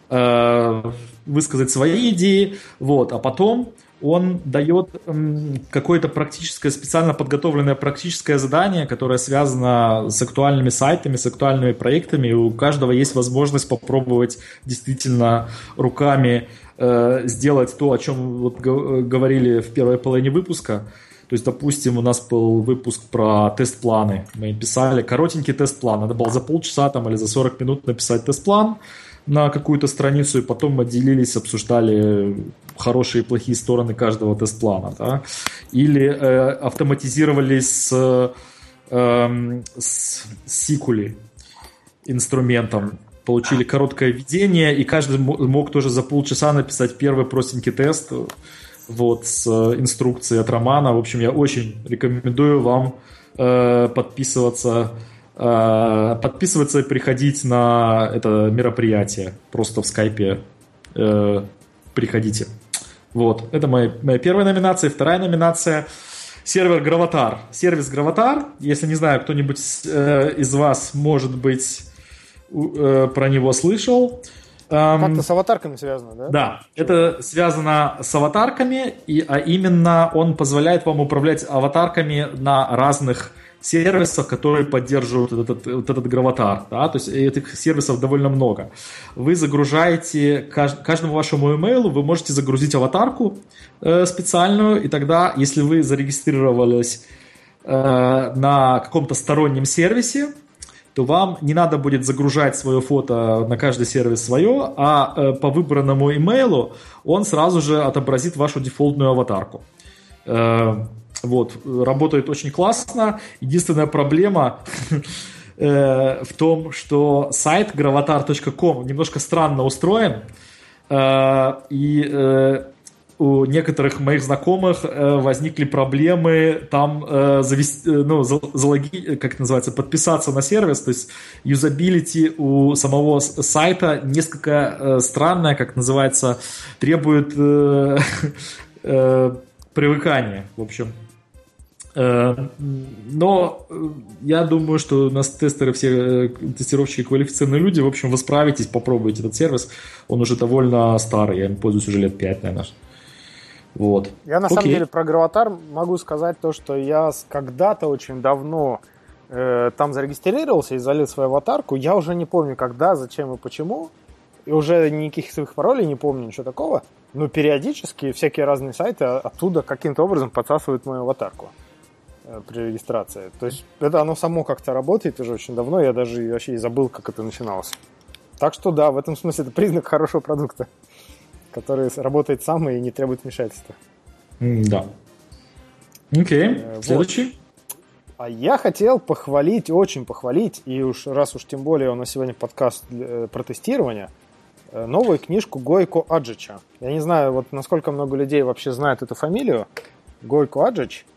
э, высказать свои идеи. Вот, а потом он дает какое-то практическое, специально подготовленное практическое задание, которое связано с актуальными сайтами, с актуальными проектами. И у каждого есть возможность попробовать действительно руками э, сделать то, о чем вот говорили в первой половине выпуска. То есть, допустим, у нас был выпуск про тест-планы. Мы писали коротенький тест-план. Надо было за полчаса там, или за сорок минут написать тест-план на какую-то страницу, и потом мы делились, обсуждали хорошие и плохие стороны каждого тест-плана. Да? Или э, автоматизировали с, э, с Сикули инструментом. Получили короткое введение, и каждый мог тоже за полчаса написать первый простенький тест вот, с инструкцией от Романа. В общем, я очень рекомендую вам э, подписываться подписываться и приходить на это мероприятие. Просто в скайпе э, приходите. Вот. Это моя, моя первая номинация. Вторая номинация — сервер Gravatar. Сервис Gravatar. Если не знаю, кто-нибудь э, из вас, может быть, э, про него слышал. Эм, Как-то с аватарками связано, да? Да, это связано с аватарками, и, а именно он позволяет вам управлять аватарками на разных сервисов, которые поддерживают этот, вот этот Gravatar. Да? То есть этих сервисов довольно много. Вы загружаете кажд, каждому вашему имейлу, вы можете загрузить аватарку э, специальную, и тогда, если вы зарегистрировались э, на каком-то стороннем сервисе, то вам не надо будет загружать свое фото на каждый сервис свое, а э, по выбранному имейлу он сразу же отобразит вашу дефолтную аватарку. Э, Вот, работает очень классно. Единственная проблема э, в том, что сайт gravatar точка ком немножко странно устроен. Э, и э, у некоторых моих знакомых э, возникли проблемы там э, завести, ну, залоги, как это называется, подписаться на сервис. То есть юзабилити у самого сайта несколько э, странное, как называется, требует э, э, привыкания, в общем. Но я думаю, что у нас тестеры, все тестировщики квалифицированные люди. В общем, вы справитесь, попробуйте этот сервис. Он уже довольно старый, я им пользуюсь уже лет пять, наверное. Вот. Я на Окей. самом деле про Gravatar могу сказать то, что я когда-то очень давно э, там зарегистрировался и залил свою аватарку. Я уже не помню, когда, зачем и почему. И уже никаких своих паролей не помню, ничего такого. Но периодически всякие разные сайты оттуда каким-то образом подсасывают мою аватарку при регистрации. То есть это оно само как-то работает уже очень давно, я даже вообще и забыл, как это начиналось. Так что да, в этом смысле это признак хорошего продукта, который работает сам и не требует вмешательства. Mm, да. Окей, okay. Вот. Следующий. А я хотел похвалить, очень похвалить, и уж раз уж тем более у нас сегодня подкаст про тестирование, новую книжку Гойко Аджича. Я не знаю, вот насколько много людей вообще знают эту фамилию. Гойко Аджич.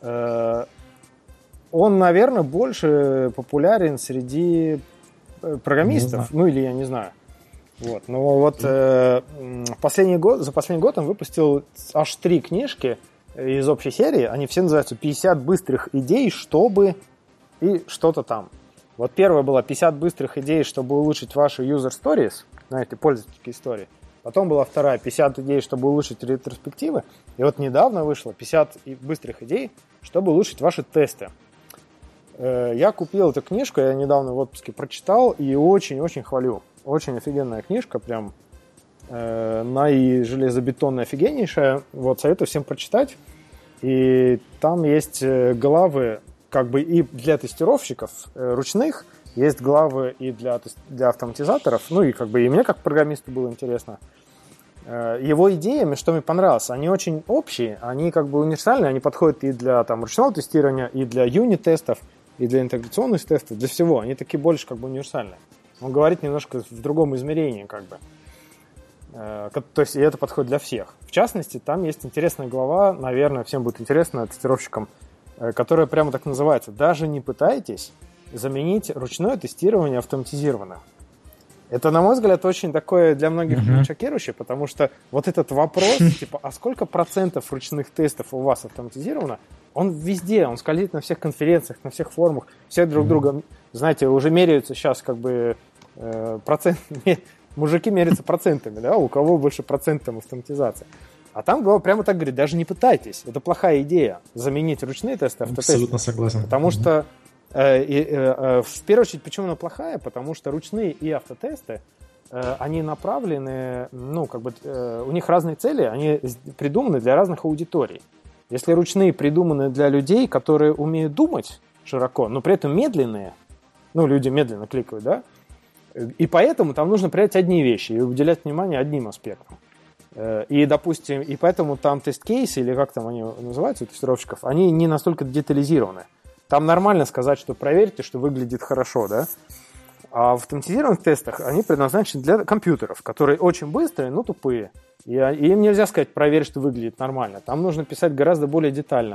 Он, наверное, больше популярен среди программистов, ну или я не знаю. Вот. Но вот э, последний год, за последний год он выпустил аж три книжки из общей серии. Они все называются пятьдесят быстрых идей, чтобы и что-то там. Вот первая была пятьдесят быстрых идей, чтобы улучшить ваши user stories, знаете, пользовательские истории. Потом была вторая, пятьдесят идей, чтобы улучшить ретроспективы. И вот недавно вышло пятьдесят быстрых идей, чтобы улучшить ваши тесты. Я купил эту книжку, я недавно в отпуске прочитал и очень-очень хвалю. Очень офигенная книжка, прям э, она и железобетонная, офигеннейшая. Вот, советую всем прочитать. И там есть главы как бы и для тестировщиков э, ручных, есть главы и для, для автоматизаторов. Ну и как бы и мне как программисту было интересно. Э, его идеями, что мне понравилось, они очень общие, они как бы универсальные, они подходят и для там, ручного тестирования, и для юнит-тестов, и для интеграционных тестов, для всего. Они такие больше как бы универсальные. Он говорит немножко в другом измерении как бы. То есть и это подходит для всех. В частности, там есть интересная глава, наверное, всем будет интересно, тестировщикам, которая прямо так называется. Даже не пытайтесь заменить ручное тестирование автоматизированным. Это, на мой взгляд, очень такое для многих uh-huh. шокирующее, потому что вот этот вопрос, типа, а сколько процентов ручных тестов у вас автоматизировано, он везде, он скользит на всех конференциях, на всех форумах, все друг uh-huh. друга, знаете, уже меряются сейчас как бы э, процентами. Мужики мерятся процентами, да, у кого больше процентов автоматизации. А там глава прямо так говорит, даже не пытайтесь, это плохая идея, заменить ручные тесты автотестами. Абсолютно согласен. Потому mm-hmm. что, э, э, э, в первую очередь, почему она плохая? Потому что ручные и автотесты, э, они направлены, ну, как бы, э, у них разные цели, они придуманы для разных аудиторий. Если ручные придуманы для людей, которые умеют думать широко, но при этом медленные, ну, люди медленно кликают, да, и поэтому там нужно проверять одни вещи и уделять внимание одним аспектам. И, допустим, и поэтому там тест-кейсы, или как там они называются, у тестировщиков, они не настолько детализированы. Там нормально сказать, что проверьте, что выглядит хорошо, да? А в автоматизированных тестах они предназначены для компьютеров, которые очень быстрые, но тупые. И им нельзя сказать, проверь, что выглядит нормально. Там нужно писать гораздо более детально.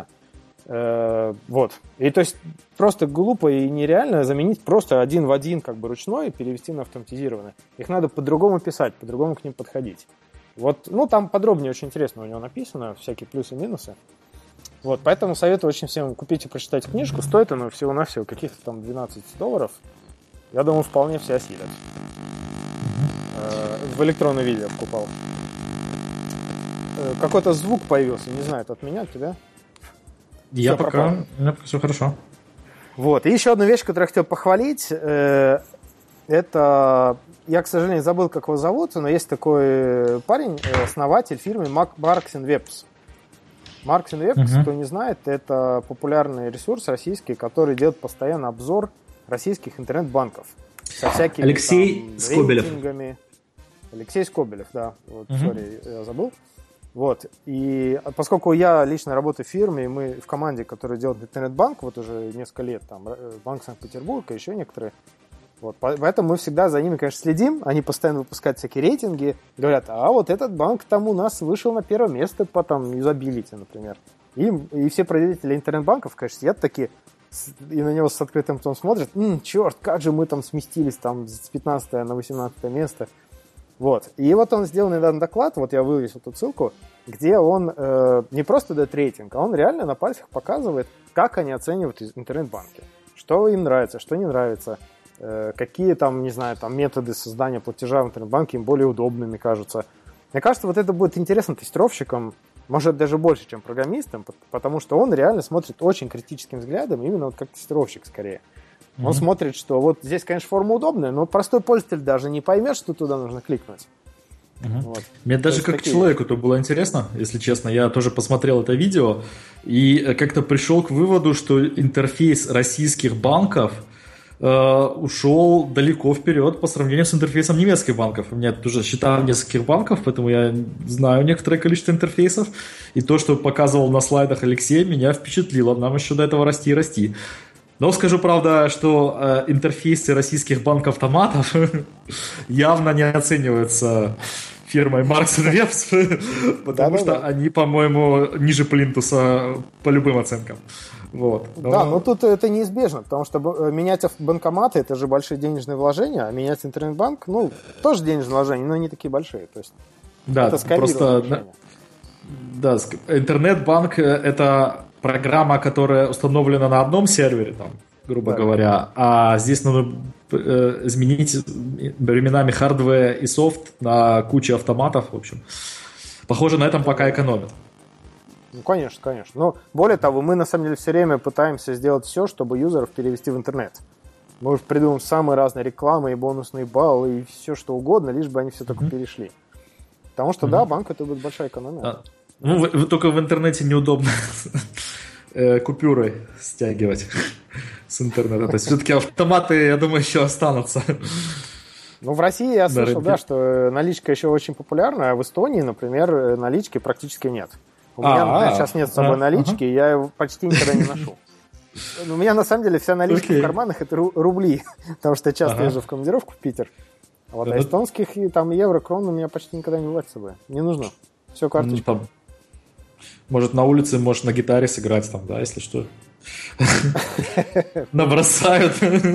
Вот. И то есть просто глупо и нереально заменить просто один в один как бы ручной и перевести на автоматизированный. Их надо по-другому писать, по-другому к ним подходить. Вот, ну там подробнее очень интересно у него написано, всякие плюсы и минусы. Вот, поэтому советую очень всем купить и прочитать книжку. Стоит она всего-навсего каких-то там двенадцать долларов. Я думаю, вполне все осилят. В электронном виде покупал. Какой-то звук появился, не знаю, это от меня, от тебя? Я все пока, пока все хорошо. Вот. И еще одна вещь, которую я хотел похвалить, э, это, я, к сожалению, забыл, как его зовут, но есть такой парень, основатель фирмы Marks энд Webs. Marks энд Webs, uh-huh. кто не знает, это популярный ресурс российский, который делает постоянно обзор российских интернет-банков. Со всякими Алексей там, Скобелев. рейтингами. Алексей Скобелев, да. Вот, uh-huh. сори, я забыл. Вот, и поскольку я лично работаю в фирме, и мы в команде, которая делает интернет-банк, вот уже несколько лет, там, Банк Санкт-Петербурга, еще некоторые, вот, поэтому мы всегда за ними, конечно, следим, они постоянно выпускают всякие рейтинги, говорят, а вот этот банк там у нас вышел на первое место по там юзабилити, например. И, и все производители интернет-банков, конечно, сидят такие, и на него с открытым ртом смотрят, м-м, черт, как же мы там сместились там с пятнадцатого на восемнадцатое место. Вот. И вот он сделал недавно доклад, вот я вывесил эту ссылку, где он э, не просто дает рейтинг, а он реально на пальцах показывает, как они оценивают интернет-банки. Что им нравится, что не нравится, э, какие там, не знаю, там методы создания платежа в интернет-банке им более удобными кажутся. Мне кажется, вот это будет интересно тестировщикам, может даже больше, чем программистам, потому что он реально смотрит очень критическим взглядом, именно вот как тестировщик скорее. Он mm-hmm. смотрит, что вот здесь, конечно, форма удобная, но простой пользователь даже не поймет, что туда нужно кликнуть. Mm-hmm. Вот. Мне даже как такие... человеку-то было интересно, если честно. Я тоже посмотрел это видео и как-то пришел к выводу, что интерфейс российских банков э, ушел далеко вперед по сравнению с интерфейсом немецких банков. У меня тут уже счета нескольких банков, поэтому я знаю некоторое количество интерфейсов. И то, что показывал на слайдах Алексей, меня впечатлило. Нам еще до этого расти и расти. Но скажу, правда, что э, интерфейсы российских банк-автоматов явно не оцениваются фирмой Marks энд Webs, потому что они, по-моему, ниже плинтуса по любым оценкам. Вот. Но... Да, но тут это неизбежно, потому что менять банкоматы – это же большие денежные вложения, а менять интернет-банк, ну, тоже денежные вложения, но не такие большие. То есть да, это просто да, интернет-банк – это программа, которая установлена на одном сервере, там, грубо да. говоря, а здесь надо э, изменить временами хардвер и софт на кучу автоматов, в общем. Похоже, на этом пока экономят. Ну, конечно, конечно. Но более того, мы на самом деле все время пытаемся сделать все, чтобы юзеров перевести в интернет. Мы придумываем самые разные рекламы и бонусные баллы и все что угодно, лишь бы они все только mm-hmm. перешли. Потому что, mm-hmm. да, банк это будет большая экономия. А, ну, вы, вы, только в интернете неудобно купюры стягивать с интернета. То есть все-таки автоматы, я думаю, еще останутся. Ну, в России я слышал, да, что наличка еще очень популярна, а в Эстонии, например, налички практически нет. У меня, например, сейчас нет с собой налички, и я его почти никогда не ношу. У меня, на самом деле, вся наличка в карманах – это рубли, потому что я часто езжу в командировку в Питер. Вот, а эстонских и там евро, крон у меня почти никогда не бывает с собой. Не нужно. Все карточка. Ну, там, может, на улице, может, на гитаре сыграть там, да, если что. Набросают.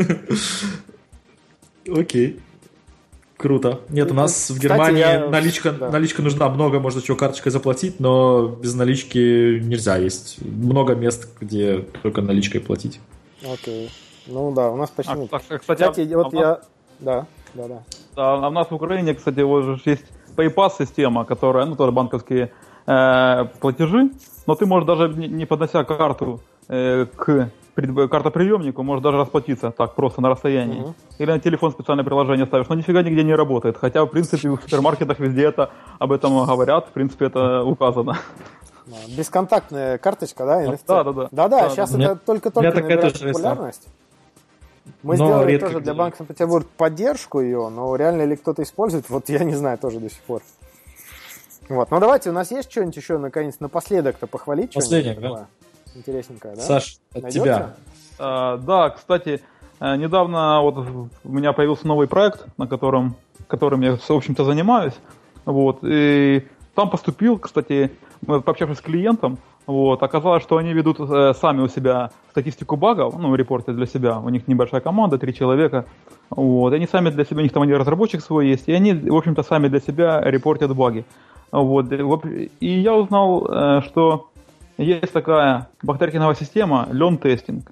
Окей. Круто. Нет, у нас в Германии наличка, наличка нужна, много можно чего карточкой заплатить, но без налички нельзя. Есть много мест, где только наличкой платить. Окей. Ну да, у нас почти нет. Кстати, кстати вот я... Да, да, да. А у нас в Украине, кстати, вот же есть PayPass-система, которая, ну, тоже банковские э, платежи, но ты можешь даже не поднося карту э, к картоприемнику, можешь даже расплатиться так, просто на расстоянии. Uh-huh. Или на телефон специальное приложение ставишь, но нифига нигде не работает. Хотя, в принципе, в супермаркетах везде это, об этом говорят, в принципе, это указано. Бесконтактная карточка, да? эн эф ти? Да, да, да. Да-да, сейчас это только-только набирает популярность. Мы но сделали тоже для Банка Санкт-Петербург поддержку ее, но реально ли кто-то использует, вот я не знаю тоже до сих пор. Вот, ну давайте, у нас есть что-нибудь еще, наконец, напоследок-то похвалить? Последнее, да? Интересненькое, да? Саш, от Найдете? тебя. А, да, кстати, недавно вот у меня появился новый проект, на котором, которым я, в общем-то, занимаюсь. Вот, и там поступил, кстати, пообщавшись с клиентом, вот, оказалось, что они ведут э, сами у себя статистику багов, ну, репорты для себя. У них небольшая команда, три человека. Вот, и они сами для себя, у них там один разработчик свой есть, и они, в общем-то, сами для себя репортят баги. Вот, и я узнал, э, что есть такая бактериковая система LearnTesting.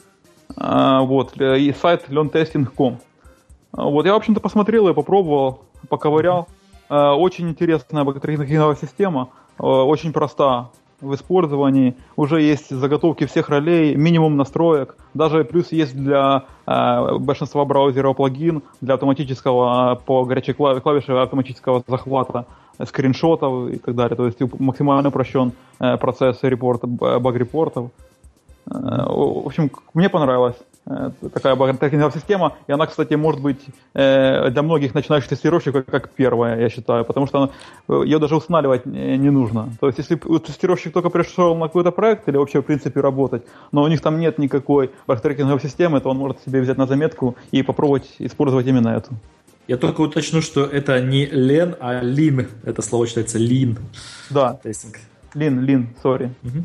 Э, вот, и сайт learn testing точка com. Вот, я, в общем-то, посмотрел и попробовал, поковырял. Э, очень интересная бактериковая система, э, очень проста в использовании, уже есть заготовки всех ролей, минимум настроек, даже плюс есть для э, большинства браузеров плагин для автоматического по горячей клавише автоматического захвата скриншотов и так далее, то есть максимально упрощен э, процесс репорта, баг-репортов. Э, в общем, мне понравилось. Такая бактериковая система, и она, кстати, может быть э, для многих начинающих тестировщиков как первая, я считаю, потому что она, ее даже устанавливать не нужно. То есть, если тестировщик только пришел на какой-то проект или вообще, в принципе, работать, но у них там нет никакой бактериковой системы, то он может себе взять на заметку и попробовать использовать именно эту. Я только уточню, что это не лен, а лин. Это слово читается лин. Да. Тестинг. Лин, лин, сори. Угу.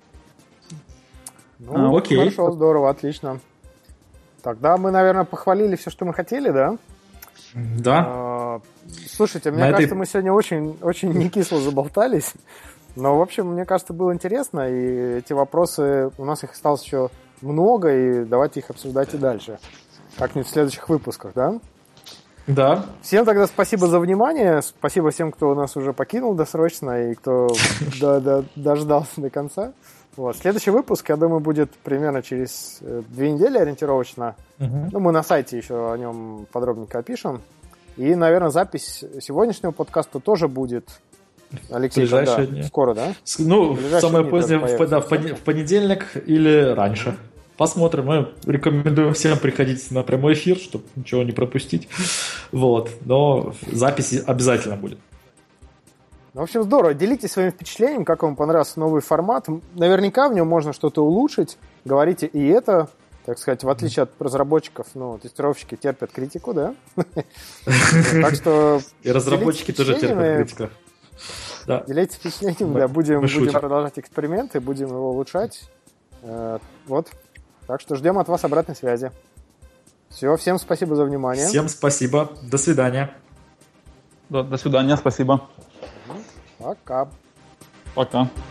Ну, а, окей. Хорошо, здорово, отлично. Тогда мы, наверное, похвалили все, что мы хотели, да? Да. А, слушайте, мне На кажется, этой... мы сегодня очень, очень не кисло заболтались. Но, в общем, мне кажется, было интересно. И эти вопросы, у нас их осталось еще много, и давайте их обсуждать и дальше. Как-нибудь в следующих выпусках, да? Да. Всем тогда спасибо за внимание. Спасибо всем, кто нас уже покинул досрочно и кто дождался до конца. Вот. Следующий выпуск, я думаю, будет примерно через две недели ориентировочно. Uh-huh. Ну, мы на сайте еще о нем подробненько опишем. И, наверное, запись сегодняшнего подкаста тоже будет, Алексей, да, скоро, да? Ну, самое позднее в, да, в понедельник или раньше. Посмотрим. Мы рекомендуем всем приходить на прямой эфир, чтобы ничего не пропустить. Вот. Но запись обязательно будет. В общем, здорово. Делитесь своим впечатлением, как вам понравился новый формат. Наверняка в нем можно что-то улучшить. Говорите и это, так сказать, в отличие от разработчиков, ну, тестировщики терпят критику, да? Так что... И разработчики тоже терпят критику. Делитесь впечатлением, да, будем продолжать эксперименты, будем его улучшать. Вот. Так что ждем от вас обратной связи. Все, всем спасибо за внимание. Всем спасибо. До свидания. До, до свидания, спасибо. Пока. Пока.